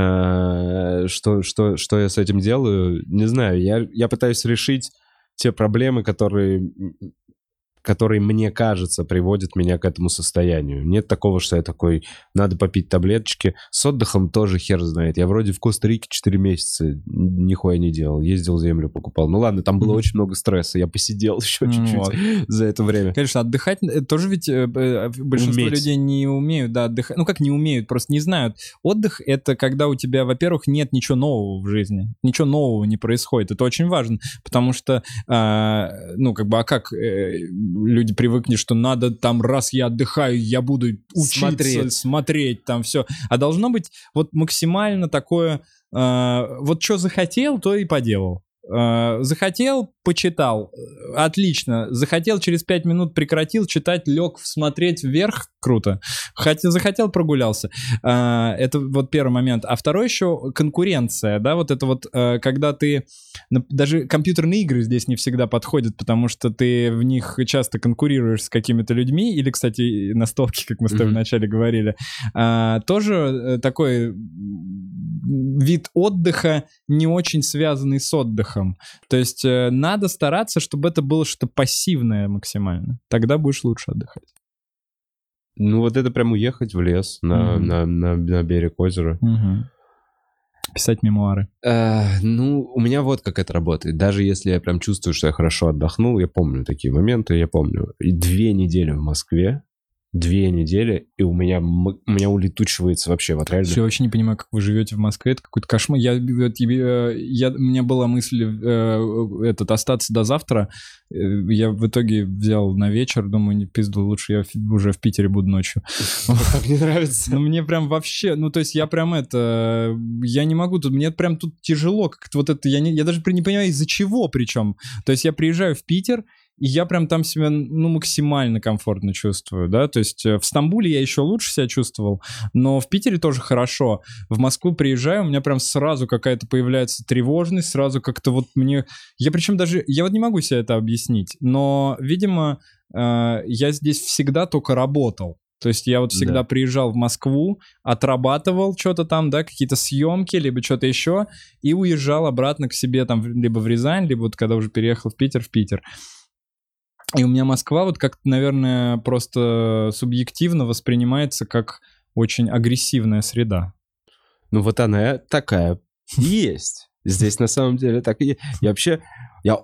э, что, что, что я с этим делаю, не знаю, я, я пытаюсь решить те проблемы, которые... который, мне кажется, приводит меня к этому состоянию. Нет такого, что я такой, надо попить таблеточки. С отдыхом тоже хер знает. Я вроде в Коста-Рике четыре месяца нихуя не делал. Ездил, землю покупал. Ну ладно, там было mm-hmm. очень много стресса. Я посидел еще mm-hmm. чуть-чуть вот. за это время. Конечно, отдыхать тоже ведь э, большинство Уметь. людей не умеют да, отдыхать. Ну как не умеют, просто не знают. Отдых — это когда у тебя, во-первых, нет ничего нового в жизни. Ничего нового не происходит. Это очень важно, потому что, э, ну как бы, а как... Э, люди привыкли, что надо там, раз я отдыхаю, я буду учиться, смотреть, смотреть там все. А должно быть вот максимально такое, э, вот что захотел, то и поделал. Э, захотел, почитал, отлично. Захотел, через пять минут прекратил читать, лег смотреть вверх, круто. Хотел, захотел, прогулялся. Э, это вот первый момент. А второй еще конкуренция, да, вот это вот, э, когда ты, даже компьютерные игры здесь не всегда подходят, потому что ты в них часто конкурируешь с какими-то людьми, или, кстати, настолки, как мы с тобой mm-hmm. вначале говорили, э, тоже такой вид отдыха, не очень связанный с отдыхом. То есть э, надо стараться, чтобы это было что-то пассивное максимально. Тогда будешь лучше отдыхать. Ну вот это прям уехать в лес на, mm-hmm. на, на, на берег озера. Mm-hmm. Писать мемуары. Uh, ну, у меня вот как это работает. Даже если я прям чувствую, что я хорошо отдохнул, я помню такие моменты, я помню. И две недели в Москве, Две недели, и у меня, у меня улетучивается вообще вот реально. Я вообще не понимаю, как вы живете в Москве, это какой-то кошмар. Я, я, я, у меня была мысль э, этот, остаться до завтра, я в итоге взял на вечер, думаю, не пизду, лучше я уже в Питере буду ночью. Как мне нравится. Ну, мне прям вообще, ну, то есть я прям это, я не могу тут, мне прям тут тяжело, как-то вот это, я, не, я даже не понимаю, из-за чего причем. То есть я приезжаю в Питер, и я прям там себя, ну, максимально комфортно чувствую, да, то есть в Стамбуле я еще лучше себя чувствовал, но в Питере тоже хорошо. В Москву приезжаю, у меня прям сразу какая-то появляется тревожность, сразу как-то вот мне... Я причем даже, я вот не могу себе это объяснить, но, видимо, э, я здесь всегда только работал. То есть я вот всегда да. приезжал в Москву, отрабатывал что-то там, да, какие-то съемки, либо что-то еще, и уезжал обратно к себе там либо в Рязань, либо вот когда уже переехал в Питер, в Питер. И у меня Москва вот как-то, наверное, просто субъективно воспринимается как очень агрессивная среда. Ну вот она такая есть. Здесь на самом деле так и есть. Я вообще... Я...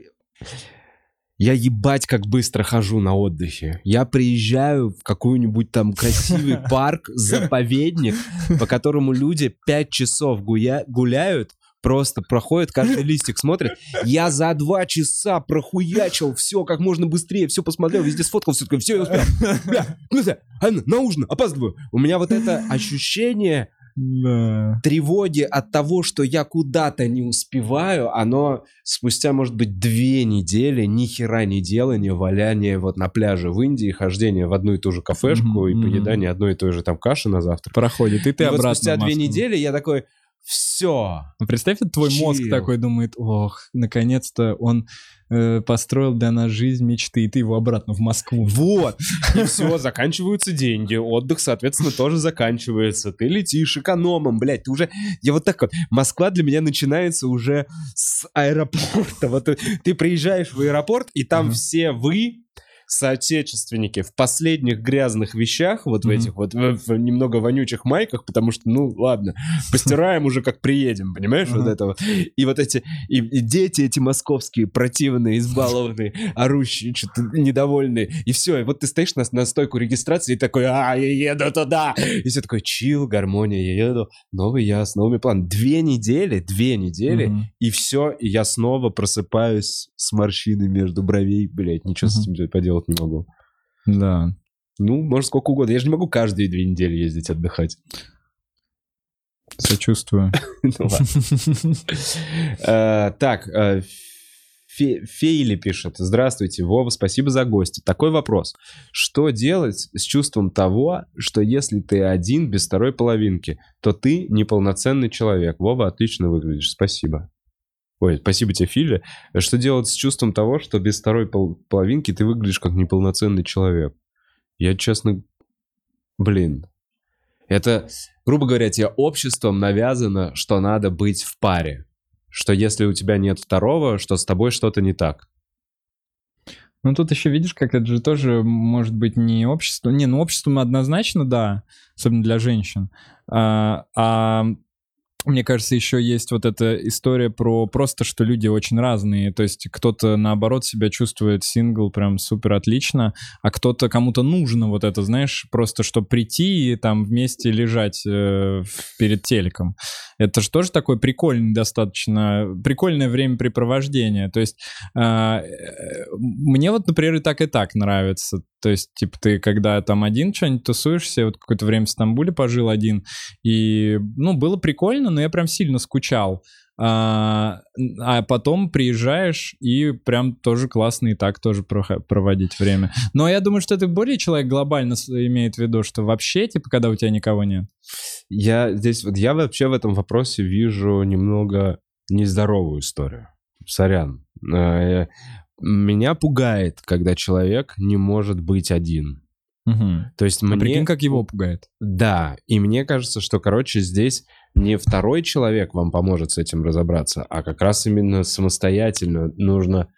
Я ебать как быстро хожу на отдыхе. Я приезжаю в какой-нибудь там красивый парк, заповедник, по которому люди пять часов гуя... гуляют, просто проходит, каждый листик смотрит. Я за два часа прохуячил все как можно быстрее, все посмотрел, везде сфоткал, все, все, я успел. Бля, ну да, на ужин, опаздываю. У меня вот это ощущение да. тревоги от того, что я куда-то не успеваю, оно спустя, может быть, две недели ни хера не делания, валяние вот на пляже в Индии, хождение в одну и ту же кафешку mm-hmm. и поедание одной и той же там каши на завтрак. Проходит, и ты и обратно вот спустя две недели я такой... Все. Ну, представь, твой Чил. мозг такой думает, ох, наконец-то он э, построил для нас жизнь мечты, и ты его обратно в Москву. Вот. И все, заканчиваются деньги, отдых, соответственно, тоже заканчивается. Ты летишь экономом, блядь, ты уже... Я вот так вот... Москва для меня начинается уже с аэропорта. Вот ты, ты приезжаешь в аэропорт, и там mm-hmm. все вы... соотечественники в последних грязных вещах, вот mm-hmm. в этих вот в, в немного вонючих майках, потому что, ну, ладно, постираем уже как приедем, понимаешь, mm-hmm. вот это вот. И вот эти, и, и дети эти московские, противные, избалованные, орущие, что-то недовольные, и все, и вот ты стоишь на, на стойку регистрации и такой, а, я еду туда, и все такой, чил, гармония, я еду, новый я с новыми планами. Две недели, две недели, mm-hmm. и все, и я снова просыпаюсь с морщиной между бровей, блядь, ничего mm-hmm. с этим поделать не могу. Да. Ну, может, сколько угодно. Я же не могу каждые две недели ездить отдыхать. Сочувствую. Ну ладно. Так, Фейли пишет. Здравствуйте, Вова, спасибо за гости. Такой вопрос. Что делать с чувством того, что если ты один без второй половинки, то ты неполноценный человек? Вова, отлично выглядишь. Спасибо. Ой, спасибо тебе, Филя. Что делать с чувством того, что без второй пол- половинки ты выглядишь как неполноценный человек? Я, честно... Блин. Это, грубо говоря, тебе обществом навязано, что надо быть в паре. Что если у тебя нет второго, что с тобой что-то не так. Ну, тут еще видишь, как это же тоже может быть не общество... Не, ну, обществом однозначно, да, особенно для женщин. А... а... Мне кажется, еще есть вот эта история про просто, что люди очень разные. То есть кто-то, наоборот, себя чувствует сингл прям супер отлично, а кто-то, кому-то нужно вот это, знаешь, просто чтобы прийти и там вместе лежать э, перед телеком. Это же тоже такое прикольное достаточно, прикольное времяпрепровождение. То есть э, мне вот, например, и так, и так нравится. То есть, типа, ты когда там один что-нибудь тусуешься, вот какое-то время в Стамбуле пожил один, и, ну, было прикольно, но я прям сильно скучал. А, а потом приезжаешь, и прям тоже классно и так тоже проводить время. Но я думаю, что это более человек глобально имеет в виду, что вообще, типа, когда у тебя никого нет. Я здесь, вот я вообще в этом вопросе вижу немного нездоровую историю. Сорян. Меня пугает, когда человек не может быть один. Угу. То есть а мне... прикинь, как его пугает. Да, и мне кажется, что, короче, здесь не второй человек вам поможет с этим разобраться, а как раз именно самостоятельно нужно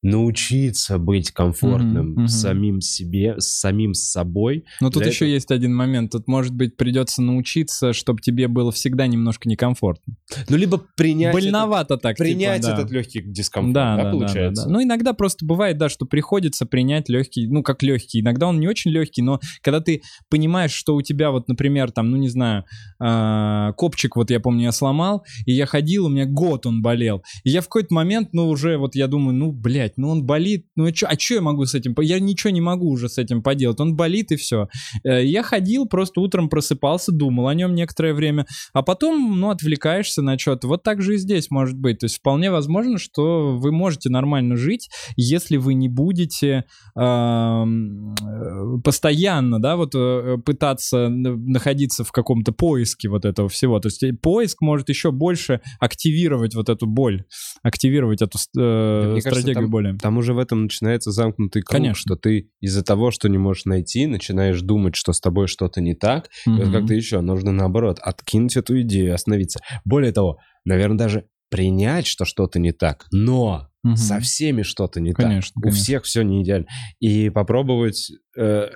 научиться быть комфортным Mm-hmm, mm-hmm. самим себе, с самим собой. Но тут еще этого... есть один момент. Тут, может быть, придется научиться, чтобы тебе было всегда немножко некомфортно. Ну, либо принять... Больновато этот, так. Принять типа, да. этот легкий дискомфорт, да, да, да, получается? Да, да, да. Ну, иногда просто бывает, да, что приходится принять легкий, ну, как легкий. Иногда он не очень легкий, но когда ты понимаешь, что у тебя вот, например, там, ну, не знаю, э, копчик, вот я помню, я сломал, и я ходил, у меня год он болел. И я в какой-то момент, ну, уже вот я думаю, ну, блядь, ну, он болит, ну, а что а чё я могу с этим? Я ничего не могу уже с этим поделать. Он болит, и все. Э, я ходил, просто утром просыпался, думал о нем некоторое время, а потом, ну, отвлекаешься на что-то. Вот так же и здесь может быть. То есть вполне возможно, что вы можете нормально жить, если вы не будете э, постоянно, да, вот э, пытаться находиться в каком-то поиске вот этого всего. То есть поиск может еще больше активировать вот эту боль, активировать эту э, да, стратегию кажется, там, боли. Там уже в этом начинается замкнутый круг, Конечно. Что ты из-за того, что не можешь найти, начинаешь думать, что с тобой что-то не так, mm-hmm. и вот как-то еще нужно, наоборот, откинуть эту идею, остановиться. Более того, наверное, даже принять, что что-то не так, но угу. со всеми что-то не конечно, так. Конечно. У всех все не идеально. И попробовать... Э,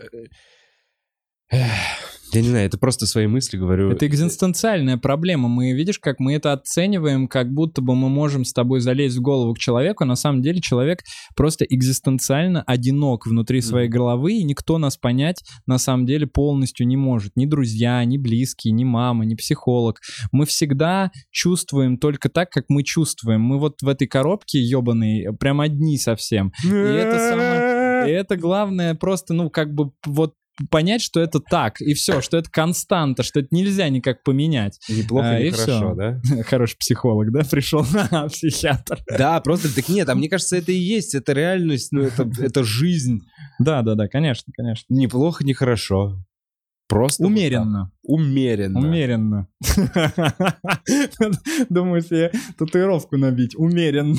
э, я не знаю, это просто свои мысли говорю. Это экзистенциальная проблема. Мы, видишь, как мы это оцениваем, как будто бы мы можем с тобой залезть в голову к человеку. На самом деле человек просто экзистенциально одинок внутри своей mm. головы, и никто нас понять на самом деле полностью не может. Ни друзья, ни близкие, ни мама, ни психолог. Мы всегда чувствуем только так, как мы чувствуем. Мы вот в этой коробке ебаной прям одни совсем. И это самое... И это главное просто, ну, как бы вот понять, что это так, и все, что это константа, что это нельзя никак поменять. Неплохо, а, не и хорошо, все. Да? Хороший психолог, да, пришел? Психиатр. Да, просто так нет, а мне кажется, это и есть, это реальность, ну, это, это жизнь. Да, да, да, конечно, конечно. Неплохо, не хорошо. Просто умеренно. Вот умеренно. Умеренно. Думаю, себе татуировку набить. Умеренно.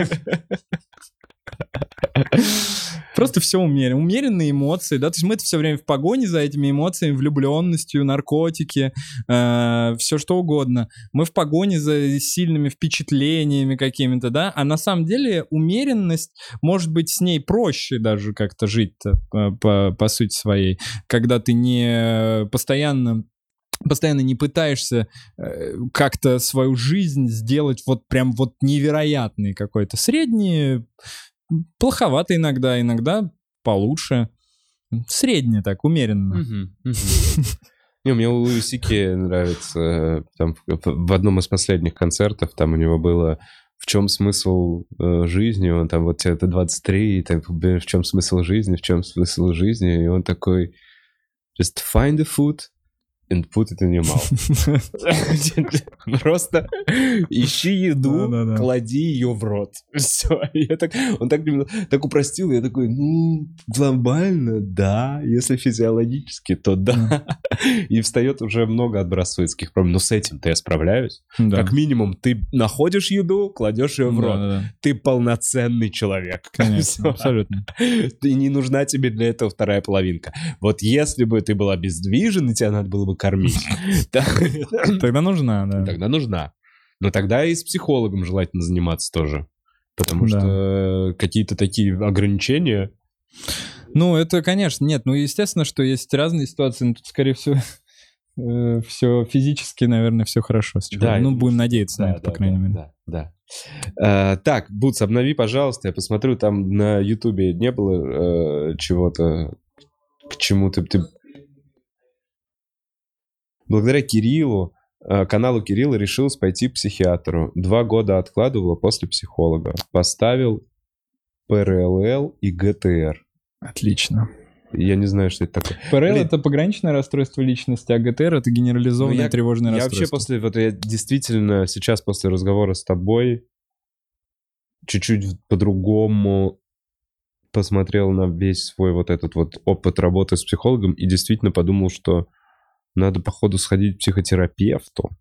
Просто все умеренно. Умеренные эмоции, да, то есть мы это все время в погоне за этими эмоциями, влюбленностью, наркотики, э, все что угодно. Мы в погоне за сильными впечатлениями какими-то, да, а на самом деле умеренность, может быть, с ней проще даже как-то жить-то, по, по, по сути своей, когда ты не постоянно постоянно не пытаешься э, как-то свою жизнь сделать вот прям вот невероятной какой-то. Средний, плоховато иногда, иногда получше. Средне так, умеренно. Не, мне у Луи Си Кея нравится, там в одном из последних концертов, там у него было «В чем смысл э, жизни?» Он там вот тебе это двадцать три, и там «В чем смысл жизни? В чем смысл жизни?» И он такой «Just find the food and put it in your mouth». Просто ищи еду, да, да, да. клади ее в рот. Все. Я так, он так, так упростил, я такой, ну, глобально, да. Если физиологически, то да. И встает уже много отбрасывательских проблем. Но с этим-то я справляюсь. Да. Как минимум, ты находишь еду, кладешь ее в рот. Да, да. Ты полноценный человек. Конечно, абсолютно. И не нужна тебе для этого вторая половинка. Вот если бы ты был обездвижен, и тебя надо было бы кормить. Тогда нужна, да. Тогда нужна. Но тогда и с психологом желательно заниматься тоже. Потому да. что какие-то такие ограничения... Ну, это, конечно, нет. Ну, естественно, что есть разные ситуации, но тут, скорее всего, э, все физически, наверное, все хорошо. Да, ну, будем надеяться да, на это, да, по крайней да, мере. Да, да. А, так, Буц, обнови, пожалуйста. Я посмотрю, там на Ютубе не было э, чего-то, к чему ты... ты... Благодаря Кириллу, каналу Кирилла решилась пойти к психиатру. Два года откладывала после психолога. Поставил Пэ Эр Эл Эл и Гэ Тэ Эр. Отлично. Я не знаю, что это такое. Пэ Эр Эл Блин. — это пограничное расстройство личности, а Гэ Тэ Эр — это генерализованное ну, я, тревожное я расстройство. Я вообще после... Вот я действительно сейчас после разговора с тобой чуть-чуть по-другому посмотрел на весь свой вот этот вот опыт работы с психологом и действительно подумал, что надо, походу, сходить к психотерапевту.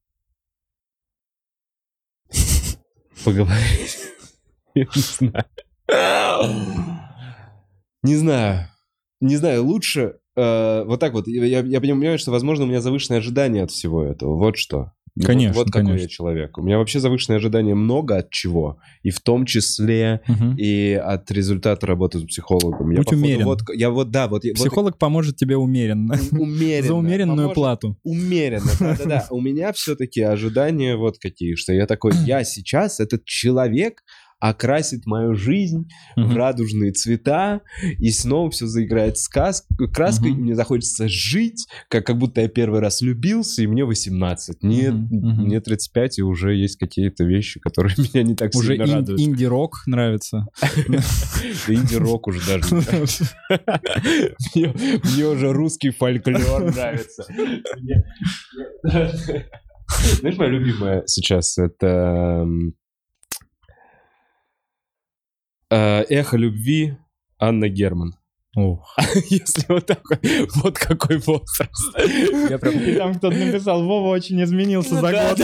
Поговорить. Я не знаю. Не знаю. Не знаю, лучше... Э, вот так вот. Я, я понимаю, что, возможно, у меня завышенные ожидания от всего этого. Вот что. Конечно, Вот, вот какой конечно. я человек. У меня вообще завышенные ожидания много от чего. И в том числе угу. и от результата работы с психологом. Я, Будь походу, умерен. Вот, я вот, да, вот, Психолог вот, поможет тебе умеренно. Умеренно. За умеренную поможет, плату. Умеренно, да-да-да. У меня все-таки ожидания вот какие, что я такой, я сейчас этот человек окрасит мою жизнь uh-huh. в радужные цвета, и снова все заиграет сказ... краской, uh-huh. и мне захочется жить, как, как будто я первый раз влюбился, и мне восемнадцать. Нет, uh-huh. Uh-huh. мне тридцать пять, и уже есть какие-то вещи, которые меня не так уже сильно ин- радуют. Уже инди-рок нравится. Инди-рок уже даже не нравится. Мне уже русский фольклор нравится. Знаешь, моя любимая сейчас это... «Эхо любви» Анна Герман. Ох. Если вот такой, вот какой возраст. Я прям... И там кто-то написал, Вова очень изменился за год.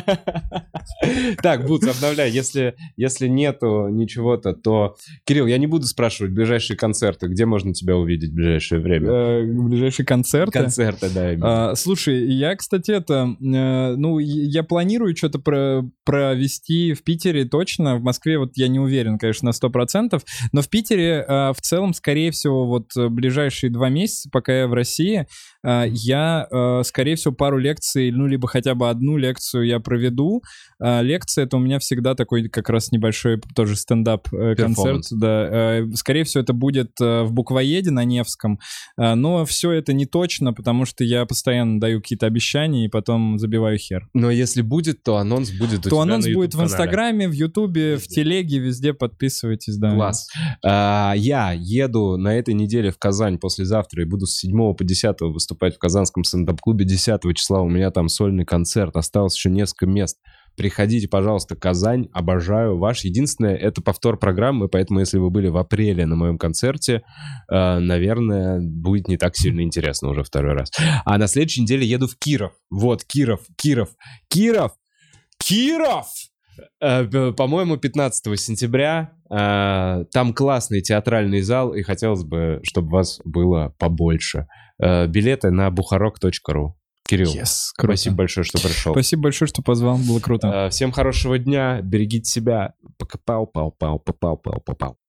Так, Буц, обновляй. Если, если нету ничего-то, то... Кирилл, я не буду спрашивать ближайшие концерты. Где можно тебя увидеть в ближайшее время? Ближайшие концерты? Концерты, да. А, слушай, я, кстати, это... Ну, я планирую что-то про, провести в Питере точно. В Москве вот я не уверен, конечно, на сто процентов. Но в Питере в целом, скорее всего, вот ближайшие два месяца, пока я в России, я, скорее всего, пару лекций, ну, либо хотя бы одну лекцию я проведу. Лекция — это у меня всегда такой как раз небольшой тоже стендап-концерт. Да. Скорее всего, это будет в Буквоеде на Невском, но все это не точно, потому что я постоянно даю какие-то обещания и потом забиваю хер. Но если будет, то анонс будет у то тебя анонс на будет в Инстаграме, в Ютубе, в Телеге, везде подписывайтесь. Да. Класс. А, я еду на этой неделе в Казань послезавтра и буду с седьмого по десятое выступать в Казанском стендап-клубе. десятого числа у меня там сольный концерт. Осталось еще несколько мест. Приходите, пожалуйста, Казань. Обожаю. Ваш единственное — это повтор программы, поэтому если вы были в апреле на моем концерте, э, наверное, будет не так сильно интересно уже второй раз. А на следующей неделе еду в Киров. Вот, Киров, Киров, Киров, Киров! Э, по-моему, пятнадцатого сентября. Э, там классный театральный зал, и хотелось бы, чтобы вас было побольше. Э, билеты на бухарок точка ру. Кирилл, yes, спасибо большое, что пришел. Спасибо большое, что позвал, было круто. Всем хорошего дня, берегите себя. Пока-пау-пау-пау-пау-пау-пау-пау.